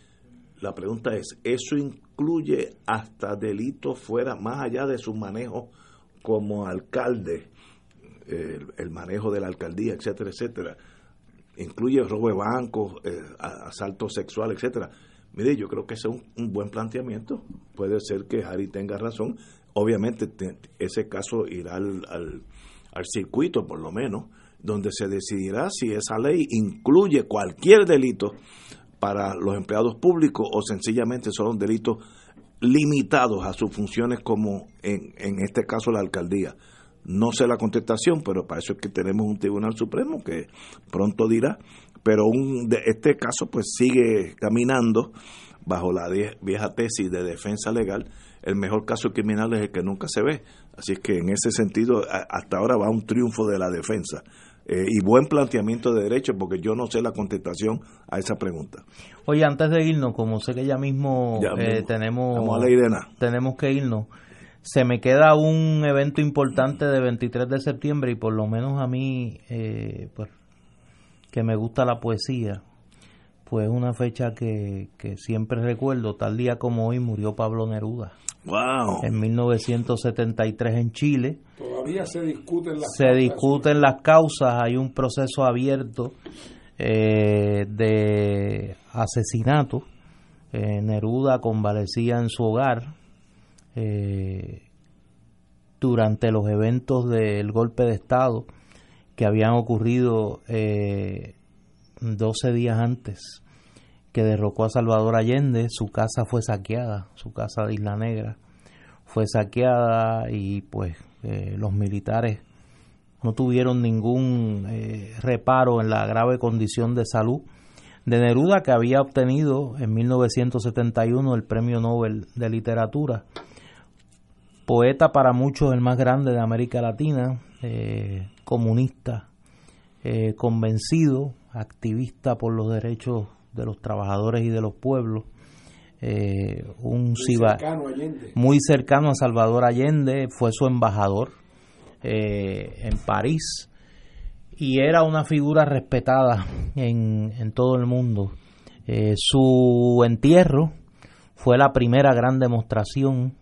La pregunta es, ¿eso incluye hasta delitos fuera, más allá de su manejo como alcalde, el, el manejo de la alcaldía, etcétera, etcétera? Incluye robo de bancos, eh, asalto sexual, etcétera. Mire, yo creo que ese es un, un buen planteamiento. Puede ser que Harry tenga razón. Obviamente te, ese caso irá al, al, al circuito, por lo menos, donde se decidirá si esa ley incluye cualquier delito para los empleados públicos o sencillamente son delitos limitados a sus funciones, como en, en este caso la alcaldía. No sé la contestación, pero para eso es que tenemos un Tribunal Supremo que pronto dirá. Pero un, de este caso pues sigue caminando bajo la vieja tesis de defensa legal. El mejor caso criminal es el que nunca se ve. Así es que en ese sentido hasta ahora va un triunfo de la defensa. Eh, y buen planteamiento de derecho, porque yo no sé la contestación a esa pregunta. Oye, antes de irnos, como sé que ya mismo, ya eh, mismo tenemos, a ley de nada. tenemos que irnos, se me queda un evento importante de veintitrés de septiembre y por lo menos a mí, eh, pues, que me gusta la poesía, pues es una fecha que, que siempre recuerdo. Tal día como hoy murió Pablo Neruda. Wow. En mil novecientos setenta y tres en Chile. Todavía se discuten las se causas. Se discuten las causas, hay un proceso abierto eh, de asesinato. Eh, Neruda convalecía en su hogar eh, durante los eventos del golpe de Estado que habían ocurrido eh, doce días antes que derrocó a Salvador Allende. Su casa fue saqueada, su casa de Isla Negra fue saqueada y pues eh, los militares no tuvieron ningún eh, reparo en la grave condición de salud de Neruda, que había obtenido en mil novecientos setenta y uno el Premio Nobel de Literatura. Poeta para muchos el más grande de América Latina, eh, comunista, eh, convencido, activista por los derechos de los trabajadores y de los pueblos, eh, un muy, ciba, cercano muy cercano a Salvador Allende, fue su embajador eh, en París y era una figura respetada en, en todo el mundo. Eh, su entierro fue la primera gran demostración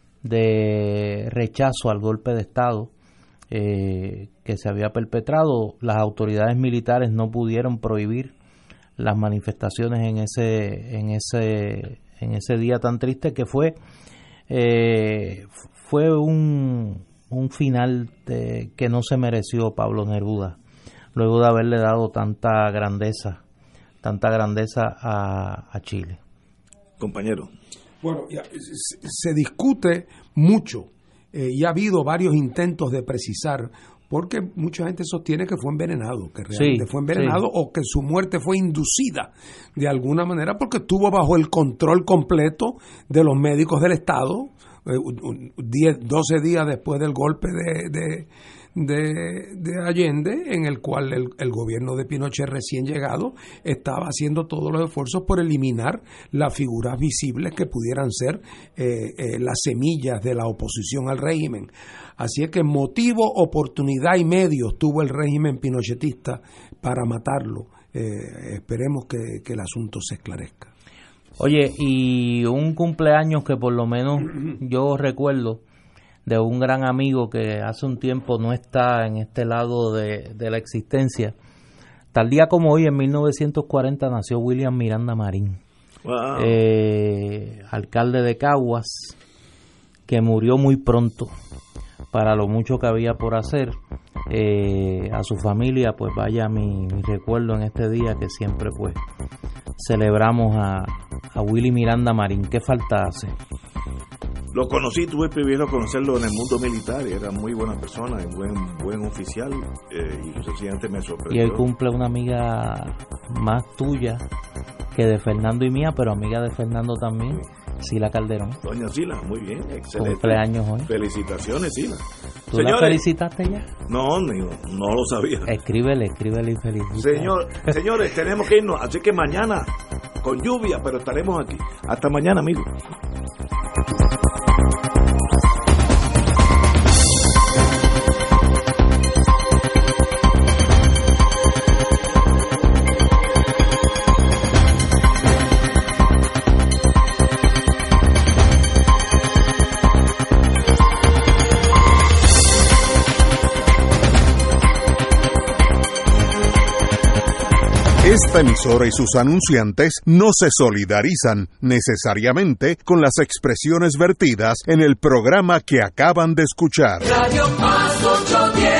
de rechazo al golpe de Estado eh, que se había perpetrado. Las autoridades militares no pudieron prohibir las manifestaciones en ese en ese en ese día tan triste que fue eh, fue un un final de, que no se mereció Pablo Neruda, luego de haberle dado tanta grandeza tanta grandeza a, a Chile. Compañero. Bueno, ya, se, se discute mucho eh, y ha habido varios intentos de precisar, porque mucha gente sostiene que fue envenenado, que realmente sí, fue envenenado sí. o que su muerte fue inducida de alguna manera porque estuvo bajo el control completo de los médicos del Estado, eh, diez, doce días después del golpe de, de, de, de Allende, en el cual el, el gobierno de Pinochet recién llegado estaba haciendo todos los esfuerzos por eliminar las figuras visibles que pudieran ser eh, eh, las semillas de la oposición al régimen. Así es que motivo, oportunidad y medios tuvo el régimen pinochetista para matarlo. Eh, esperemos que, que el asunto se esclarezca. Oye, y un cumpleaños que por lo menos yo recuerdo de un gran amigo que hace un tiempo no está en este lado de, de la existencia. Tal día como hoy, en mil novecientos cuarenta, nació William Miranda Marín, wow. eh, alcalde de Caguas, que murió muy pronto para lo mucho que había por hacer. Eh, a su familia, pues vaya mi, mi recuerdo en este día que siempre pues celebramos a, a Willy Miranda Marín. ¿Qué falta hace? Lo conocí, tuve el privilegio de conocerlo en el mundo militar, era muy buena persona, buen buen oficial, eh, y sencillamente me sorprendió. Y hoy cumple una amiga más tuya que de Fernando y mía, pero amiga de Fernando también, Sila Calderón. Doña Sila, muy bien, excelente. Cumpleaños hoy. Felicitaciones, Sila. ¿Tú Señores, la felicitaste ya? No, no, no lo sabía. Escríbele, escríbele y felicita. Señor, señores, tenemos que irnos, así que mañana, con lluvia, pero estaremos aquí. Hasta mañana, amigos. Esta emisora y sus anunciantes no se solidarizan necesariamente con las expresiones vertidas en el programa que acaban de escuchar. Radio Paz ocho diez